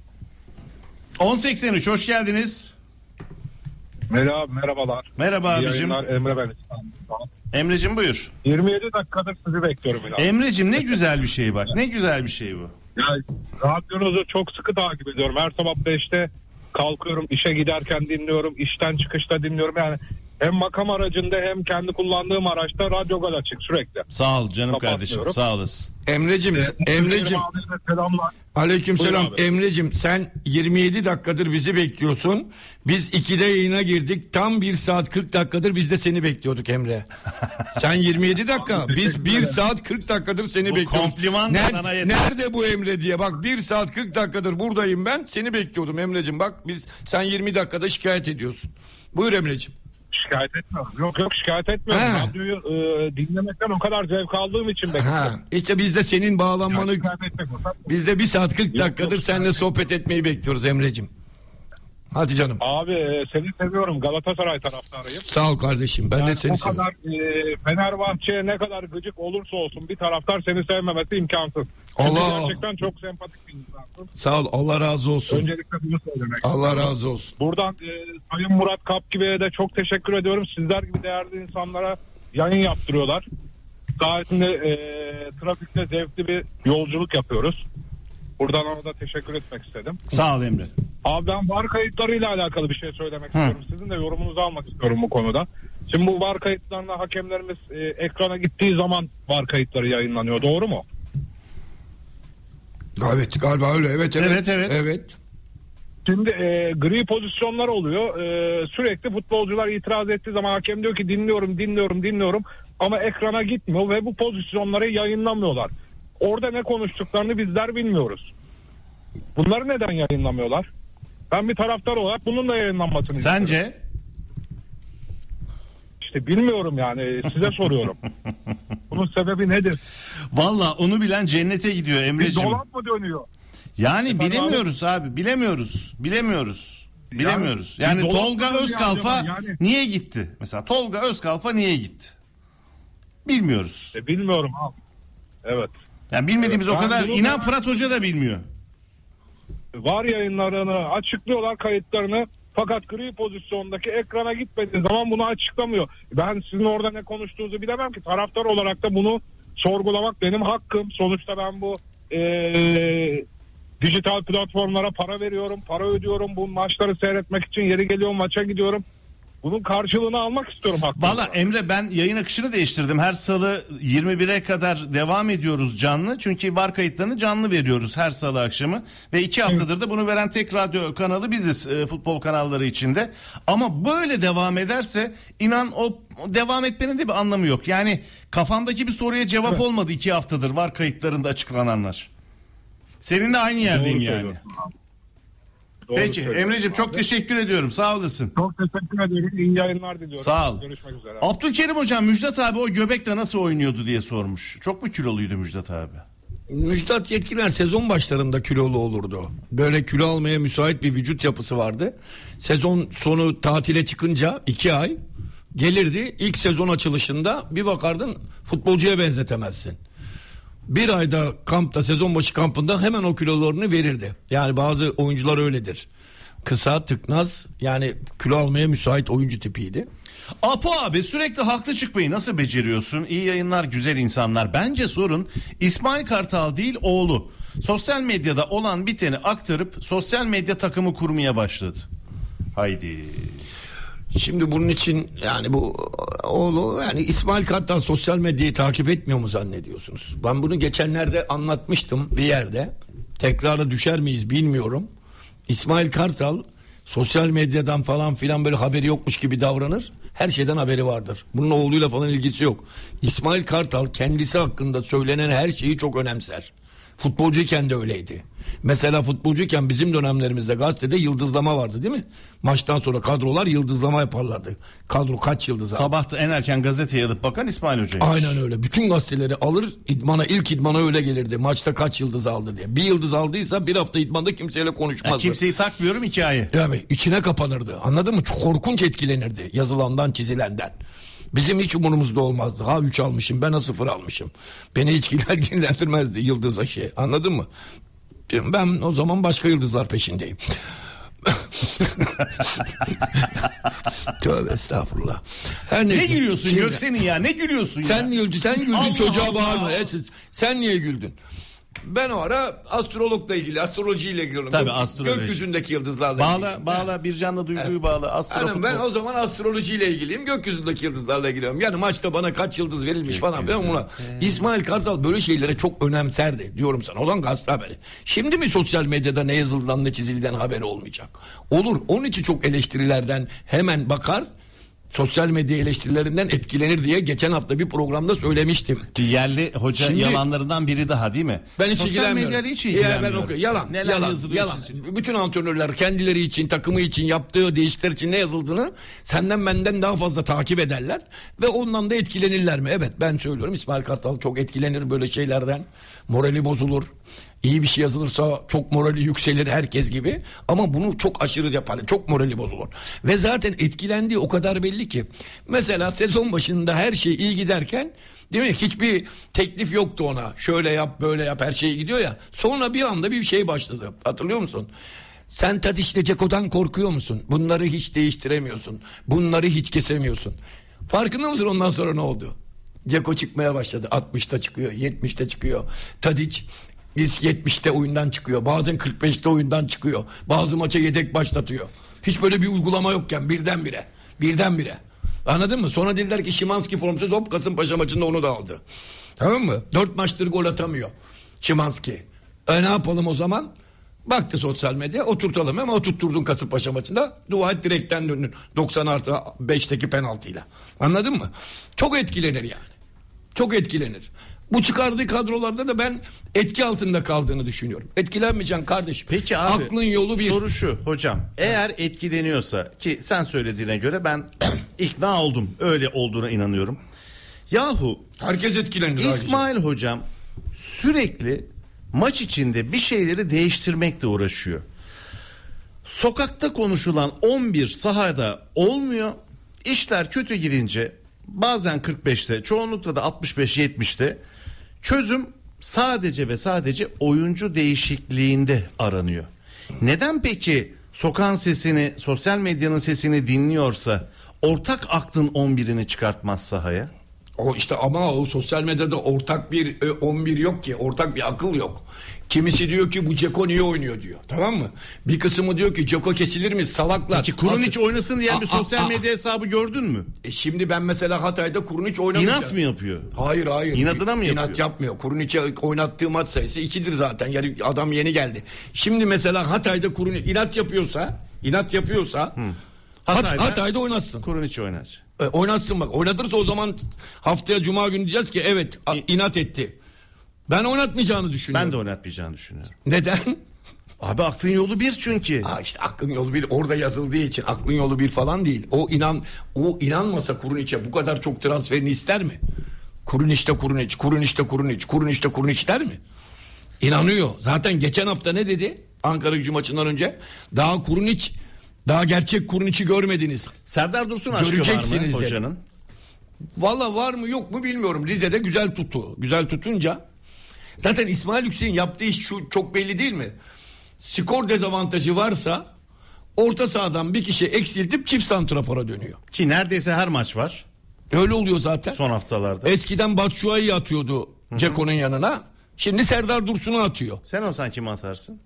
S4: 1083 hoş geldiniz.
S9: Merhabalar.
S4: Merhaba abicim.
S9: Emre ben.
S4: Emre'cim buyur.
S9: 27 dakikadır sizi bekliyorum.
S4: Emre'cim ne güzel bir şey bak. Ne güzel bir şey bu.
S9: Ya, radyonuzu çok sıkı takip ediyorum. Her sabah 5'te kalkıyorum, işe giderken dinliyorum, işten çıkışta dinliyorum. Yani hem makam aracında hem kendi kullandığım araçta radyo gal açık sürekli.
S4: Sağ ol canım kardeşim, sağ olasın.
S5: Emre'cim.
S9: Selamlar.
S5: Aleykümselam. Emre'cim, sen 27 dakikadır bizi bekliyorsun. Biz 2'de yayına girdik. Tam 1 saat 40 dakikadır biz de seni bekliyorduk Emre. Sen 27 dakika. Biz 1 saat 40 dakikadır seni bekliyoruz.
S4: Kompliman sana yeter.
S5: Nerede bu Emre diye. Bak 1 saat 40 dakikadır buradayım ben. Seni bekliyordum Emre'cim. Bak sen 20 dakikada şikayet ediyorsun. Buyur Emre'cim.
S9: Şikayet etmiyorum. Yok şikayet etmiyorum. Radyoyu dinlemekten o kadar zevk aldığım için bekliyorum.
S5: İşte biz de senin bağlanmanı... Biz de 1 saat 40 dakikadır seninle sohbet etmeyi bekliyoruz Emre'cim. Hadi canım.
S9: Abi seni seviyorum. Galatasaray taraftarıyım.
S5: Sağ ol kardeşim. Ben de seni seviyorum.
S9: O kadar Fenerbahçe'ye ne kadar gıcık olursa olsun bir taraftar seni sevmemesi imkansız.
S5: Allah.
S9: Gerçekten çok sempatik bir insansın.
S5: Sağ ol. Allah razı olsun.
S9: Öncelikle bunu söylemek.
S5: Allah razı olsun.
S9: Buradan Sayın Murat Kap gibi'ye de çok teşekkür ediyorum. Sizler gibi değerli insanlara yayın yaptırıyorlar. Sayesinde trafikte zevkli bir yolculuk yapıyoruz. Buradan ona da teşekkür etmek istedim.
S4: Sağ ol Emre.
S9: Abi ben VAR kayıtlarıyla alakalı bir şey söylemek istiyorum. Sizin de yorumunuzu almak istiyorum bu konuda. Şimdi bu VAR kayıtlarında hakemlerimiz ekrana gittiği zaman VAR kayıtları yayınlanıyor. Doğru mu?
S5: Evet galiba öyle. Evet.
S9: Şimdi gri pozisyonlar oluyor. Sürekli futbolcular itiraz ettiği zaman hakem diyor ki dinliyorum ama ekrana gitmiyor ve bu pozisyonları yayınlamıyorlar. Orada ne konuştuklarını bizler bilmiyoruz. Bunları neden yayınlamıyorlar? Ben bir taraftar olarak bunun da yayınlanmasını
S4: Sence?
S9: istiyorum. İşte bilmiyorum yani, size soruyorum. Bunun sebebi nedir?
S4: Valla onu bilen cennete gidiyor
S9: Bir
S4: Emreciğim.
S9: dolap mı dönüyor?
S4: Yani
S9: Efendim
S4: bilemiyoruz abi, bilemiyoruz. Yani
S9: bir dolap
S4: Tolga
S9: mı dönüyor
S4: Özkalfa
S9: acaba? Yani-
S4: niye gitti? Mesela Tolga Özkalfa niye gitti? Bilmiyoruz.
S9: Bilmiyorum abi. Evet.
S4: Yani bilmediğimiz o
S9: Ben
S4: kadar,
S9: bunu
S4: inan
S9: da-
S4: Fırat Hoca da bilmiyor.
S9: Var yayınlarını açıklıyorlar, kayıtlarını, fakat gri pozisyondaki ekrana gitmediği zaman bunu açıklamıyor. Ben sizin orada ne konuştuğunuzu bilemem ki, taraftar olarak da bunu sorgulamak benim hakkım. Sonuçta ben bu dijital platformlara para veriyorum, para ödüyorum, bu maçları seyretmek için, yeri geliyor maça gidiyorum. Bunun karşılığını almak istiyorum hakkım.
S4: Valla Emre, ben yayın akışını değiştirdim. Her salı 21'e kadar devam ediyoruz canlı. Çünkü var kayıtlarını canlı veriyoruz her salı akşamı. Ve 2 haftadır da bunu veren tek radyo kanalı biziz, futbol kanalları içinde. Ama böyle devam ederse inan o devam etmenin de bir anlamı yok. Yani kafamdaki bir soruya cevap olmadı 2 haftadır var kayıtlarında açıklananlar. Seninle aynı yerdeyim yani.
S9: Doğru
S4: Peki
S9: söylüyorsun
S4: Emre'ciğim, çok
S9: abi.
S4: teşekkür ediyorum, sağ olasın.
S9: Çok teşekkür ederim. İyi yayınlar diliyorum.
S4: Sağ ol.
S9: Görüşmek üzere.
S4: Abdülkerim hocam, Müjdat abi o göbekte nasıl oynuyordu diye sormuş. Çok mu kiloluydu Müjdat abi?
S5: Müjdat Yetkinler sezon başlarında kilolu olurdu. Böyle kilo almaya müsait bir vücut yapısı vardı. Sezon sonu tatile çıkınca 2 ay gelirdi. İlk sezon açılışında bir bakardın futbolcuya benzetemezsin. Bir ayda kampta, sezon başı kampında hemen o kilolarını verirdi. Yani bazı oyuncular öyledir. Kısa, tıknaz, yani kilo almaya müsait oyuncu tipiydi.
S4: Apo abi, sürekli haklı çıkmayı nasıl beceriyorsun? İyi yayınlar güzel insanlar. Bence sorun İsmail Kartal değil, oğlu. Sosyal medyada olan biteni aktarıp sosyal medya takımı kurmaya başladı. Haydi.
S5: Şimdi bunun için yani bu oğlu, yani İsmail Kartal sosyal medyayı takip etmiyor mu zannediyorsunuz? Ben bunu geçenlerde anlatmıştım bir yerde. Tekrara düşer miyiz bilmiyorum. İsmail Kartal sosyal medyadan falan filan böyle haberi yokmuş gibi davranır. Her şeyden haberi vardır. Bunun oğluyla falan ilgisi yok. İsmail Kartal kendisi hakkında söylenen her şeyi çok önemser. Futbolcuyken de öyleydi. Mesela futbolcuyken bizim dönemlerimizde gazetede yıldızlama vardı değil mi? Maçtan sonra kadrolar yıldızlama yaparlardı. Kadro kaç yıldız aldı?
S4: Sabah en erken gazeteye alıp bakan İsmail Hoca'ymış.
S5: Aynen öyle. Bütün gazeteleri alır, ilk idmana öyle gelirdi. Maçta kaç yıldız aldı diye. Bir yıldız aldıysa bir hafta idmanda kimseyle konuşmazdı.
S4: Kimseyi takmıyorum hikaye.
S5: Yani içine kapanırdı. Anladın mı? Çok korkunç etkilenirdi yazılandan, çizilenden. Bizim hiç umurumuzda olmazdı. Ha 3 almışım, ben 0 almışım. Beni hiç ilgilendirmezdi yıldız aşı. Anladın mı? Ben o zaman başka yıldızlar peşindeyim. Tövbe estağfurullah. Her
S4: Ne gülüyorsun Göksen'in ya? Ne gülüyorsun ya?
S5: Sen güldün
S4: Allah
S5: çocuğa
S4: Allah.
S5: bağırma. Sen niye güldün? Ben o ara astrolojiyle ilgili.
S4: Tabii, astroloji.
S5: Gökyüzündeki yıldızlarla ilgili.
S4: Bağla Bircan'la Duygu'yu bağla.
S5: Yani ben o zaman astrolojiyle ilgiliyim. Gökyüzündeki yıldızlarla ilgiliyorum. Yani maçta bana kaç yıldız verilmiş falan. Ben buna İsmail Kartal böyle şeylere çok önemserdi diyorum sana. O zaman gazete haberi. Şimdi mi sosyal medyada ne yazıldığından ne çizilden haberi olmayacak? Olur. Onun için çok eleştirilerden hemen bakar. Sosyal medya eleştirilerinden etkilenir diye geçen hafta bir programda söylemiştim.
S4: Bir yerli hoca
S5: Şimdi-
S4: yalanlarından biri daha değil mi?
S5: Ben hiç
S4: Sosyal
S5: ilgilenmiyorum.
S4: medyayla hiç
S5: Ben
S4: ilgilenmiyorum.
S5: okuyorum. Yalan.
S4: Neler
S5: Yalan.
S4: yazılıyor,
S5: Yalan.
S4: çiziliyor.
S5: Bütün antrenörler kendileri için, takımı için, yaptığı değişiklikler için ne yazıldığını senden benden daha fazla takip ederler ve ondan da etkilenirler mi? Evet, ben söylüyorum. İsmail Kartal çok etkilenir böyle şeylerden. Morali bozulur. İyi bir şey yazılırsa çok morali yükselir herkes gibi. Ama bunu çok aşırı yapar. Çok morali bozulur. Ve zaten etkilendiği o kadar belli ki. Mesela sezon başında her şey iyi giderken, değil mi? Hiçbir teklif yoktu ona. Şöyle yap, böyle yap, her şey gidiyor ya. Sonra bir anda bir şey başladı. Hatırlıyor musun? Sen Tadic'le Ceko'dan korkuyor musun? Bunları hiç değiştiremiyorsun. Bunları hiç kesemiyorsun. Farkında mısın ondan sonra ne oldu? Ceko çıkmaya başladı. 60'ta çıkıyor, 70'te çıkıyor. Tadic 70'te oyundan çıkıyor. Bazen 45'te oyundan çıkıyor. Bazı maça yedek başlatıyor. Hiç böyle bir uygulama yokken birdenbire. Anladın mı? Sonra dediler ki Szymański formsuz, hop Kasımpaşa maçında onu da aldı. Tamam mı? 4 maçtır gol atamıyor Szymański. Ne yapalım o zaman? Baktı sosyal medya, oturtalım, ama oturtturdun Kasımpaşa maçında. Dua et direkten döndün 90+5'teki penaltıyla. Anladın mı? Çok etkilenir yani. Çok etkilenir. Bu çıkardığı kadrolarda da ben etki altında kaldığını düşünüyorum. Etkilenmeyeceksin kardeşim.
S4: Peki abi,
S5: aklın yolu bir.
S4: Soru şu hocam. Eğer etkileniyorsa, ki sen söylediğine göre ben ikna oldum. Öyle olduğuna inanıyorum. Yahu
S5: Herkes etkilenir.
S4: İsmail hocam sürekli maç içinde bir şeyleri değiştirmekle uğraşıyor. Sokakta konuşulan 11 sahada olmuyor. İşler kötü gidince bazen 45'te, çoğunlukla da 65-70'te çözüm sadece ve sadece oyuncu değişikliğinde aranıyor. Neden peki sokağın sesini, sosyal medyanın sesini dinliyorsa ortak aklın 11'ini çıkartmaz sahaya?
S5: O işte ama o sosyal medyada ortak bir 11 yok ki, ortak bir akıl yok. Kimisi diyor ki bu Ceko niye oynuyor diyor. Tamam mı? Bir kısmı diyor ki Ceko kesilir mi salaklar.
S4: Peki Kurunic oynasın diyen bir sosyal medya hesabı gördün mü?
S5: Şimdi ben mesela Hatay'da Kurunic oynamayacağım.
S4: İnat mı yapıyor?
S5: Hayır.
S4: İnadına mı yapıyor?
S5: İnat yapmıyor. Kurunic oynattığı maç sayısı 2'dir zaten. Yani adam yeni geldi. Şimdi mesela Hatay'da Kurunic inat yapıyorsa Hatay'da oynatsın.
S4: Kurunic oynar.
S5: Oynatsın bak. Oynatırsa o zaman haftaya Cuma günü diyeceğiz ki evet inat etti. Ben oynatmayacağını düşünüyorum.
S4: Ben de oynatmayacağını düşünüyorum.
S5: Neden?
S4: Abi aklın yolu bir çünkü.
S5: İşte aklın yolu bir orada yazıldığı için aklın yolu bir falan değil. O inanmasa Kurunic'e bu kadar çok transferini ister mi? Kurunic der mi? İnanıyor. Zaten geçen hafta ne dedi? Ankara-Gücü maçından önce. Daha gerçek Kurunic'i görmediniz.
S4: Serdar Dursun aşkı var mı hocanın?
S5: Valla var mı yok mu bilmiyorum. Rize'de güzel tuttu. Güzel tutunca. Zaten İsmail Yüksek'in yaptığı iş şu çok belli değil mi? Skor dezavantajı varsa orta sahadan bir kişi eksiltip çift santrafora dönüyor.
S4: Ki neredeyse her maç var.
S5: Öyle oluyor zaten.
S4: Son haftalarda.
S5: Eskiden Batshuayi'yi atıyordu Ceko'nun yanına. Şimdi Serdar Dursun'u atıyor.
S4: Sen olsan kimi atarsın?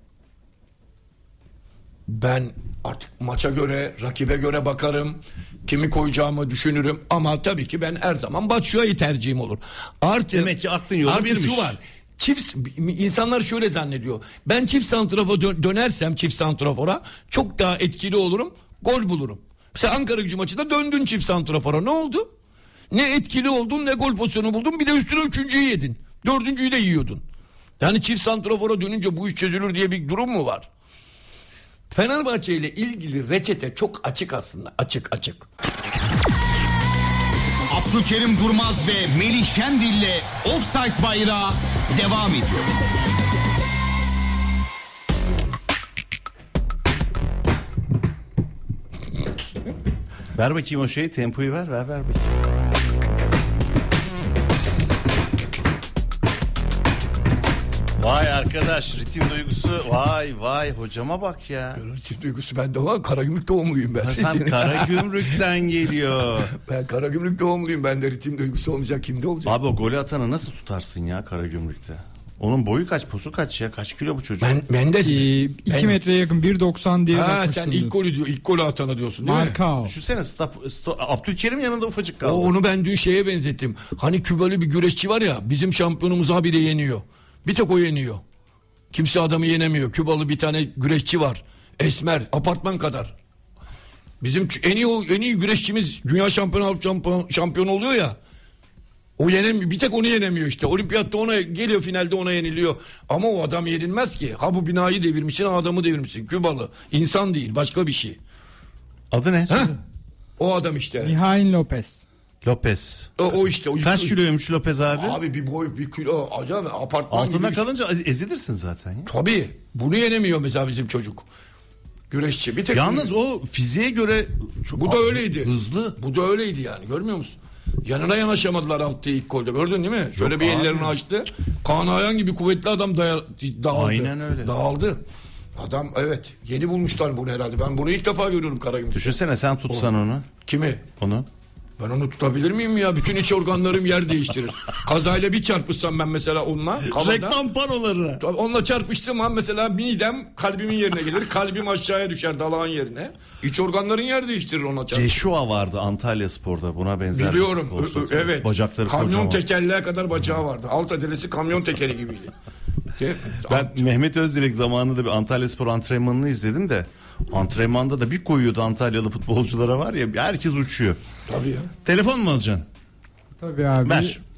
S5: Ben artık maça göre, rakibe göre bakarım. Kimi koyacağımı düşünürüm. Ama tabii ki ben her zaman Batshuayi tercihim olur.
S4: Demek ki aklın yolu birmiş.
S5: Şu var. İnsanlar şöyle zannediyor. Ben çift santrafora dönersem çift santrafora çok daha etkili olurum. Gol bulurum. Mesela Ankara-Gücü maçında döndün çift santrafora. Ne oldu? Ne etkili oldun ne gol pozisyonu buldun. Bir de üstüne 3.'yü yedin. 4.'yü de yiyordun. Yani çift santrafora dönünce bu iş çözülür diye bir durum mu var? Fenerbahçe ile ilgili reçete çok açık aslında. Açık.
S2: Abdülkerim Durmaz ve Melih Şendil'le Offside Bayrağı devam ediyor.
S4: Ver bakayım o şeyi, tempoyu ver bakayım. Vay arkadaş, ritim duygusu, vay hocama bak ya.
S5: Ritim duygusu bende var. Karagümrük doğumluyum ben.
S4: Sen Karagümrük'ten geliyor.
S5: Ben Karagümrük doğumluyum. Bende ritim duygusu olmayacak, kimde olacak?
S4: Abi o golü atanı nasıl tutarsın ya Karagümrük'te? Onun boyu kaç, posu kaç ya? Kaç kilo bu çocuk?
S5: Mendes mi?
S1: 2 metreye yakın 1.90 diye bakmıştım.
S5: Sen ilk golü atana diyorsun değil
S1: Marka.
S5: mi?
S4: Düşünsene Abdülkerim yanında ufacık kaldı.
S5: Onu ben dün şeye benzettim. Hani Kübalı bir güreşçi var ya, bizim şampiyonumuz habire yeniyor. Bir tek o yeniyor. Kimse adamı yenemiyor. Kübalı bir tane güreşçi var. Esmer, apartman kadar. Bizim en iyi güreşçimiz dünya şampiyonu oluyor ya. O yenemiyor. Bir tek onu yenemiyor işte. Olimpiyatta ona geliyor, finalde ona yeniliyor. Ama o adam yenilmez ki. Ha bu binayı devirmişsin, adamı devirmişsin. Kübalı. İnsan değil, başka bir şey.
S4: Adı ne?
S5: O adam işte.
S1: Mihail Lopez.
S5: O işte.
S4: Kaç kiloymuş Lopez abi?
S5: Abi bir boy, bir kilo. Acaba apartman
S4: altında
S5: gibi.
S4: kalınca ezilirsin zaten ya.
S5: Tabii. Bunu yenemiyor mesela bizim çocuk. Güreşçi. Bir tek
S4: yalnız o fiziğe göre
S5: bu da öyleydi.
S4: Hızlı.
S5: Bu da öyleydi yani. Görmüyor musun? Yanına yanaşamadılar attığı ilk golde. Gördün değil mi? Şöyle bir ellerini açtı. Kaan Ayhan gibi kuvvetli adam dağıldı.
S4: Aynen öyle.
S5: Dağıldı. Adam evet. Yeni bulmuşlar bunu herhalde. Ben bunu ilk defa görüyorum Karagümrük'te.
S4: Düşünsene sen tutsan onu.
S5: Kimi?
S4: Onu.
S5: Ben onu tutabilir miyim ya? Bütün iç organlarım yer değiştirir. Kazayla bir çarpışsam ben mesela onunla.
S4: Reklam panoları.
S5: Onunla çarpıştığım an mesela midem kalbimin yerine gelir. Kalbim aşağıya düşer dalağın yerine. İç organların yer değiştirir ona çarpışır.
S4: Ceşua vardı Antalya Spor'da, buna benzer.
S5: Biliyorum. Evet.
S4: Bacakları
S5: kamyon
S4: kocaman.
S5: Tekerleğe kadar bacağı vardı. Alt adelesi kamyon tekeri gibiydi.
S4: Ben Mehmet Özdirek zamanında bir Antalya Spor antrenmanını izledim de antrenmanda da bir koyuyordu Antalyalı futbolculara var ya, herkes uçuyor.
S5: Tabii ya.
S4: Telefon mu alacaksın?
S1: Tabii abi.
S4: Ver.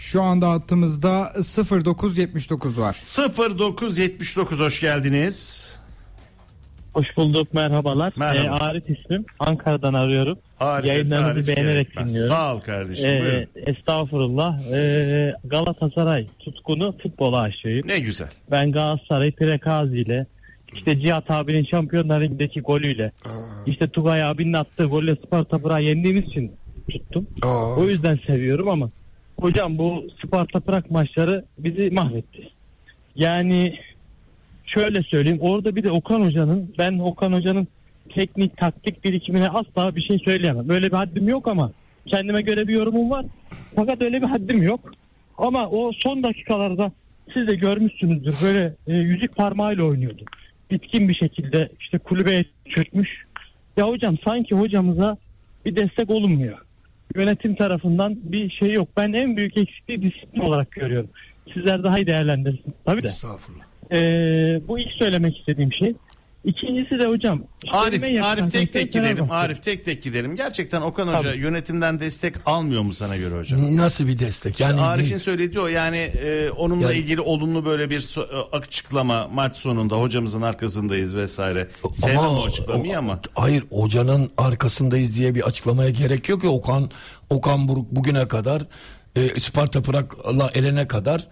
S1: Şu anda hattımızda 0979 var.
S4: 0979 hoş geldiniz.
S10: Hoş bulduk, merhabalar.
S4: Merhaba.
S10: Arif ismim. Ankara'dan arıyorum.
S4: Arif,
S10: Yayınlarınızı beğenerek dinliyorum.
S4: Sağ ol kardeşim. Buyurun.
S10: Estağfurullah. Galatasaray tutkunu futbola aşığıyım.
S4: Ne güzel.
S10: Ben Galatasaray Prekazi ile, işte Cihat abinin Şampiyonlar Ligi'ndeki golüyle, işte Tugay abinin attığı golle Sparta Prag'ı yendiğimiz için tuttum. O yüzden seviyorum ama hocam bu Sparta Prag maçları bizi mahvetti. Yani şöyle söyleyeyim, orada bir de ben Okan Hoca'nın teknik taktik birikimine asla bir şey söyleyemem. Böyle bir haddim yok ama kendime göre bir yorumum var. Fakat öyle bir haddim yok. Ama o son dakikalarda siz de görmüşsünüzdür, böyle yüzük parmağıyla oynuyordu. Bitkin bir şekilde işte kulübeye çökmüş. Ya hocam sanki hocamıza bir destek olunmuyor. Yönetim tarafından bir şey yok. Ben en büyük eksikliği disiplin olarak görüyorum. Sizler daha iyi değerlendirirsiniz. Tabii de.
S5: Estağfurullah.
S10: Bu ilk söylemek istediğim şey. İkincisi de hocam.
S4: Arif tek tek gidelim. Gerçekten Okan Hoca yönetimden destek almıyor mu sana göre hocam?
S5: Nasıl bir destek?
S4: Yani Arif'in söylediği o, yani onunla ilgili olumlu böyle bir açıklama maç sonunda hocamızın arkasındayız vesaire. Sevmem o açıklamayı ama.
S5: Hayır, hocanın arkasındayız diye bir açıklamaya gerek yok ya. Okan Buruk bugüne kadar Sparta Prag'la elene kadar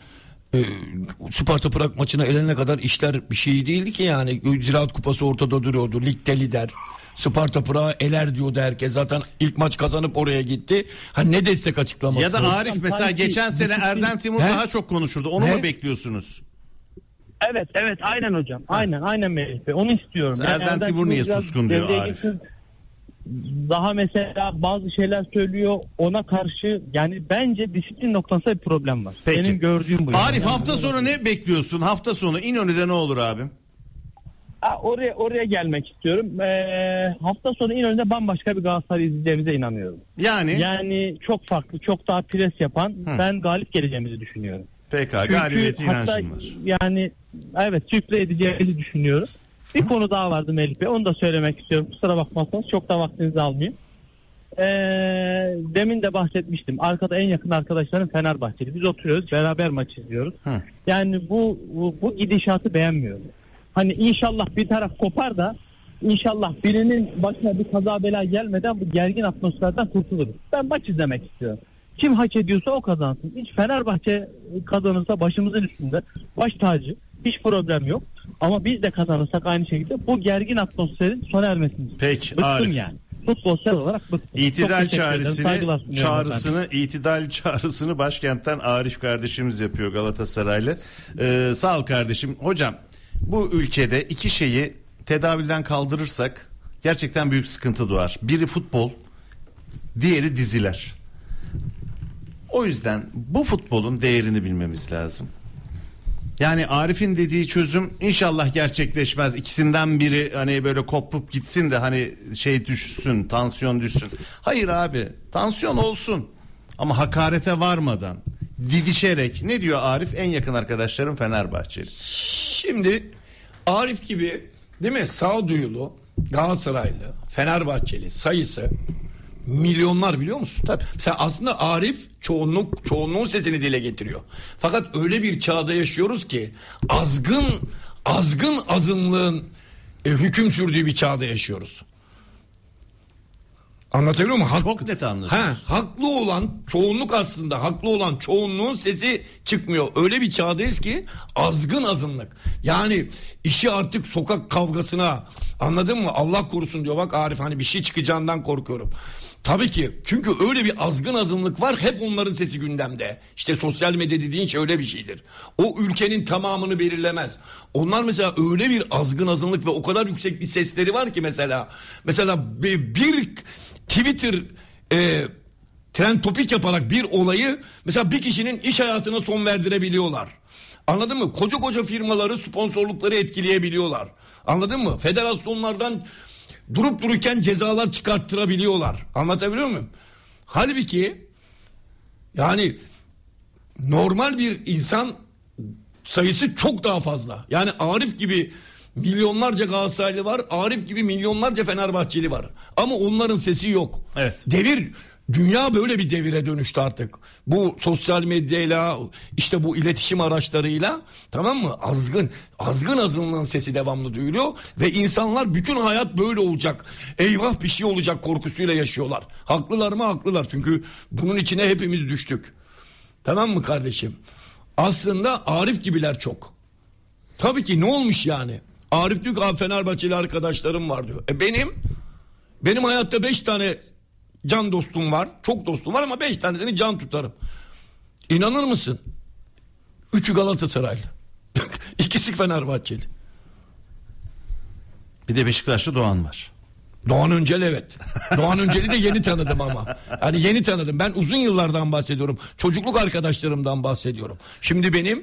S5: Sparta Prag maçına elene kadar işler bir şey değildi ki yani. Ziraat Kupası ortada duruyordu. Ligde lider. Sparta Prag'ı eler diyordu herkes. Zaten ilk maç kazanıp oraya gitti. Ne destek açıklaması?
S4: Ya da Arif mesela geçen sene Erden Timur daha çok konuşurdu. Onu mu bekliyorsunuz?
S10: Evet aynen hocam. Aynen Melih Bey. Onu istiyorum.
S4: Erden Timur niye suskun diyor Arif?
S10: Daha mesela bazı şeyler söylüyor ona karşı, yani bence disiplin noktasında bir problem var.
S4: Peki.
S10: Benim gördüğüm bu.
S4: Arif hafta sonu ne bekliyorsun? Hafta sonu İnönü'de ne olur abim?
S10: Oraya gelmek istiyorum. Hafta sonu İnönü'de bambaşka bir Galatasaray izleyeceğimize inanıyorum. Yani çok farklı, çok daha pres yapan, ben galip geleceğimizi düşünüyorum.
S4: PK galibiyeti inancım var.
S10: Yani evet, sürpriz edeceğimizi düşünüyorum. Bir konu daha vardı Melih Bey. Onu da söylemek istiyorum. Kusura bakmazsanız çok da vaktinizi almayayım. Demin de bahsetmiştim. Arkada en yakın arkadaşlarım Fenerbahçeli. Biz oturuyoruz. Beraber maç izliyoruz. Yani bu gidişatı beğenmiyorum. Hani inşallah bir taraf kopar da inşallah birinin başına bir kaza bela gelmeden bu gergin atmosferden kurtuluruz. Ben maç izlemek istiyorum. Kim hak ediyorsa o kazansın. Hiç Fenerbahçe kazanırsa başımızın üstünde. Baş tacı. Hiç problem yok. Ama biz de kazanırsak aynı şekilde bu gergin atmosferin sona ermesini.
S4: Peki
S10: bıktım
S4: Arif.
S10: Yani. Futbolsal olarak bıktım.
S4: İtidal çağrısını başkentten Arif kardeşimiz yapıyor Galatasaraylı. Sağ ol kardeşim. Hocam bu ülkede iki şeyi tedavülden kaldırırsak gerçekten büyük sıkıntı doğar. Biri futbol, diğeri diziler. O yüzden bu futbolun değerini bilmemiz lazım. Yani Arif'in dediği çözüm inşallah gerçekleşmez. İkisinden biri hani böyle kopup gitsin de hani şey düşsün, tansiyon düşsün. Hayır abi, tansiyon olsun ama hakarete varmadan, didişerek. Ne diyor Arif? En yakın arkadaşlarım Fenerbahçeli.
S5: Şimdi Arif gibi değil mi, sağduyulu Galatasaraylı, Fenerbahçeli sayısı milyonlar, biliyor musun? Tabii. Mesela aslında Arif çoğunluğun sesini dile getiriyor. Fakat öyle bir çağda yaşıyoruz ki azgın azınlığın hüküm sürdüğü bir çağda yaşıyoruz. Anlatabiliyor muyum?
S4: Çok net anladım.
S5: Haklı olan çoğunluk, aslında haklı olan çoğunluğun sesi çıkmıyor. Öyle bir çağdayız ki azgın azınlık. Yani işi artık sokak kavgasına, anladın mı? Allah korusun diyor. Bak Arif, hani bir şey çıkacağından korkuyorum. Tabii ki, çünkü öyle bir azgın azınlık var, hep onların sesi gündemde. İşte sosyal medya dediğin şey öyle bir şeydir. O ülkenin tamamını belirlemez. Onlar mesela öyle bir azgın azınlık ve o kadar yüksek bir sesleri var ki mesela bir Twitter trend topik yaparak bir olayı mesela bir kişinin iş hayatına son verdirebiliyorlar. Anladın mı? Koca firmaları, sponsorlukları etkileyebiliyorlar. Anladın mı? Federasyonlardan durup dururken cezalar çıkarttırabiliyorlar. Anlatabiliyor muyum? Halbuki yani normal bir insan sayısı çok daha fazla. Yani Arif gibi milyonlarca Galatasaraylı var. Arif gibi milyonlarca Fenerbahçeli var. Ama onların sesi yok.
S4: Evet.
S5: Dünya böyle bir devire dönüştü artık. Bu sosyal medyayla, işte bu iletişim araçlarıyla, tamam mı? Azgınlığın sesi devamlı duyuluyor ve insanlar bütün hayat böyle olacak. Eyvah bir şey olacak korkusuyla yaşıyorlar. Haklılar mı? Haklılar. Çünkü bunun içine hepimiz düştük. Tamam mı kardeşim? Aslında Arif gibiler çok. Tabii ki ne olmuş yani? Arif diyor ki Fenerbahçeli arkadaşlarım var diyor. Benim hayatta 5 tane can dostum var. Çok dostum var ama 5 tanesini can tutarım. İnanır mısın? 3'ü Galatasaraylı. 2'si Fenerbahçeli.
S4: Bir de Beşiktaşlı Doğan var.
S5: Doğan Öncel, evet. Doğan Öncel'i de yeni tanıdım ama. Yani yeni tanıdım. Ben uzun yıllardan bahsediyorum. Çocukluk arkadaşlarımdan bahsediyorum. Şimdi benim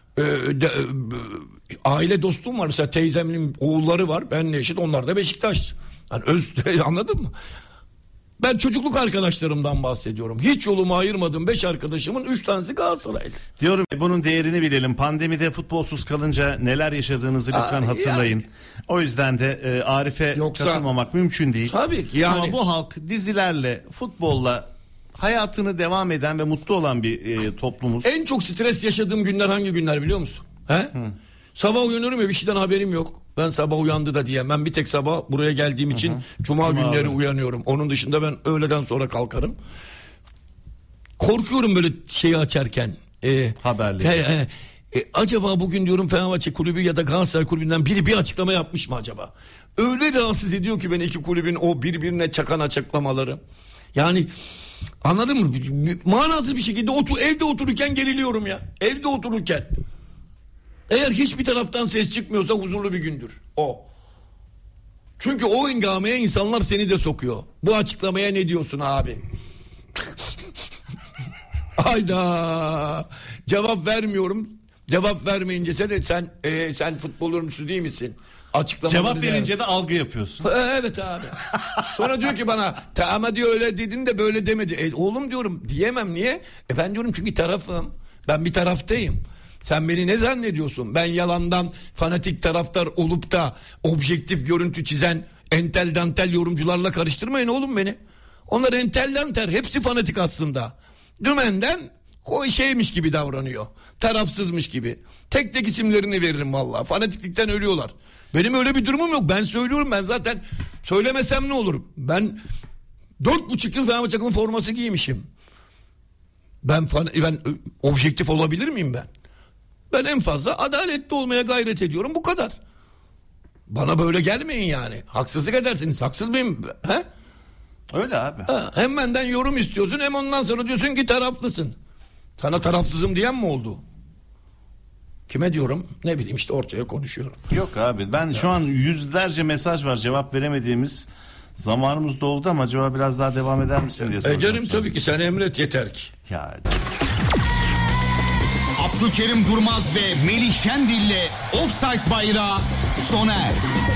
S5: aile dostum var. Mesela teyzemin oğulları var. Benle eşit. Onlar da Beşiktaş. Yani anladın mı? Ben çocukluk arkadaşlarımdan bahsediyorum. Hiç yolumu ayırmadığım 5 arkadaşımın 3 tanesi Galatasaraylı.
S4: Diyorum bunun değerini bilelim. Pandemide futbolsuz kalınca neler yaşadığınızı lütfen hatırlayın. Yani. O yüzden de Arif'e katılmamak mümkün değil.
S5: Tabii ki yani.
S4: Ama bu halk dizilerle, futbolla hayatını devam eden ve mutlu olan bir toplumuz.
S5: En çok stres yaşadığım günler hangi günler biliyor musun? Sabah uyanıyorum ya, bir şeyden haberim yok. Ben sabah uyandı da diyemem. Ben bir tek sabah buraya geldiğim için Cuma günleri uyanıyorum. Onun dışında ben öğleden sonra korkuyorum böyle şeyi açarken.
S4: Haberleri.
S5: Acaba bugün diyorum Fenerbahçe kulübü ya da Galatasaray kulübünden biri bir açıklama yapmış mı acaba? Öyle rahatsız ediyor ki beni iki kulübün o birbirine çakan açıklamaları. Yani anladın mı? Manasız bir şekilde evde otururken geriliyorum ya. Evde otururken. Eğer hiçbir taraftan ses çıkmıyorsa huzurlu bir gündür o. Çünkü o engameye insanlar seni de sokuyor. Bu açıklamaya ne diyorsun abi? Hayda. Cevap vermiyorum. Cevap vermeyince sen futbol yorumcusu değil misin?
S4: Cevap verince de algı yapıyorsun.
S5: Evet abi. Sonra diyor ki bana ama diyor öyle dedin de böyle demedi. Oğlum diyorum diyemem, niye? Ben diyorum çünkü tarafım. Ben bir taraftayım. Sen beni ne zannediyorsun? Ben yalandan fanatik taraftar olup da objektif görüntü çizen entel dantel yorumcularla karıştırmayın oğlum beni. Onlar entel dantel, hepsi fanatik aslında. Dümenden o şeymiş gibi davranıyor. Tarafsızmış gibi. Tek tek isimlerini veririm vallahi. Fanatiklikten ölüyorlar. Benim öyle bir durumum yok. Ben söylüyorum, ben zaten söylemesem ne olur? Ben 4,5 yıl Fenerbahçe'nin forması giymişim. Ben objektif olabilir miyim ben? Ben en fazla adaletli olmaya gayret ediyorum, bu kadar. Bana böyle gelmeyin yani. Haksızlık edersiniz. Haksız mıyım? He?
S4: Öyle abi.
S5: Hem benden yorum istiyorsun hem ondan sonra diyorsun ki taraflısın. Sana tarafsızım diyen mi oldu? Kime diyorum? Ne bileyim işte ortaya konuşuyorum.
S4: Yok abi, ben şu an yüzlerce mesaj var cevap veremediğimiz. Zamanımız doldu ama acaba biraz daha devam eder misin diye soracağım.
S5: Ederim tabii ki, sen emret yeter ki.
S4: Ya.
S2: Abdülkerim Durmaz ve Melih Şendil'le Offside Bayrağı sona erdi.